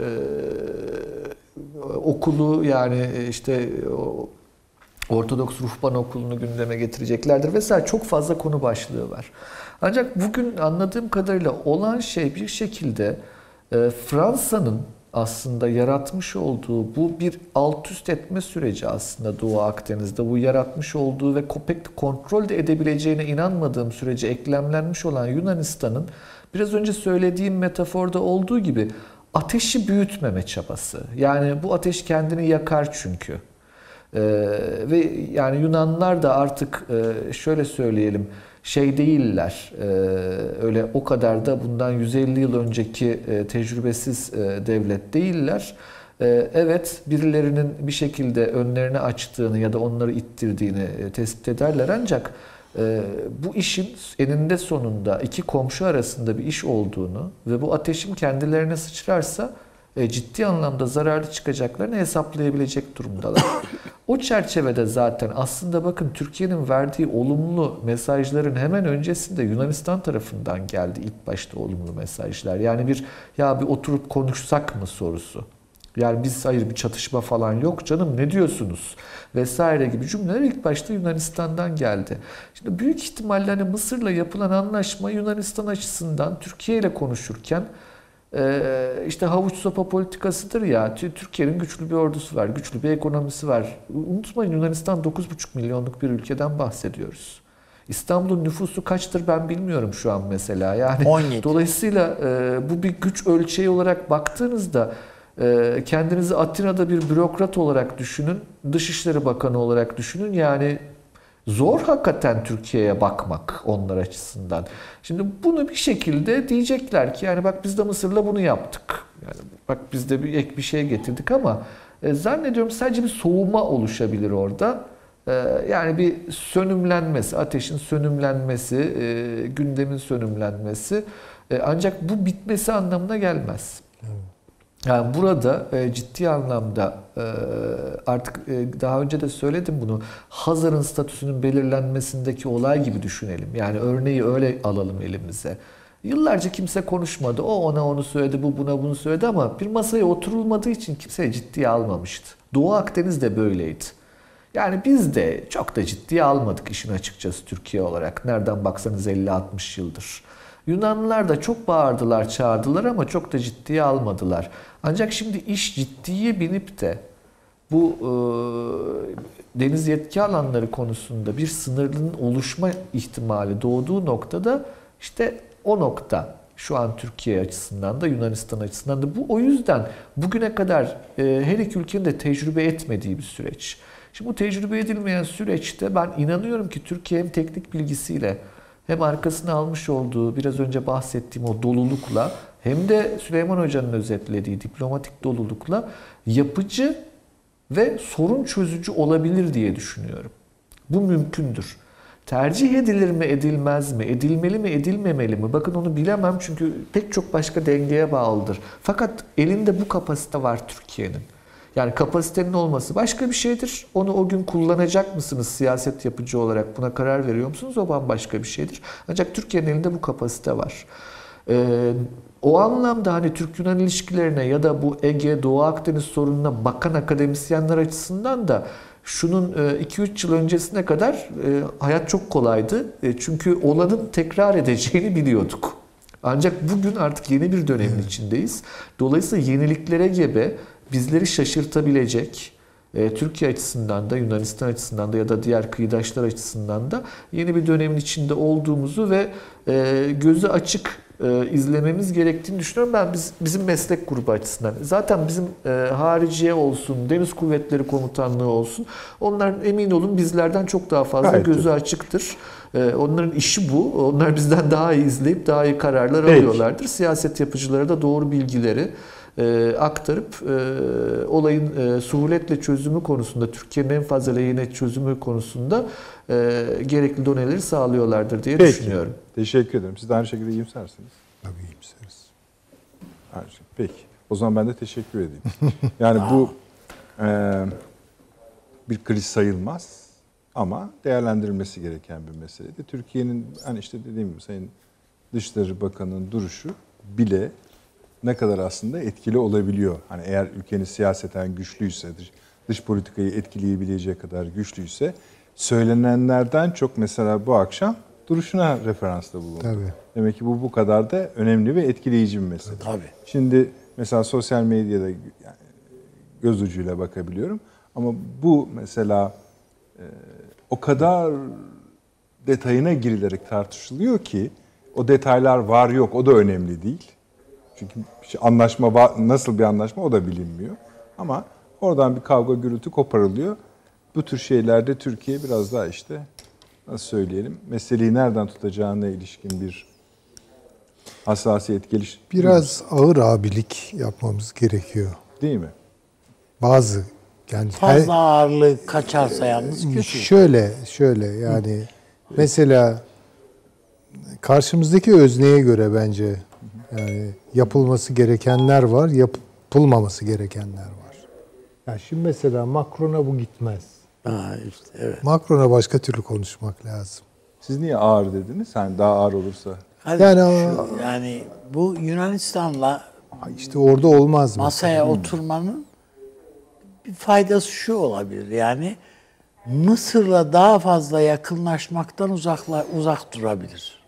okulu yani işte Ortodoks Ruhban Okulu'nu gündeme getireceklerdir vesaire çok fazla konu başlığı var. Ancak bugün anladığım kadarıyla olan şey bir şekilde Fransa'nın aslında yaratmış olduğu bu bir alt üst etme süreci aslında Doğu Akdeniz'de bu yaratmış olduğu ve pek kontrol de edebileceğine inanmadığım sürece eklemlenmiş olan Yunanistan'ın biraz önce söylediğim metaforda olduğu gibi ateşi büyütmeme çabası. Yani bu ateş kendini yakar çünkü. Ve yani Yunanlar da artık şöyle söyleyelim şey değiller, öyle o kadar da bundan 150 yıl önceki tecrübesiz devlet değiller. Evet, birilerinin bir şekilde önlerini açtığını ya da onları ittirdiğini tespit ederler, ancak bu işin eninde sonunda iki komşu arasında bir iş olduğunu ve bu ateşin kendilerine sıçrarsa ciddi anlamda zararlı çıkacaklarını hesaplayabilecek durumdalar. O çerçevede zaten aslında bakın, Türkiye'nin verdiği olumlu mesajların hemen öncesinde Yunanistan tarafından geldi ilk başta olumlu mesajlar. Yani bir oturup konuşsak mı sorusu. Yani biz hayır bir çatışma falan yok canım ne diyorsunuz vesaire gibi cümleler ilk başta Yunanistan'dan geldi. Şimdi büyük ihtimalle hani Mısır'la yapılan anlaşma Yunanistan açısından Türkiye ile konuşurken işte havuç sopa politikasıdır ya, Türkiye'nin güçlü bir ordusu var, güçlü bir ekonomisi var. Unutmayın, Yunanistan 9,5 milyonluk bir ülkeden bahsediyoruz. İstanbul'un nüfusu kaçtır ben bilmiyorum şu an mesela. Yani 17. Dolayısıyla bu bir güç ölçeği olarak baktığınızda kendinizi Atina'da bir bürokrat olarak düşünün, Dışişleri Bakanı olarak düşünün. Yani zor hakikaten Türkiye'ye bakmak onlar açısından. Şimdi bunu bir şekilde diyecekler ki yani bak biz de Mısır'la bunu yaptık. Yani bak biz de bir ek bir şey getirdik ama zannediyorum sadece bir soğuma oluşabilir orada. Yani bir sönümlenmesi, ateşin sönümlenmesi, gündemin sönümlenmesi. Ancak bu bitmesi anlamına gelmez. Yani burada ciddi anlamda artık daha önce de söyledim bunu, Hazar'ın statüsünün belirlenmesindeki olay gibi düşünelim. Yani örneği öyle alalım elimize. Yıllarca kimse konuşmadı. O ona onu söyledi, bu buna bunu söyledi ama bir masaya oturulmadığı için kimse ciddiye almamıştı. Doğu Akdeniz de böyleydi. Yani biz de çok da ciddiye almadık işin açıkçası Türkiye olarak. Nereden baksanız 50-60 yıldır. Yunanlılar da çok bağırdılar, çağırdılar ama çok da ciddiye almadılar. Ancak şimdi iş ciddiye binip de bu deniz yetki alanları konusunda bir sınırının oluşma ihtimali doğduğu noktada işte o nokta şu an Türkiye açısından da Yunanistan açısından da bu o yüzden bugüne kadar her iki ülkenin de tecrübe etmediği bir süreç. Şimdi bu tecrübe edilmeyen süreçte ben inanıyorum ki Türkiye hem teknik bilgisiyle hem arkasına almış olduğu biraz önce bahsettiğim o dolulukla hem de Süleyman Hoca'nın özetlediği diplomatik dolulukla yapıcı ve sorun çözücü olabilir diye düşünüyorum. Bu mümkündür. Tercih edilir mi, edilmez mi, edilmeli mi, edilmemeli mi? Bakın onu bilemem çünkü pek çok başka dengeye bağlıdır. Fakat elinde bu kapasite var Türkiye'nin. Yani kapasitenin olması başka bir şeydir. Onu o gün kullanacak mısınız siyaset yapıcı olarak? Buna karar veriyor musunuz? O bambaşka bir şeydir. Ancak Türkiye'nin elinde bu kapasite var. O anlamda hani Türk-Yunan ilişkilerine ya da bu Ege, Doğu Akdeniz sorununa bakan akademisyenler açısından da şunun 2-3 yıl öncesine kadar hayat çok kolaydı. Çünkü olanın tekrar edeceğini biliyorduk. Ancak bugün artık yeni bir dönemin içindeyiz. Dolayısıyla yeniliklere gebe, bizleri şaşırtabilecek, Türkiye açısından da, Yunanistan açısından da ya da diğer kıyıdaşlar açısından da yeni bir dönemin içinde olduğumuzu ve gözü açık izlememiz gerektiğini düşünüyorum ben bizim meslek grubu açısından. Zaten bizim hariciye olsun, Deniz Kuvvetleri Komutanlığı olsun, onların emin olun bizlerden çok daha fazla gayet gözü açıktır. Onların işi bu. Onlar bizden daha iyi izleyip daha iyi kararlar alıyorlardır. Siyaset yapıcılara da doğru bilgileri aktarıp olayın suhuletle çözümü konusunda, Türkiye'nin en fazla lehine çözümü konusunda gerekli doneleri sağlıyorlardır diye düşünüyorum. Teşekkür ederim. Siz de aynı şekilde iyimsersiniz. Tabii iyimseriz. Peki. O zaman ben de teşekkür edeyim. Yani bu bir kriz sayılmaz ama değerlendirilmesi gereken bir meseleydi. Türkiye'nin hani işte dediğim gibi Sayın Dışişleri Bakanı'nın duruşu bile ne kadar aslında etkili olabiliyor. Hani eğer ülkeniz siyaseten güçlüyse, dış politikayı etkileyebileceği kadar güçlüyse söylenenlerden çok mesela bu akşam duruşuna referansta bulundu. Tabii. Demek ki bu kadar da önemli ve etkileyici bir mesele. Tabii. Şimdi mesela sosyal medyada yani göz ucuyla bakabiliyorum ama bu mesela o kadar detayına girilerek tartışılıyor ki o detaylar var yok o da önemli değil. Çünkü anlaşma nasıl bir anlaşma o da bilinmiyor. Ama oradan bir kavga gürültü koparılıyor. Bu tür şeylerde Türkiye biraz daha işte nasıl söyleyelim meseleyi nereden tutacağına ilişkin bir hassasiyet Biraz ağır abilik yapmamız gerekiyor. Değil mi? Bazı yani Fazla ağırlığı kaçarsa yalnız kötü. şöyle yani mesela karşımızdaki özneye göre bence yani yapılması gerekenler var, yapılmaması gerekenler var. Yani şimdi mesela Macron'a bu gitmez. İşte, evet. Macron'a başka türlü konuşmak lazım. Siz niye ağır dediniz? Yani daha ağır olursa. Yani bu Yunanistan'la İşte orada olmaz mı? masaya oturmanın bir faydası şu olabilir. Yani Mısır'la daha fazla yakınlaşmaktan uzak durabilir.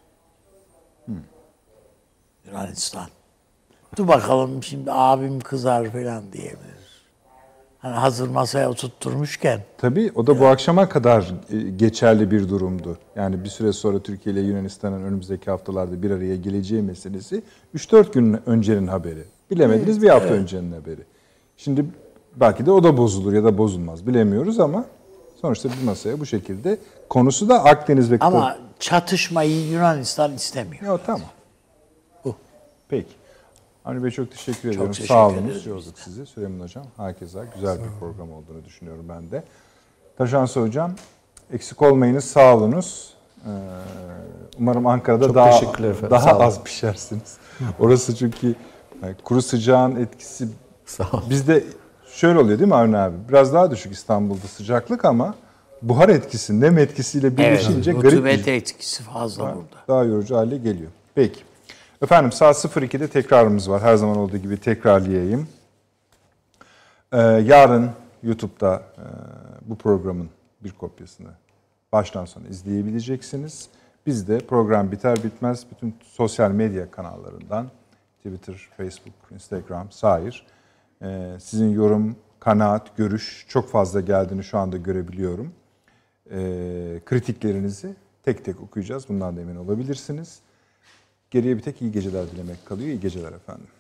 Yunanistan. Dur bakalım şimdi abim kızar falan diyebilir. Hani hazır masaya oturtturmuşken. Tabii o da bu akşama kadar geçerli bir durumdu. Yani bir süre sonra Türkiye ile Yunanistan'ın önümüzdeki haftalarda bir araya geleceği meselesi 3-4 gün öncenin haberi. Bilemediniz bir hafta öncenin haberi. Şimdi belki de o da bozulur ya da bozulmaz bilemiyoruz ama sonuçta bir masaya bu şekilde konusu da Akdeniz ve Ama çatışmayı Yunanistan istemiyor. Ya tamam. Bu. Peki. Avni Bey çok teşekkür ediyorum. teşekkür Sağ olun. ederiz. Yorduk sizi. Süleyman Hocam. Herkese güzel bir program olduğunu düşünüyorum ben de. Taşansı Hocam eksik olmayınız. Sağ olunuz. Umarım Ankara'da Çok teşekkürler efendim. daha Sağ olun. az pişersiniz. Orası çünkü kuru sıcağın etkisi Sağ olun. bizde şöyle oluyor değil mi Avni abi? Biraz daha düşük İstanbul'da sıcaklık ama buhar etkisi, nem etkisiyle birleşince garip bir Rutubet etkisi fazla burada. daha yorucu hale geliyor. Peki. Efendim saat 02'de tekrarımız var. Her zaman olduğu gibi tekrarlayayım. Yarın YouTube'da bu programın bir kopyasını baştan sona izleyebileceksiniz. Biz de program biter bitmez bütün sosyal medya kanallarından Twitter, Facebook, Instagram, sair sizin yorum, kanaat, görüş çok fazla geldiğini şu anda görebiliyorum. Kritiklerinizi tek tek okuyacağız. Bundan da emin olabilirsiniz. Geriye bir tek iyi geceler dilemek kalıyor. İyi geceler efendim.